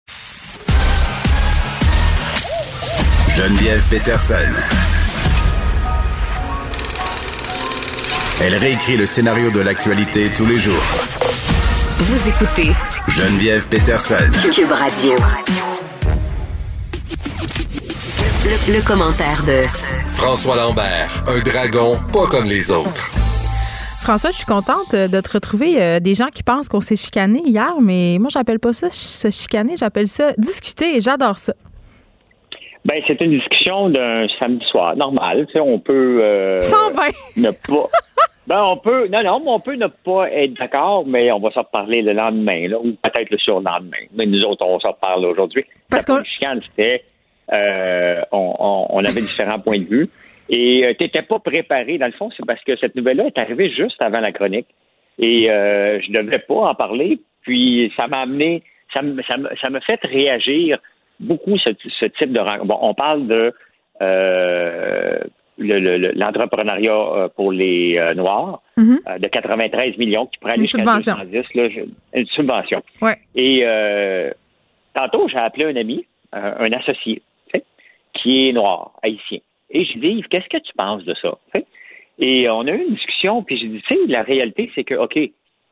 Geneviève Peterson. Elle réécrit le scénario de l'actualité tous les jours. Vous écoutez Geneviève Peterson. Cube Radio. Le, le commentaire de François Lambert, un dragon pas comme les autres. François, je suis contente de te retrouver. Euh, des gens qui pensent qu'on s'est chicané hier, mais moi, j'appelle pas ça se chicaner, j'appelle ça discuter et j'adore ça. Ben, c'est une discussion d'un samedi soir, normal. Tu sais, on peut euh, cent vingt ne pas. Ben, on peut. Non, non, mais on peut ne pas être d'accord, mais on va s'en reparler le lendemain, là, ou peut-être le surlendemain. Mais nous autres, on s'en reparle aujourd'hui. Parce que le chicane, c'était euh, on, on, on avait différents points de vue. Et euh, t'étais pas préparé. Dans le fond, c'est parce que cette nouvelle-là est arrivée juste avant la chronique. Et euh, je devais pas en parler. Puis ça m'a amené, ça me, ça me, ça m'a fait réagir beaucoup ce, ce type de rencontre. Bon, on parle de euh, le, le, l'entrepreneuriat pour les euh, Noirs mm-hmm. euh, de quatre-vingt-treize millions qui pourrait aller jusqu'à deux cent dix. Là, une subvention. Ouais. Et euh, tantôt, j'ai appelé un ami, euh, un associé, tu sais, qui est noir, haïtien. Et je lui dis, Yves, qu'est-ce que tu penses de ça? Tu sais? Et on a eu une discussion, puis j'ai dit, tu sais, la réalité, c'est que, OK,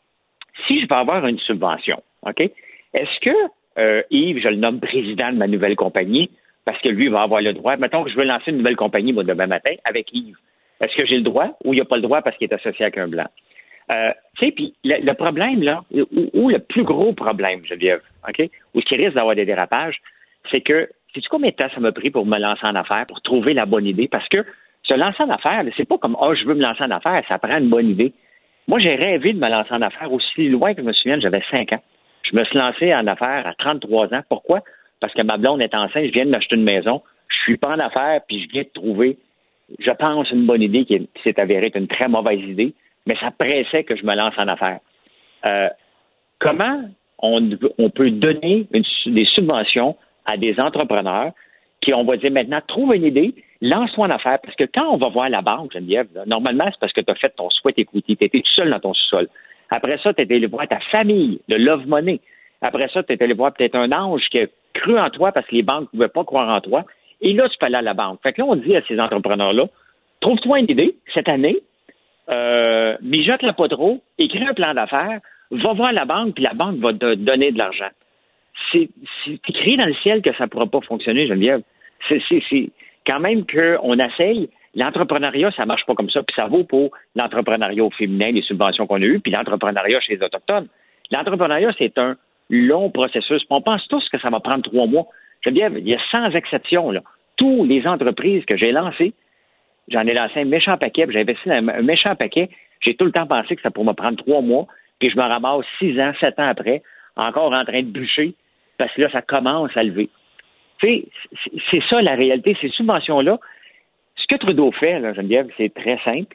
si je vais avoir une subvention, OK, est-ce que Euh, Yves, je le nomme président de ma nouvelle compagnie parce que lui va avoir le droit. Mettons que je veux lancer une nouvelle compagnie moi, demain matin avec Yves. Est-ce que j'ai le droit ou il n'y a pas le droit parce qu'il est associé avec un blanc? Euh, tu sais, puis le, le problème, là, ou, ou le plus gros problème, Geneviève, OK, ou ce qui risque d'avoir des dérapages, c'est que, sais-tu combien de temps ça m'a pris pour me lancer en affaires, pour trouver la bonne idée? Parce que se lancer en affaires, c'est pas comme, oh, je veux me lancer en affaires, ça prend une bonne idée. Moi, j'ai rêvé de me lancer en affaires aussi loin que je me souviens, j'avais cinq ans. Je me suis lancé en affaires à trente-trois ans. Pourquoi? Parce que ma blonde est enceinte, je viens de m'acheter une maison, je suis pas en affaires, puis je viens de trouver, je pense, une bonne idée qui s'est avérée être une très mauvaise idée, mais ça pressait que je me lance en affaires. Euh, comment on, on peut donner une, des subventions à des entrepreneurs qui, on va dire maintenant, trouve une idée, lance-toi en affaires. Parce que quand on va voir la banque, Geneviève, là, normalement, c'est parce que tu as fait ton sweat equity. Tu étais tout seul dans ton sous-sol. Après ça, tu es allé voir ta famille, le love money. Après ça, tu es allé voir peut-être un ange qui a cru en toi parce que les banques ne pouvaient pas croire en toi. Et là, tu peux aller à la banque. Fait que là, on dit à ces entrepreneurs-là, trouve-toi une idée cette année, euh, mijote-la pas trop, écris un plan d'affaires, va voir la banque, puis la banque va te donner de l'argent. C'est, c'est écrit dans le ciel que ça ne pourra pas fonctionner, Geneviève. C'est, c'est, c'est quand même qu'on essaye. L'entrepreneuriat, ça ne marche pas comme ça, puis ça vaut pour l'entrepreneuriat au féminin, les subventions qu'on a eues, puis l'entrepreneuriat chez les Autochtones. L'entrepreneuriat, c'est un long processus. On pense tous que ça va prendre trois mois. Geneviève, il y a sans exception, là. Toutes les entreprises que j'ai lancées, j'en ai lancé un méchant paquet, puis j'ai investi dans un méchant paquet. J'ai tout le temps pensé que ça pourrait me prendre trois mois, puis je me ramasse six ans, sept ans après, encore en train de bûcher, parce que là, ça commence à lever. Tu sais, c'est ça la réalité. Ces subventions-là, ce que Trudeau fait, là, Geneviève, c'est très simple.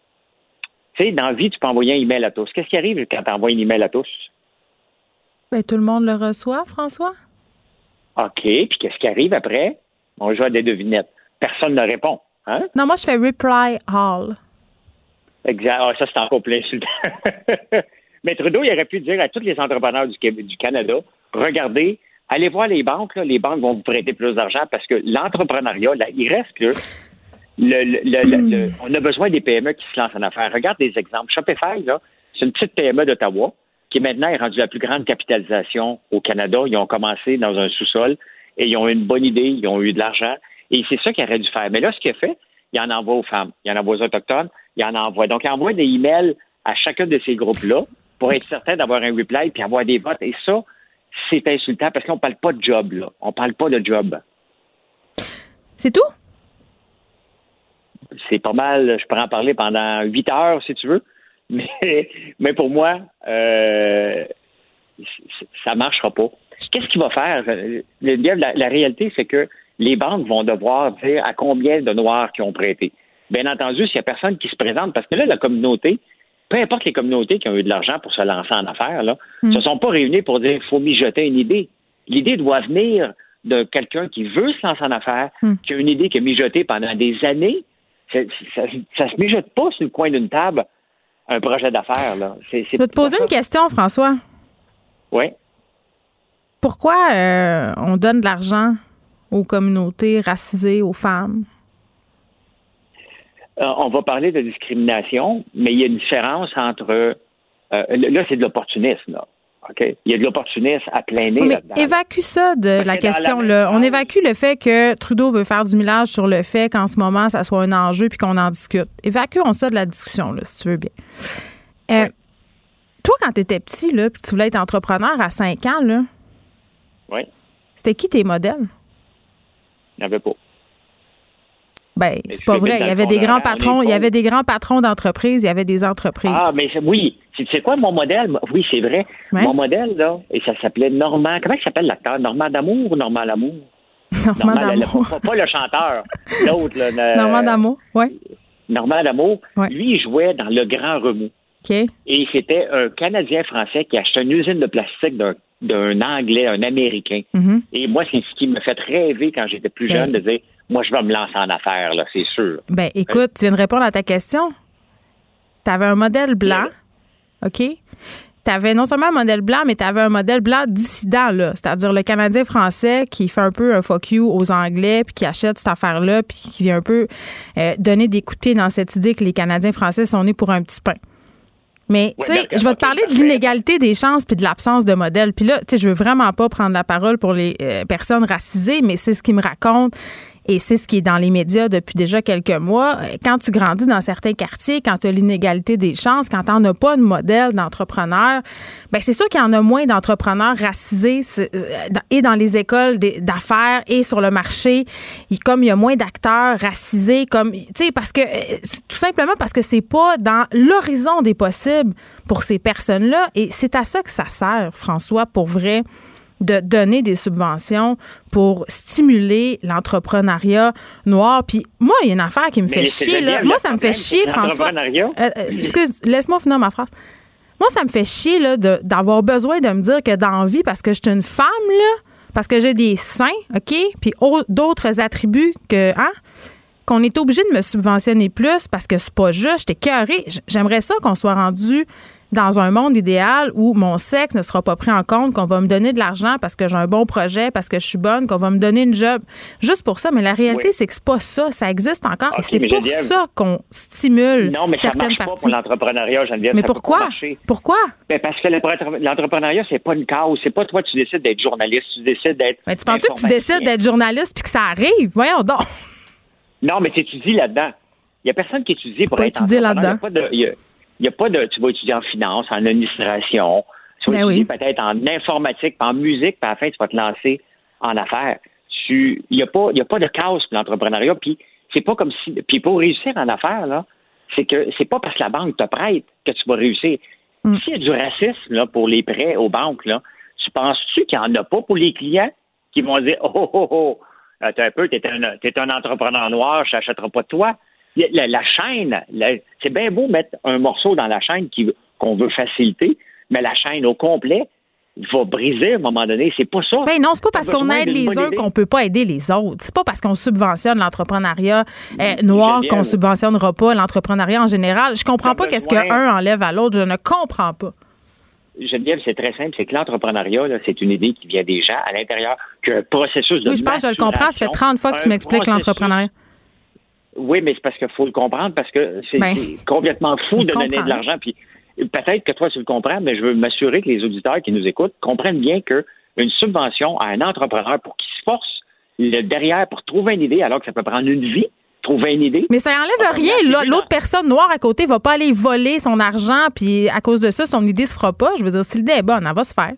Tu sais, dans la vie, tu peux envoyer un email à tous. Qu'est-ce qui arrive quand tu envoies un email à tous? Ben, tout le monde le reçoit, François. OK. Puis qu'est-ce qui arrive après? On joue à des devinettes. Personne ne répond. Hein? Non, moi, je fais reply all. Exact. Ah, ça, c'est encore plein insultant. Mais Trudeau, il aurait pu dire à tous les entrepreneurs du, du Canada, regardez, allez voir les banques. Là, les banques vont vous prêter plus d'argent parce que l'entrepreneuriat, là, il reste que le, le, le, le, le, on a besoin des P M E qui se lancent en affaires. Regarde des exemples. Shopify, là, c'est une petite P M E d'Ottawa qui maintenant est rendue la plus grande capitalisation au Canada. Ils ont commencé dans un sous-sol et ils ont eu une bonne idée, ils ont eu de l'argent. Et c'est ça qu'il aurait dû faire. Mais là, ce qu'il a fait, il en envoie aux femmes, il en envoie aux Autochtones, il en envoie. Donc, il envoie des emails à chacun de ces groupes-là pour être certain d'avoir un reply puis avoir des votes. Et ça, c'est insultant parce qu'on ne parle pas de job, là. On ne parle pas de job. C'est tout? C'est pas mal. Je pourrais en parler pendant huit heures, si tu veux. Mais, mais pour moi, euh, ça ne marchera pas. Qu'est-ce qu'il va faire? La, la réalité, c'est que les banques vont devoir dire à combien de Noirs qui ont prêté. Bien entendu, s'il n'y a personne qui se présente, parce que là, la communauté, peu importe les communautés qui ont eu de l'argent pour se lancer en affaires, là, ne mm. se sont pas réunies pour dire qu'il faut mijoter une idée. L'idée doit venir de quelqu'un qui veut se lancer en affaires, mm. qui a une idée qui a mijoté pendant des années. Ça ne se mijote pas sur le coin d'une table, un projet d'affaires. Là. C'est, c'est Je vais te poser une question, François. Oui. Pourquoi euh, on donne de l'argent aux communautés racisées, aux femmes? Euh, on va parler de discrimination, mais il y a une différence entre... Euh, là, c'est de l'opportunisme, là. OK? Il y a de l'opportunisme à plein nez. Mais là-dedans. évacue ça de Parce la question. La là. On évacue le fait que Trudeau veut faire du millage sur le fait qu'en ce moment, ça soit un enjeu puis qu'on en discute. Évacuons ça de la discussion, là, si tu veux bien. Euh, oui. Toi, quand tu étais petit, là, puis tu voulais être entrepreneur à cinq ans, là, oui. C'était qui tes modèles? Il n'y en avait pas. Ben, mais c'est pas vrai. Il y avait des grands patrons, il y avait des grands patrons d'entreprises, il y avait des entreprises. Ah, mais oui. Tu sais quoi, mon modèle? Oui, c'est vrai. Ouais. Mon modèle, là, et ça s'appelait Normand. Comment il s'appelle l'acteur? Normand D'Amour ou Normand L'Amour? Normand D'Amour. Pas, pas le chanteur. L'autre, là. Le, Normand D'Amour, oui. Normand D'Amour. Ouais. Lui, il jouait dans Le Grand Remous. OK. Et c'était un Canadien-Français qui achetait une usine de plastique d'un, d'un Anglais, un Américain. Mm-hmm. Et moi, c'est ce qui me fait rêver quand j'étais plus jeune, ben, de dire, moi, je vais me lancer en affaires, là, c'est sûr. Ben, écoute, tu viens de répondre à ta question. Tu avais un modèle blanc, OK? Tu avais non seulement un modèle blanc, mais tu avais un modèle blanc dissident, là. C'est-à-dire le Canadien-Français qui fait un peu un fuck you aux Anglais, puis qui achète cette affaire-là, puis qui vient un peu euh, donner des coups de pied dans cette idée que les Canadiens-Français sont nés pour un petit pain. Mais, tu sais, je vais te parler de l'inégalité des chances puis de l'absence de modèle. Puis là, tu sais, je veux vraiment pas prendre la parole pour les euh, personnes racisées, mais c'est ce qu'ils me racontent et c'est ce qui est dans les médias depuis déjà quelques mois. Quand tu grandis dans certains quartiers, quand tu as l'inégalité des chances, quand tu n'en as pas de modèle d'entrepreneur, bien, c'est sûr qu'il y en a moins d'entrepreneurs racisés et dans les écoles d'affaires et sur le marché. Comme il y a moins d'acteurs racisés, comme, tu sais, parce que, tout simplement parce que c'est pas dans l'horizon des possibles pour ces personnes-là. Et c'est à ça que ça sert, François, pour vrai, de donner des subventions pour stimuler l'entrepreneuriat noir. Puis moi, il y a une affaire qui me fait chier. Là. Moi, ça me fait chier, François. Euh, excuse, laisse-moi finir ma phrase. Moi, ça me fait chier là, de, d'avoir besoin de me dire que dans la vie, parce que je suis une femme, là, parce que j'ai des seins, OK, puis au- d'autres attributs que, hein, qu'on est obligé de me subventionner plus parce que c'est pas juste, j'étais écœurée. J- J'aimerais ça qu'on soit rendu dans un monde idéal où mon sexe ne sera pas pris en compte, qu'on va me donner de l'argent parce que j'ai un bon projet, parce que je suis bonne, qu'on va me donner une job. Juste pour ça, mais la réalité, Oui. c'est que c'est pas ça. Ça existe encore Okay, et c'est mais pour Geneviève, ça qu'on stimule Non, mais ça certaines marche pas parties. pour l'entrepreneuriat, Geneviève. Mais ça peut pourquoi? pas marcher. Pourquoi? Ben parce que l'entre- l'entrepreneuriat, c'est pas une cause. C'est pas toi, tu décides d'être journaliste, tu décides d'être. Mais tu penses que tu informaticien. décides d'être journaliste puis que ça arrive? Voyons donc. Non, mais tu étudies là-dedans. Il y a personne qui étudie pour Pas être étudier entrepreneur. là-dedans. Il y a pas de- il y a- il y a pas de. Tu vas étudier en finance, en administration. Tu vas Ben étudier oui. peut-être en informatique, puis en musique, puis à la fin, tu vas te lancer en affaires. Tu, il y a pas, il y a pas de cause pour l'entrepreneuriat. Puis c'est pas comme si. Puis pour réussir en affaires là, c'est que c'est pas parce que la banque te prête que tu vas réussir. Mm. S'il y a du racisme là pour les prêts aux banques là, tu penses-tu qu'il y en a pas pour les clients qui vont dire oh oh oh, oh attends un peu, t'es un, t'es un entrepreneur noir, je n'achèterai pas de toi. La, la chaîne, la- c'est bien beau mettre un morceau dans la chaîne qui, qu'on veut faciliter, mais la chaîne au complet va briser à un moment donné. C'est pas ça. Ben non, c'est pas parce T'as qu'on besoin aide d'une les bonne uns idée. qu'on peut pas aider les autres. C'est pas parce qu'on subventionne l'entrepreneuriat euh, noir Geneviève. qu'on subventionnera pas l'entrepreneuriat en général. Je comprends T'as pas qu'est-ce besoin- qu'un enlève à l'autre. Je ne comprends pas. Geneviève, c'est très simple, c'est que l'entrepreneuriat, là, c'est une idée qui vient des gens à l'intérieur, qu'un processus de Oui, je pense que je le comprends. Ça fait trente fois que tu un m'expliques processus- l'entrepreneuriat. Oui, mais c'est parce qu'il faut le comprendre, parce que c'est Ben, c'est complètement fou je de donner comprends. de l'argent. Puis peut-être que toi, tu le comprends, mais je veux m'assurer que les auditeurs qui nous écoutent comprennent bien qu'une subvention à un entrepreneur pour qu'il se force le derrière pour trouver une idée, alors que ça peut prendre une vie, trouver une idée. Mais ça enlève rien. Là, l'autre personne noire à côté va pas aller voler son argent, puis à cause de ça, son idée se fera pas. Je veux dire, si l'idée est bonne, elle va se faire.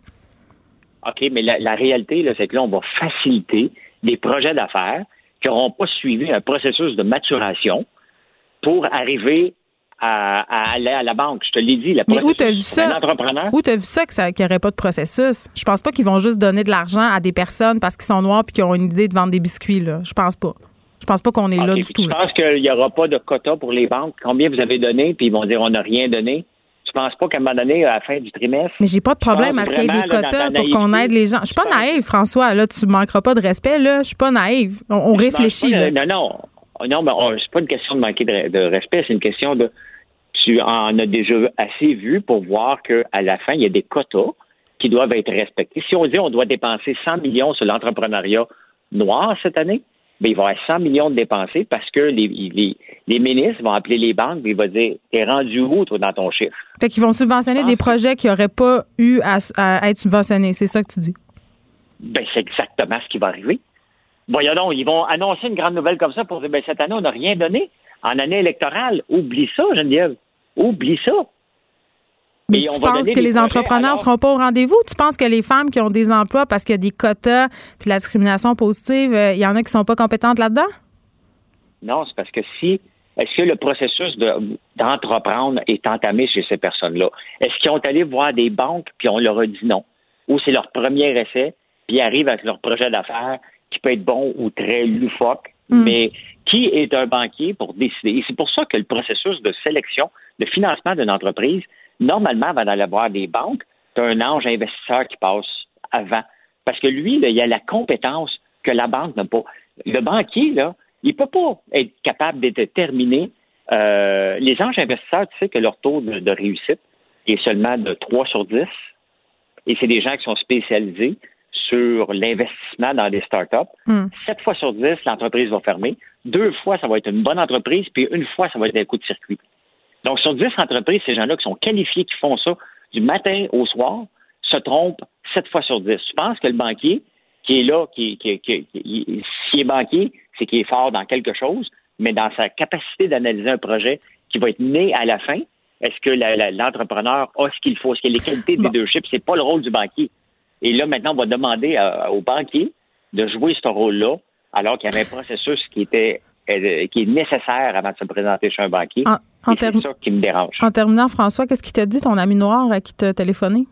OK, mais la, la réalité, là, c'est que là, on va faciliter des projets d'affaires qui n'auront pas suivi un processus de maturation pour arriver à, à aller à la banque. Je te l'ai dit, le Mais où processus t'as vu pour ça? un entrepreneur. Où t'as vu ça que ça qu'il n'y aurait pas de processus? Je pense pas qu'ils vont juste donner de l'argent à des personnes parce qu'ils sont noirs puis qu'ils ont une idée de vendre des biscuits, là. Je pense pas. Je pense pas qu'on est là OK, du puis tout. tu là. penses qu'il n'y aura pas de quota pour les banques? Combien vous avez donné? Puis ils vont dire on n'a rien donné. Tu penses pas qu'à un moment donné, à la fin du trimestre... Mais j'ai pas de problème Je à pense ce qu'il y ait des vraiment, là, quotas dans ta pour qu'on naïveté, aide les gens. Je suis pas naïve, François. Là, tu manqueras pas de respect. Là, je suis pas naïve. On, on réfléchit. Non, Là. non, non, non, mais on- c'est pas une question de manquer de, de respect, c'est une question de tu en as déjà assez vu pour voir qu'à la fin, il y a des quotas qui doivent être respectés. Si on dit on doit dépenser cent millions sur l'entrepreneuriat noir cette année, bien, il va y avoir cent millions de dépensés parce que les, les, les ministres vont appeler les banques et ils vont dire t'es rendu où, toi, dans ton chiffre? Fait qu'ils vont subventionner des projets qui n'auraient pas eu à, à être subventionnés. C'est ça que tu dis. Ben, c'est exactement ce qui va arriver. Voyons donc, ils vont annoncer une grande nouvelle comme ça pour dire ben, cette année, on n'a rien donné. En année électorale, oublie ça, Geneviève. Oublie ça. Mais Et tu on va penses donner que des les projets, entrepreneurs alors- seront pas au rendez-vous? Tu penses que les femmes qui ont des emplois parce qu'il y a des quotas puis la discrimination positive, euh, il y en a qui sont pas compétentes là-dedans? Non, c'est parce que si. Est-ce que le processus de- d'entreprendre est entamé chez ces personnes-là? Est-ce qu'ils ont allé voir des banques puis on leur a dit non? Ou c'est leur premier essai puis ils arrivent avec leur projet d'affaires qui peut être bon ou très loufoque, Mm. mais qui est un banquier pour décider? Et c'est pour ça que le processus de sélection, de financement d'une entreprise, normalement, avant d'aller voir des banques, tu as un ange investisseur qui passe avant. Parce que lui, là, il a la compétence que la banque n'a pas. Le banquier, là, il ne peut pas être capable de déterminer. Euh, les anges investisseurs, tu sais que leur taux de, de réussite est seulement de trois sur dix. Et c'est des gens qui sont spécialisés sur l'investissement dans des startups. Mm. sept fois sur dix, l'entreprise va fermer. Deux fois, ça va être une bonne entreprise, puis une fois, ça va être un coup de circuit. Donc, sur dix entreprises, ces gens-là qui sont qualifiés, qui font ça du matin au soir, se trompent sept fois sur dix. Tu penses que le banquier qui est là, qui, qui, qui, qui s'il est banquier, c'est qu'il est fort dans quelque chose, mais dans sa capacité d'analyser un projet qui va être né à la fin, est-ce que la, la, l'entrepreneur a ce qu'il faut? Est-ce qu'il a les qualités de leadership? C'est pas le rôle du banquier. Et là, maintenant, on va demander à, au banquier de jouer ce rôle-là, alors qu'il y avait un processus qui était euh, qui est nécessaire avant de se présenter chez un banquier. En, en Et c'est term- ça qui me dérange. En terminant, François, qu'est-ce qu'il t'a dit, ton ami noir à qui t'a téléphoné?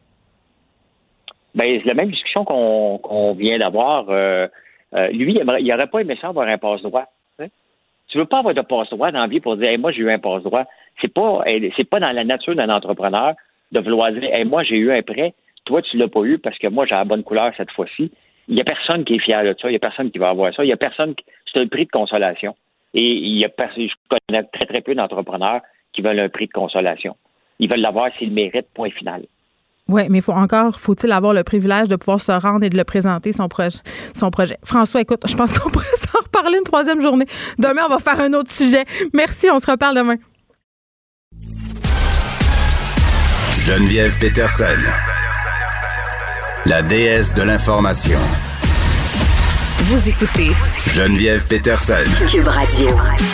Ben, c'est la même discussion qu'on, qu'on vient d'avoir. Euh, euh, lui, il n'aurait pas aimé ça avoir un passe-droit. Hein? Tu veux pas avoir de passe-droit dans la vie pour dire hey, moi, j'ai eu un passe-droit. C'est pas, c'est pas dans la nature d'un entrepreneur de vouloir dire hey, moi, j'ai eu un prêt, toi, tu l'as pas eu parce que moi, j'ai la bonne couleur cette fois-ci. il n'y a personne qui est fier de ça, il n'y a personne qui va avoir ça, il n'y a personne qui... C'est un prix de consolation. Et il y a personne, je connais très, très peu d'entrepreneurs qui veulent un prix de consolation. Ils veulent l'avoir s'ils le méritent, point final. Oui, mais faut encore, faut-il avoir le privilège de pouvoir se rendre et de le présenter, son, proje- son projet. François, écoute, je pense qu'on pourrait s'en reparler une troisième journée. Demain, on va faire un autre sujet. Merci, on se reparle demain. Geneviève Peterson, la déesse de l'information. Vous écoutez Geneviève Peterson, Cube Radio.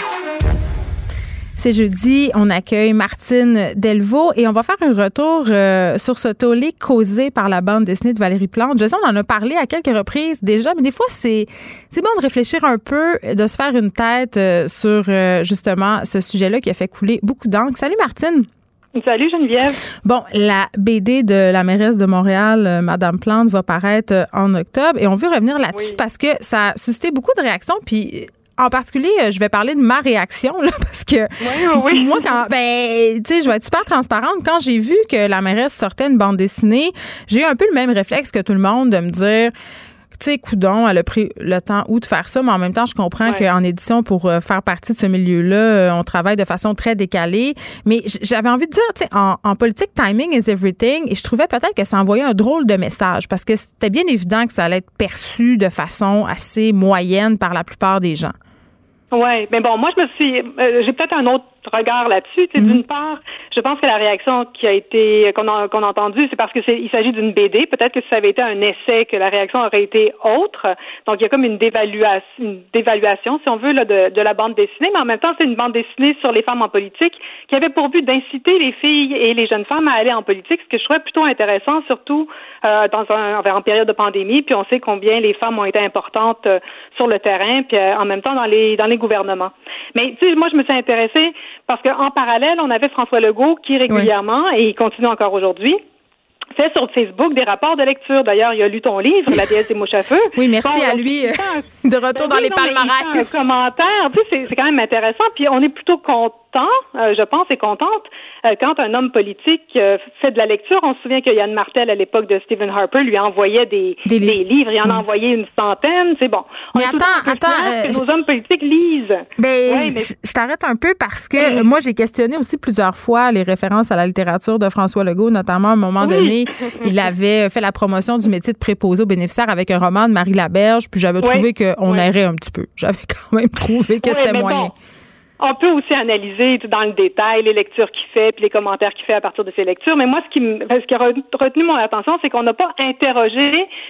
C'est jeudi, on accueille Martine Delvaux et on va faire un retour euh, sur ce tollé causé par la bande dessinée de Valérie Plante. Je sais, on en a parlé à quelques reprises déjà, mais des fois, c'est, c'est bon de réfléchir un peu, de se faire une tête euh, sur euh, justement ce sujet-là qui a fait couler beaucoup d'encre. Salut Martine! Salut Geneviève. Bon, la B D de la mairesse de Montréal, euh, Madame Plante, va paraître euh, en octobre et on veut revenir là-dessus oui. parce que ça a suscité beaucoup de réactions, puis en particulier, je vais parler de ma réaction, là, parce que oui, oui. moi, quand, ben, tu sais, je vais être super transparente. Quand j'ai vu que la mairesse sortait une bande dessinée, j'ai eu un peu le même réflexe que tout le monde de me dire, tu sais, coudon, elle a pris le temps où de faire ça, mais en même temps, je comprends ouais. qu'en édition, pour faire partie de ce milieu-là, on travaille de façon très décalée. Mais j'avais envie de dire, tu sais, en, en politique, timing is everything. Et je trouvais peut-être que ça envoyait un drôle de message parce que c'était bien évident que ça allait être perçu de façon assez moyenne par la plupart des gens. Oui, mais bon, moi, je me suis... Euh, j'ai peut-être un autre regard là-dessus. Mm-hmm. D'une part, je pense que la réaction qui a été qu'on a, qu'on a entendue, c'est parce que c'est il s'agit d'une B D. Peut-être que si ça avait été un essai, que la réaction aurait été autre. Donc, il y a comme une dévaluation, une dévaluation, si on veut, là, de, de la bande dessinée. Mais en même temps, c'est une bande dessinée sur les femmes en politique qui avait pour but d'inciter les filles et les jeunes femmes à aller en politique, ce que je trouvais plutôt intéressant, surtout euh, dans un en période de pandémie. Puis on sait combien les femmes ont été importantes euh, sur le terrain, puis euh, en même temps dans les dans les gouvernements. Mais tu sais, moi, je me suis intéressée parce qu'en parallèle, on avait François Legault qui régulièrement, oui. et il continue encore aujourd'hui, fait sur Facebook des rapports de lecture. D'ailleurs, il a lu ton livre, La déesse des mouches à feu. Oui, merci bon, à lui. Un... De retour ben dans oui, les non, palmarès. Un commentaire, tu sais, c'est, c'est quand même intéressant. Puis on est plutôt content, euh, je pense, et contente euh, quand un homme politique euh, fait de la lecture. On se souvient que Yann Martel, à l'époque de Stephen Harper, lui envoyait des, des, des livres. Il en a mmh. envoyé une centaine. C'est bon. On mais attends, attends. Euh, que nos hommes politiques lisent. Ben, ouais, mais... je, je t'arrête un peu parce que mmh. moi, j'ai questionné aussi plusieurs fois les références à la littérature de François Legault, notamment à un moment oui. donné. Il avait fait la promotion du métier de préposé aux bénéficiaires avec un roman de Marie Laberge, puis j'avais oui. trouvé qu'on oui. errait un petit peu. J'avais quand même trouvé que oui, c'était moyen. Bon, on peut aussi analyser dans le détail les lectures qu'il fait puis les commentaires qu'il fait à partir de ses lectures, mais moi, ce qui, m- ce qui a retenu mon attention, c'est qu'on n'a pas interrogé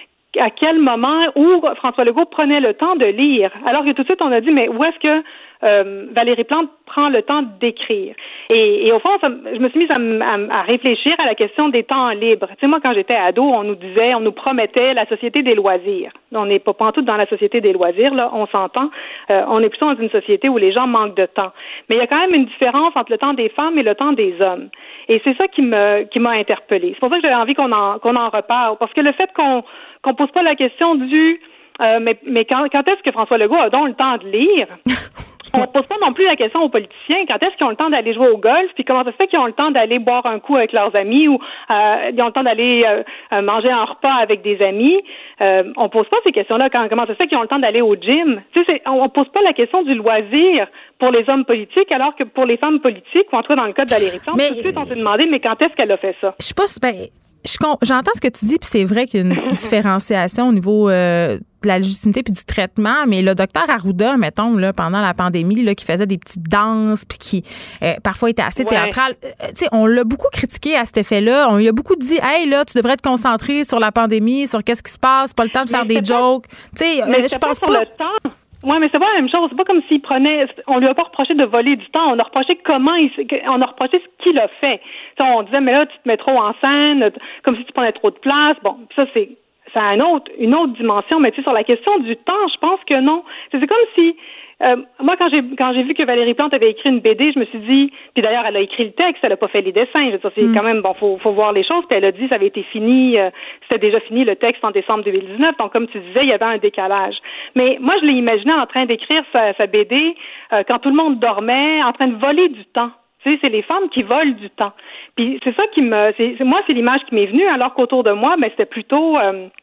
à quel moment où François Legault prenait le temps de lire. Alors que tout de suite, on a dit, mais où est-ce que euh, Valérie Plante prend le temps d'écrire? Et, et au fond, ça, je me suis mise à, à, à réfléchir à la question des temps libres. Tu sais, moi, quand j'étais ado, on nous disait, on nous promettait la société des loisirs. On n'est pas pantoute dans la société des loisirs, là, on s'entend. Euh, on est plutôt dans une société où les gens manquent de temps. Mais il y a quand même une différence entre le temps des femmes et le temps des hommes. Et c'est ça qui me qui m'a interpellée. C'est pour ça que j'avais envie qu'on en qu'on en reparle. Parce que le fait qu'on qu'on pose pas la question du euh, mais mais quand quand est-ce que François Legault a donc le temps de lire? On ne pose pas non plus la question aux politiciens, quand est-ce qu'ils ont le temps d'aller jouer au golf, puis comment ça se fait qu'ils ont le temps d'aller boire un coup avec leurs amis ou euh, ils ont le temps d'aller euh, manger un repas avec des amis. Euh, on pose pas ces questions-là. Quand, comment ça se fait qu'ils ont le temps d'aller au gym? Tu sais, c'est, on ne pose pas la question du loisir pour les hommes politiques, alors que pour les femmes politiques, ou en tout cas dans le cas de Valérie Plante, tout de suite on s'est demandé, mais quand est-ce qu'elle a fait ça? Je sais pas, ben, je, j'entends ce que tu dis, puis c'est vrai qu'il y a une différenciation au niveau euh, de la légitimité puis du traitement, mais le docteur Arruda, mettons, là, pendant la pandémie, là, qui faisait des petites danses puis qui euh, parfois était assez ouais. théâtral, euh, tu sais, on l'a beaucoup critiqué à cet effet-là. On lui a beaucoup dit, hey, là, tu devrais te concentrer sur la pandémie, sur qu'est-ce qui se passe, pas le temps de faire mais des jokes. Tu sais, euh, je pense pas. pas. Le temps. Oui, mais c'est pas la même chose. C'est pas comme s'il prenait. On lui a pas reproché de voler du temps. On a reproché comment il. On a reproché ce qu'il a fait. T'sais, on disait, mais là, tu te mets trop en scène, comme si tu prenais trop de place. Bon, ça, c'est. Ça a une autre, une autre dimension. Mais tu sais, sur la question du temps, je pense que non. C'est, c'est comme si. Euh, moi, quand j'ai quand j'ai vu que Valérie Plante avait écrit une B D, je me suis dit, puis d'ailleurs, elle a écrit le texte, elle a pas fait les dessins. Je veux dire, c'est mm. quand même bon, faut faut voir les choses. Puis elle a dit, ça avait été fini, euh, c'était déjà fini le texte en décembre deux mille dix-neuf. Donc, comme tu disais, il y avait un décalage. Mais moi, je l'ai imaginé en train d'écrire sa, sa B D euh, quand tout le monde dormait, en train de voler du temps. Tu sais, c'est les femmes qui volent du temps. Puis c'est ça qui me, c'est, c'est moi, c'est l'image qui m'est venue, alors qu'autour de moi, mais c'était plutôt euh,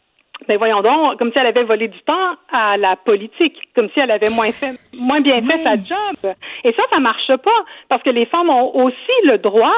Ben voyons donc, comme si elle avait volé du temps à la politique, comme si elle avait moins fait, moins bien fait oui. sa job. Et ça, ça marche pas, parce que les femmes ont aussi le droit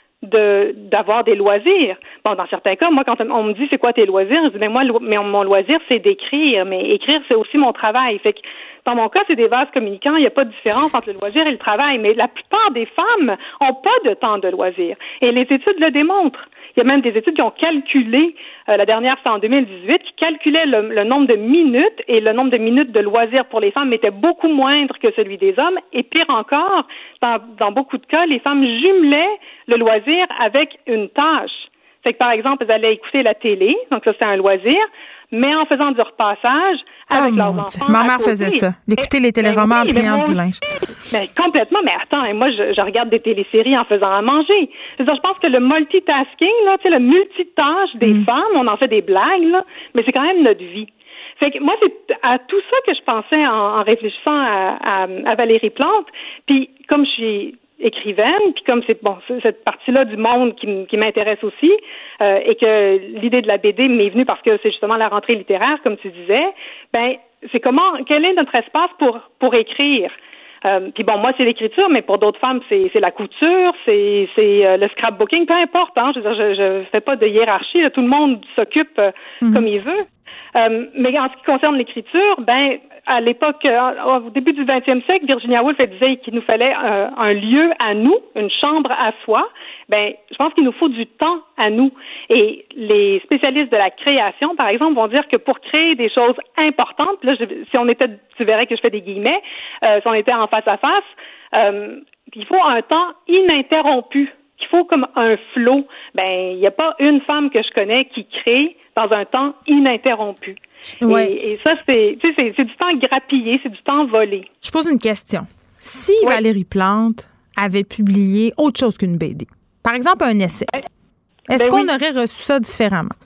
de d'avoir des loisirs. Bon, dans certains cas, moi, quand on me dit c'est quoi tes loisirs, je dis mais moi, mais mon loisir, c'est d'écrire, mais écrire, c'est aussi mon travail. Fait que dans mon cas, c'est des vases communicants, il n'y a pas de différence entre le loisir et le travail, mais la plupart des femmes ont pas de temps de loisir. Et les études le démontrent. Il y a même des études qui ont calculé, euh, la dernière c'est en deux mille dix-huit, qui calculaient le, le nombre de minutes, et le nombre de minutes de loisirs pour les femmes était beaucoup moindre que celui des hommes. Et pire encore, dans, dans beaucoup de cas, les femmes jumelaient le loisir avec une tâche. Fait que par exemple, elles allaient écouter la télé, donc ça c'est un loisir, mais en faisant du repassage avec oh leurs enfants. Ma mère faisait ça. D'écouter les téléromans en pliant du linge. Mais complètement. Mais attends, moi, je, je regarde des téléséries en faisant à manger. C'est-à-dire, je pense que le multitasking, là, tu sais, le multitâche des mm. femmes, on en fait des blagues, là, mais c'est quand même notre vie. Fait que moi, c'est à tout ça que je pensais en, en réfléchissant à, à, à Valérie Plante. Puis, comme je suis écrivaine, puis comme c'est bon, c'est cette partie-là du monde qui, qui m'intéresse aussi, euh, et que l'idée de la B D m'est venue parce que c'est justement la rentrée littéraire, comme tu disais, ben c'est comment, quel est notre espace pour pour écrire. Euh, puis bon, moi c'est l'écriture, mais pour d'autres femmes c'est c'est la couture, c'est c'est euh, le scrapbooking, peu importe. Hein, je veux dire, je, je fais pas de hiérarchie, là, tout le monde s'occupe euh, mm-hmm. comme il veut. Euh, mais en ce qui concerne l'écriture, ben à l'époque, euh, au début du vingtième siècle, Virginia Woolf elle disait qu'il nous fallait euh, un lieu à nous, une chambre à soi. Ben, je pense qu'il nous faut du temps à nous. Et les spécialistes de la création, par exemple, vont dire que pour créer des choses importantes, là, je, si on était, tu verrais que je fais des guillemets, euh, si on était en face à face, euh, il faut un temps ininterrompu. Qu'il faut comme un flot. Ben, il n'y a pas une femme que je connais qui crée dans un temps ininterrompu. Ouais. Et, et ça, c'est, tu sais, c'est, c'est du temps grappillé, c'est du temps volé. Je pose une question. Si ouais. Valérie Plante avait publié autre chose qu'une B D, par exemple un essai, ben, est-ce ben qu'on oui. aurait reçu ça différemment?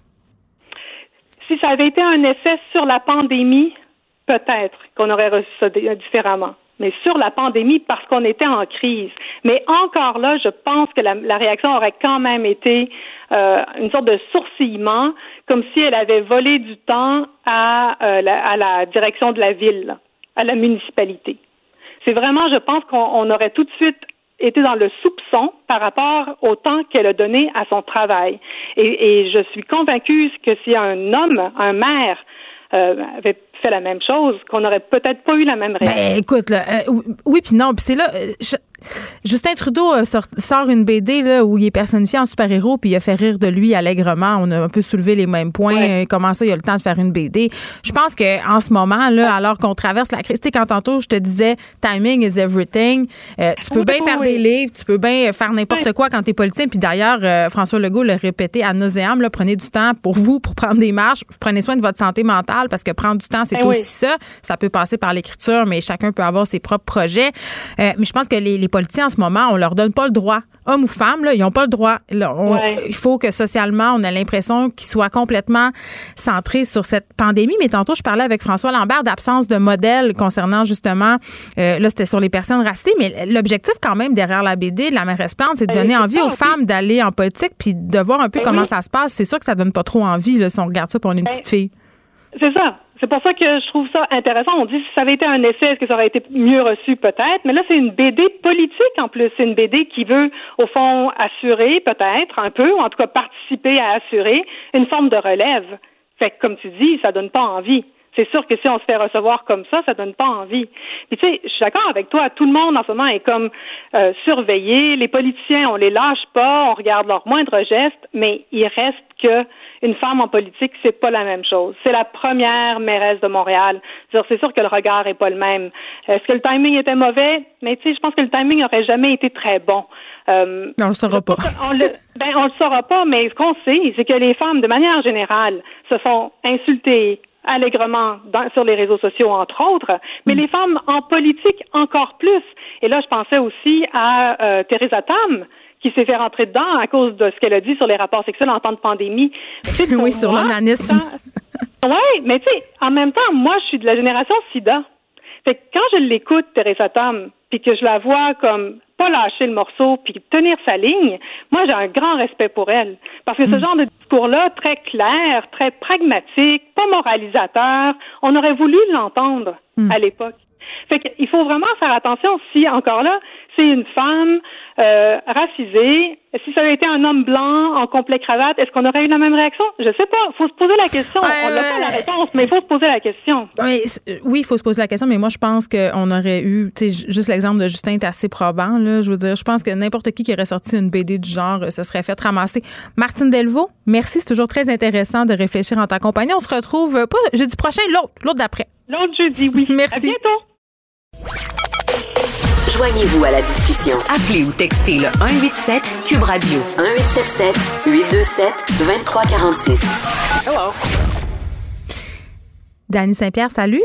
Si ça avait été un essai sur la pandémie, peut-être qu'on aurait reçu ça différemment. Mais sur la pandémie, parce qu'on était en crise. Mais encore là, je pense que la, la réaction aurait quand même été euh, une sorte de sourcillement, comme si elle avait volé du temps à, euh, la, à la direction de la ville, à la municipalité. C'est vraiment, je pense qu'on on aurait tout de suite été dans le soupçon par rapport au temps qu'elle a donné à son travail. Et, et je suis convaincue que si un homme, un maire, euh, avait fait la même chose, qu'on n'aurait peut-être pas eu la même réaction. Ben, écoute, là, euh, oui puis non, puis c'est là... Euh, je... Justin Trudeau euh, sort, sort une B D là, où il est personnifié en super-héros puis il a fait rire de lui allègrement. On a un peu soulevé les mêmes points. Ouais. Comment ça, il a le temps de faire une B D? Je pense qu'en ce moment, là, alors qu'on traverse la crise, tu sais, quand tantôt je te disais « timing is everything euh, », tu peux oui, bien oui, faire oui. des livres, tu peux bien faire n'importe oui. quoi quand t'es politicien. Puis d'ailleurs, euh, François Legault l'a répété à nauséam, là, prenez du temps pour vous, pour prendre des marches. Prenez soin de votre santé mentale parce que prendre du temps, c'est ben aussi oui. ça. Ça peut passer par l'écriture, mais chacun peut avoir ses propres projets. Euh, mais je pense que les, les politiciens, en ce moment, on leur donne pas le droit. Hommes ou femmes, là, ils n'ont pas le droit. Là, on, ouais. Il faut que socialement, on a l'impression qu'ils soient complètement centrés sur cette pandémie. Mais tantôt, je parlais avec François Lambert d'absence de modèle concernant justement, euh, là, c'était sur les personnes racisées. Mais l'objectif quand même derrière la B D de la mairesse Plante, c'est de donner euh, envie aux femmes d'aller en politique puis de voir un peu euh, comment oui. ça se passe. C'est sûr que ça donne pas trop envie là, si on regarde ça pour on est une petite fille. C'est ça. C'est pour ça que je trouve ça intéressant. On dit si ça avait été un essai, est-ce que ça aurait été mieux reçu? Peut-être. Mais là, c'est une B D politique en plus. C'est une B D qui veut, au fond, assurer, peut-être, un peu, ou en tout cas participer à assurer une forme de relève. Fait que, comme tu dis, ça donne pas envie. C'est sûr que si on se fait recevoir comme ça, ça donne pas envie. Puis tu sais, je suis d'accord avec toi, tout le monde en ce moment est comme euh, surveillé, les politiciens, on les lâche pas, on regarde leurs moindres gestes, mais il reste que une femme en politique, c'est pas la même chose. C'est la première mairesse de Montréal. C'est sûr que le regard est pas le même. Est-ce que le timing était mauvais? Mais tu sais, je pense que le timing n'aurait jamais été très bon. Euh, on le saura pas. On le, ben, on le saura pas, mais ce qu'on sait, c'est que les femmes, de manière générale, se font insulter allègrement dans, sur les réseaux sociaux, entre autres, mais mmh. les femmes en politique encore plus. Et là, je pensais aussi à euh, Theresa Tam, qui s'est fait rentrer dedans à cause de ce qu'elle a dit sur les rapports sexuels en temps de pandémie. oui, moi, sur l'onanisme. Oui, mais tu sais, en même temps, moi, je suis de la génération SIDA. Fait que quand je l'écoute, Theresa Tam, puis que je la vois comme pas lâcher le morceau puis tenir sa ligne, moi, j'ai un grand respect pour elle. Parce que ce mmh. genre de discours-là, très clair, très pragmatique, pas moralisateur, on aurait voulu l'entendre mmh. à l'époque. Fait qu'il faut vraiment faire attention si, encore là, c'est une femme euh, racisée. Si ça avait été un homme blanc en complet cravate, est-ce qu'on aurait eu la même réaction? Je sais pas. Il faut se poser la question. Euh, on n'a pas la réponse, mais il faut se poser la question. Oui, oui, il faut se poser la question, mais moi, je pense qu'on aurait eu, tu sais, juste l'exemple de Justin est assez probant, là. Je veux dire, je pense que n'importe qui qui aurait sorti une B D du genre se serait fait ramasser. Martine Delvaux, merci. C'est toujours très intéressant de réfléchir en ta compagnie. On se retrouve pas jeudi prochain, l'autre, l'autre d'après. L'autre jeudi, oui. Merci. À bientôt. Joignez-vous à la discussion. Appelez ou textez le un huit sept Cube Radio un huit sept sept huit deux sept deux trois quatre six. Hello. Dany Saint-Pierre, salut.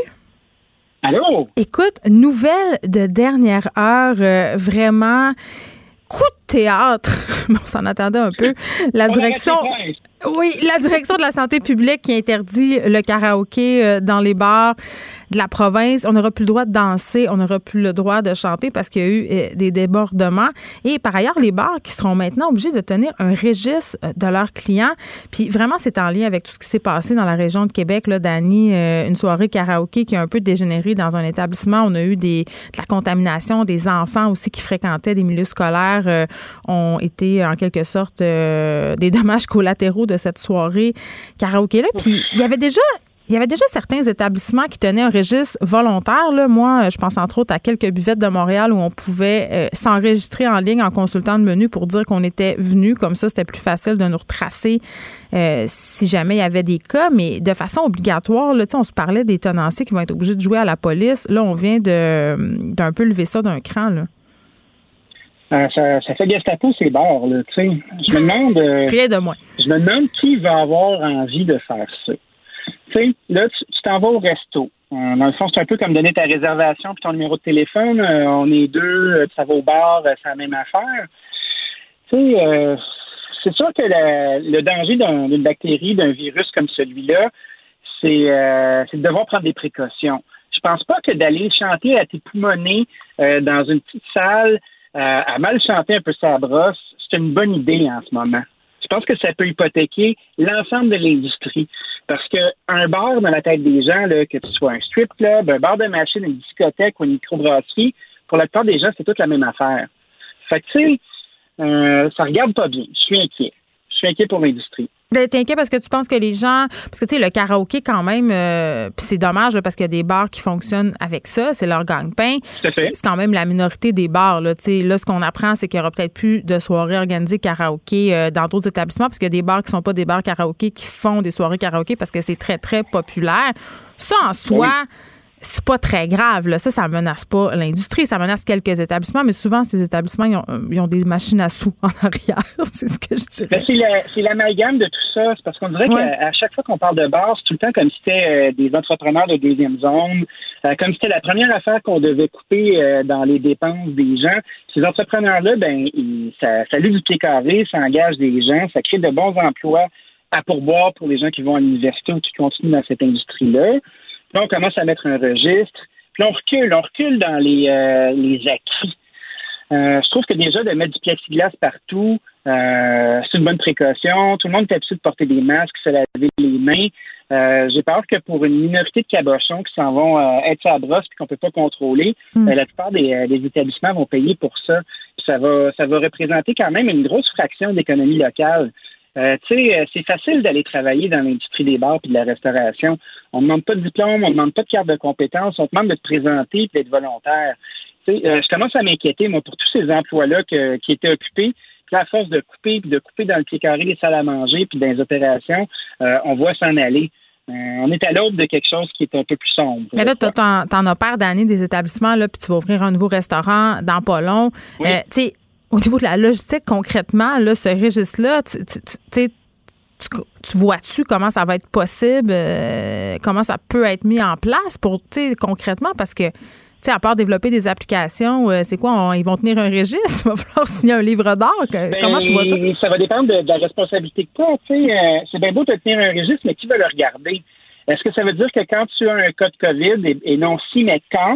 Allô. Écoute, nouvelle de dernière heure, euh, vraiment coup de théâtre. On s'en attendait un peu. La direction. Oui, la direction de la santé publique qui interdit le karaoké dans les bars de la province. On n'aura plus le droit de danser, on n'aura plus le droit de chanter parce qu'il y a eu des débordements. Et par ailleurs, les bars qui seront maintenant obligés de tenir un registre de leurs clients. Puis vraiment, c'est en lien avec tout ce qui s'est passé dans la région de Québec. Là, Dany, une soirée karaoké qui a un peu dégénéré dans un établissement. On a eu des, de la contamination, des enfants aussi qui fréquentaient des milieux scolaires euh, ont été en quelque sorte euh, des dommages collatéraux de cette soirée karaoké-là. Puis il y avait déjà... Il y avait déjà certains établissements qui tenaient un registre volontaire. Là. Moi, je pense entre autres à quelques buvettes de Montréal où on pouvait euh, s'enregistrer en ligne en consultant le menu pour dire qu'on était venu. Comme ça, c'était plus facile de nous retracer euh, si jamais il y avait des cas. Mais de façon obligatoire, là, on se parlait des tenanciers qui vont être obligés de jouer à la police. Là, on vient de d'un peu lever ça d'un cran. Là. Euh, ça, ça fait Gestapo, ces bars. Là, tu sais. Je me demande... Euh, Rien de moins. Je me demande qui va avoir envie de faire ça. Tu sais, là, tu, tu t'en vas au resto. Euh, dans le fond, c'est un peu comme donner ta réservation puis ton numéro de téléphone. Euh, on est deux, euh, ça va au bar, euh, c'est la même affaire. Tu sais, euh, c'est sûr que la, le danger d'un, d'une bactérie, d'un virus comme celui-là, c'est, euh, c'est de devoir prendre des précautions. Je pense pas que d'aller chanter à tes poumonnés euh, dans une petite salle, euh, à mal chanter un peu sa brosse, c'est une bonne idée en ce moment. Je pense que ça peut hypothéquer l'ensemble de l'industrie. Parce qu'un bar dans la tête des gens, là, que tu sois un strip club, un bar de machine, une discothèque ou une microbrasserie, pour la plupart des gens, c'est toute la même affaire. Fait que, tu sais, euh, ça regarde pas bien. Je suis inquiet. Je suis inquiet pour l'industrie. T'es inquiet parce que tu penses que les gens... Parce que, tu sais, le karaoké, quand même, euh, puis c'est dommage là, parce qu'il y a des bars qui fonctionnent avec ça. C'est leur gagne-pain. Tout à fait. C'est quand même la minorité des bars. Là, là ce qu'on apprend, c'est qu'il y aura peut-être plus de soirées organisées karaoké euh, dans d'autres établissements parce qu'il y a des bars qui sont pas des bars karaoké qui font des soirées karaoké parce que c'est très, très populaire. Ça, en soi... Oui. C'est pas très grave. Là. Ça, ça menace pas l'industrie. Ça menace quelques établissements, mais souvent, ces établissements, ils ont, ils ont des machines à sous en arrière. C'est ce que je dirais. Ben, c'est, la, c'est l'amalgame de tout ça. C'est parce qu'on dirait ouais. qu'à à chaque fois qu'on parle de bars, c'est tout le temps comme si c'était euh, des entrepreneurs de deuxième zone, euh, comme si c'était la première affaire qu'on devait couper euh, dans les dépenses des gens. Ces entrepreneurs-là, ben, ils, ça, ça loue du pied carré, ça engage des gens, ça crée de bons emplois à pourboire pour les gens qui vont à l'université ou qui continuent dans cette industrie-là. Là, on commence à mettre un registre. Puis là, on recule. On recule dans les, euh, les acquis. Euh, je trouve que déjà, de mettre du plexiglas partout, euh, c'est une bonne précaution. Tout le monde est habitué de porter des masques, se laver les mains. Euh, j'ai peur que pour une minorité de cabochons qui s'en vont euh, être sur la brosse et qu'on ne peut pas contrôler, mm. euh, la plupart des, euh, des établissements vont payer pour ça. Puis ça va, ça va représenter quand même une grosse fraction d'économie locale. Euh, tu sais, euh, c'est facile d'aller travailler dans l'industrie des bars et de la restauration. On ne demande pas de diplôme, on ne demande pas de carte de compétence, on te demande de te présenter et d'être volontaire. Tu sais, euh, je commence à m'inquiéter, moi, pour tous ces emplois-là que, qui étaient occupés. Puis à force de couper, puis de couper dans le pied carré les salles à manger, puis dans les opérations, euh, on voit s'en aller. Euh, on est à l'aube de quelque chose qui est un peu plus sombre. Mais là, t'en, t'en as peur d'année des établissements, là, puis tu vas ouvrir un nouveau restaurant dans pas long. Oui. Euh, tu sais, au niveau de la logistique, concrètement, là, ce registre-là, tu, tu, tu, tu, tu vois-tu comment ça va être possible, euh, comment ça peut être mis en place pour, tu sais, concrètement, parce que, tu sais, à part développer des applications, euh, c'est quoi, on, ils vont tenir un registre, il va falloir signer un livre d'or, que, ben, comment tu vois ça? Ça va dépendre de, de la responsabilité que tu as, tu sais, euh, c'est bien beau de tenir un registre, mais qui va le regarder? Est-ce que ça veut dire que quand tu as un cas de COVID, et, et non si, mais quand,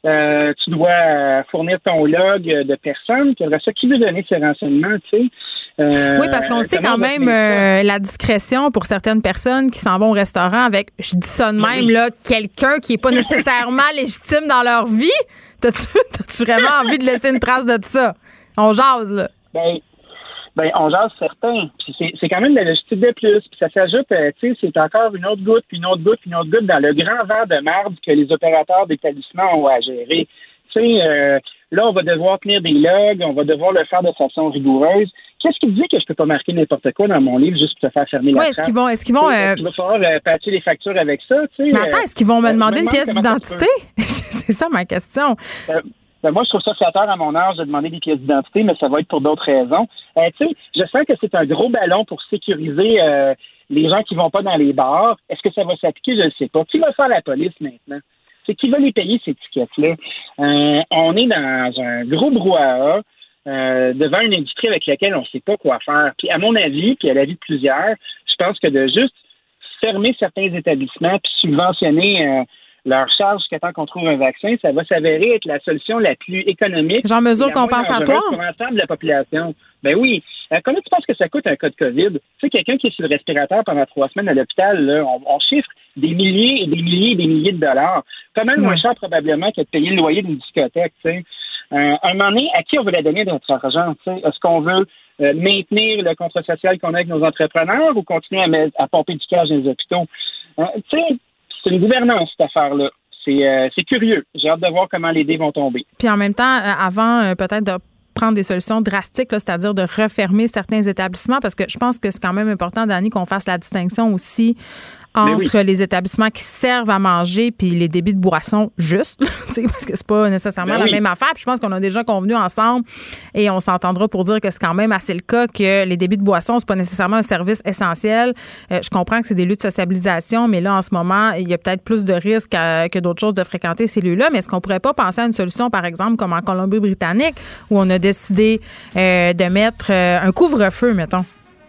Euh, tu dois fournir ton log de personnes. Puis après ça, qui veut donner ces renseignements, tu sais? Euh, oui, parce qu'on sait quand même euh, la discrétion pour certaines personnes qui s'en vont au restaurant avec, je dis ça de même, oui. là, quelqu'un qui n'est pas nécessairement légitime dans leur vie. T'as-tu, t'as-tu vraiment envie de laisser une trace de ça? On jase, là. Ben, ben on jase certains. Puis c'est, c'est quand même de la logistique de plus. Puis ça s'ajoute, euh, tu sais, c'est encore une autre goutte, puis une autre goutte, puis une autre goutte dans le grand verre de marde que les opérateurs d'établissement ont à gérer. Tu sais, euh, là, on va devoir tenir des logs, on va devoir le faire de façon rigoureuse. Qu'est-ce qui dit que je peux pas marquer n'importe quoi dans mon livre juste pour te faire fermer la oui, trace? est-ce qu'ils vont, est-ce qu'ils vont, euh... Il va falloir euh, patcher les factures avec ça, tu sais. Mais attends, est-ce qu'ils vont me euh, demander me une pièce demande d'identité? C'est ça ma question. Euh, ben moi, je trouve ça flatteur à mon âge de demander des pièces d'identité, mais ça va être pour d'autres raisons. Euh, tu sais, je sens que c'est un gros ballon pour sécuriser euh, les gens qui vont pas dans les bars. Est-ce que ça va s'appliquer? Je ne sais pas. Qui va faire la police maintenant? C'est qui va les payer, ces tickets-là? Euh, on est dans un gros brouhaha. Euh, devant une industrie avec laquelle on ne sait pas quoi faire. Puis à mon avis, puis à l'avis de plusieurs, je pense que de juste fermer certains établissements puis subventionner euh, leurs charges jusqu'à temps qu'on trouve un vaccin, ça va s'avérer être la solution la plus économique. Genre mesure compensatoire? Pour l'ensemble de la population. Ben oui. Euh, comment tu penses que ça coûte un cas de COVID? Tu sais, quelqu'un qui est sur le respirateur pendant trois semaines à l'hôpital, là, on, on chiffre des milliers et des milliers et des milliers de dollars. Pas mal moins cher probablement que de payer le loyer d'une discothèque, tu sais. Euh, un moment donné, à qui on veut la donner notre argent? T'sais? Est-ce qu'on veut euh, maintenir le contrat social qu'on a avec nos entrepreneurs ou continuer à, mettre, à pomper du cash dans les hôpitaux? Euh, c'est une gouvernance, cette affaire-là. C'est, euh, c'est curieux. J'ai hâte de voir comment les dés vont tomber. Puis en même temps, euh, avant euh, peut-être de prendre des solutions drastiques, là, c'est-à-dire de refermer certains établissements, parce que je pense que c'est quand même important, Dani, qu'on fasse la distinction aussi entre oui. les établissements qui servent à manger puis les débits de boissons justes, parce que c'est pas nécessairement ben la oui. même affaire. Puis je pense qu'on a déjà convenu ensemble et on s'entendra pour dire que c'est quand même assez le cas que les débits de boissons, c'est pas nécessairement un service essentiel. Euh, je comprends que c'est des lieux de sociabilisation, mais là, en ce moment, il y a peut-être plus de risques à, que d'autres choses de fréquenter ces lieux-là. Mais est-ce qu'on pourrait pas penser à une solution, par exemple, comme en Colombie-Britannique, où on a décidé euh, de mettre euh, un couvre-feu, mettons?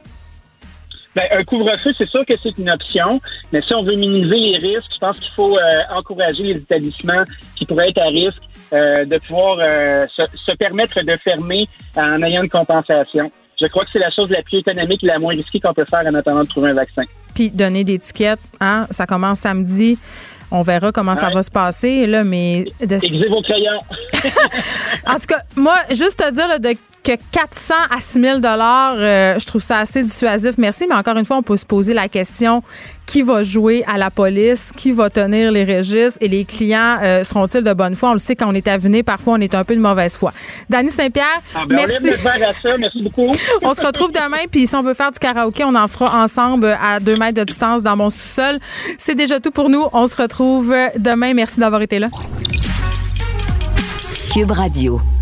Ben, un couvre-feu, c'est sûr que c'est une option, mais si on veut minimiser les risques, je pense qu'il faut euh, encourager les établissements qui pourraient être à risque euh, de pouvoir euh, se, se permettre de fermer en ayant une compensation. Je crois que c'est la chose la plus économique et la moins risquée qu'on peut faire en attendant de trouver un vaccin. Puis donner des tickets, hein, ça commence samedi. On verra comment ouais. ça va se passer, là, mais... De... Aiguisez vos crayons. En tout cas, moi, juste te dire là, de, que quatre cents à six mille dollars, euh, je trouve ça assez dissuasif. Merci, mais encore une fois, on peut se poser la question, qui va jouer à la police? Qui va tenir les registres? Et les clients euh, seront-ils de bonne foi? On le sait, quand on est aviné, parfois, on est un peu de mauvaise foi. Dani Saint-Pierre, ah ben merci. On lève à ça. Merci beaucoup. On se retrouve demain, puis si on veut faire du karaoké, on en fera ensemble à deux mètres de distance dans mon sous-sol. C'est déjà tout pour nous. On se retrouve demain. Merci d'avoir été là. Cube Radio.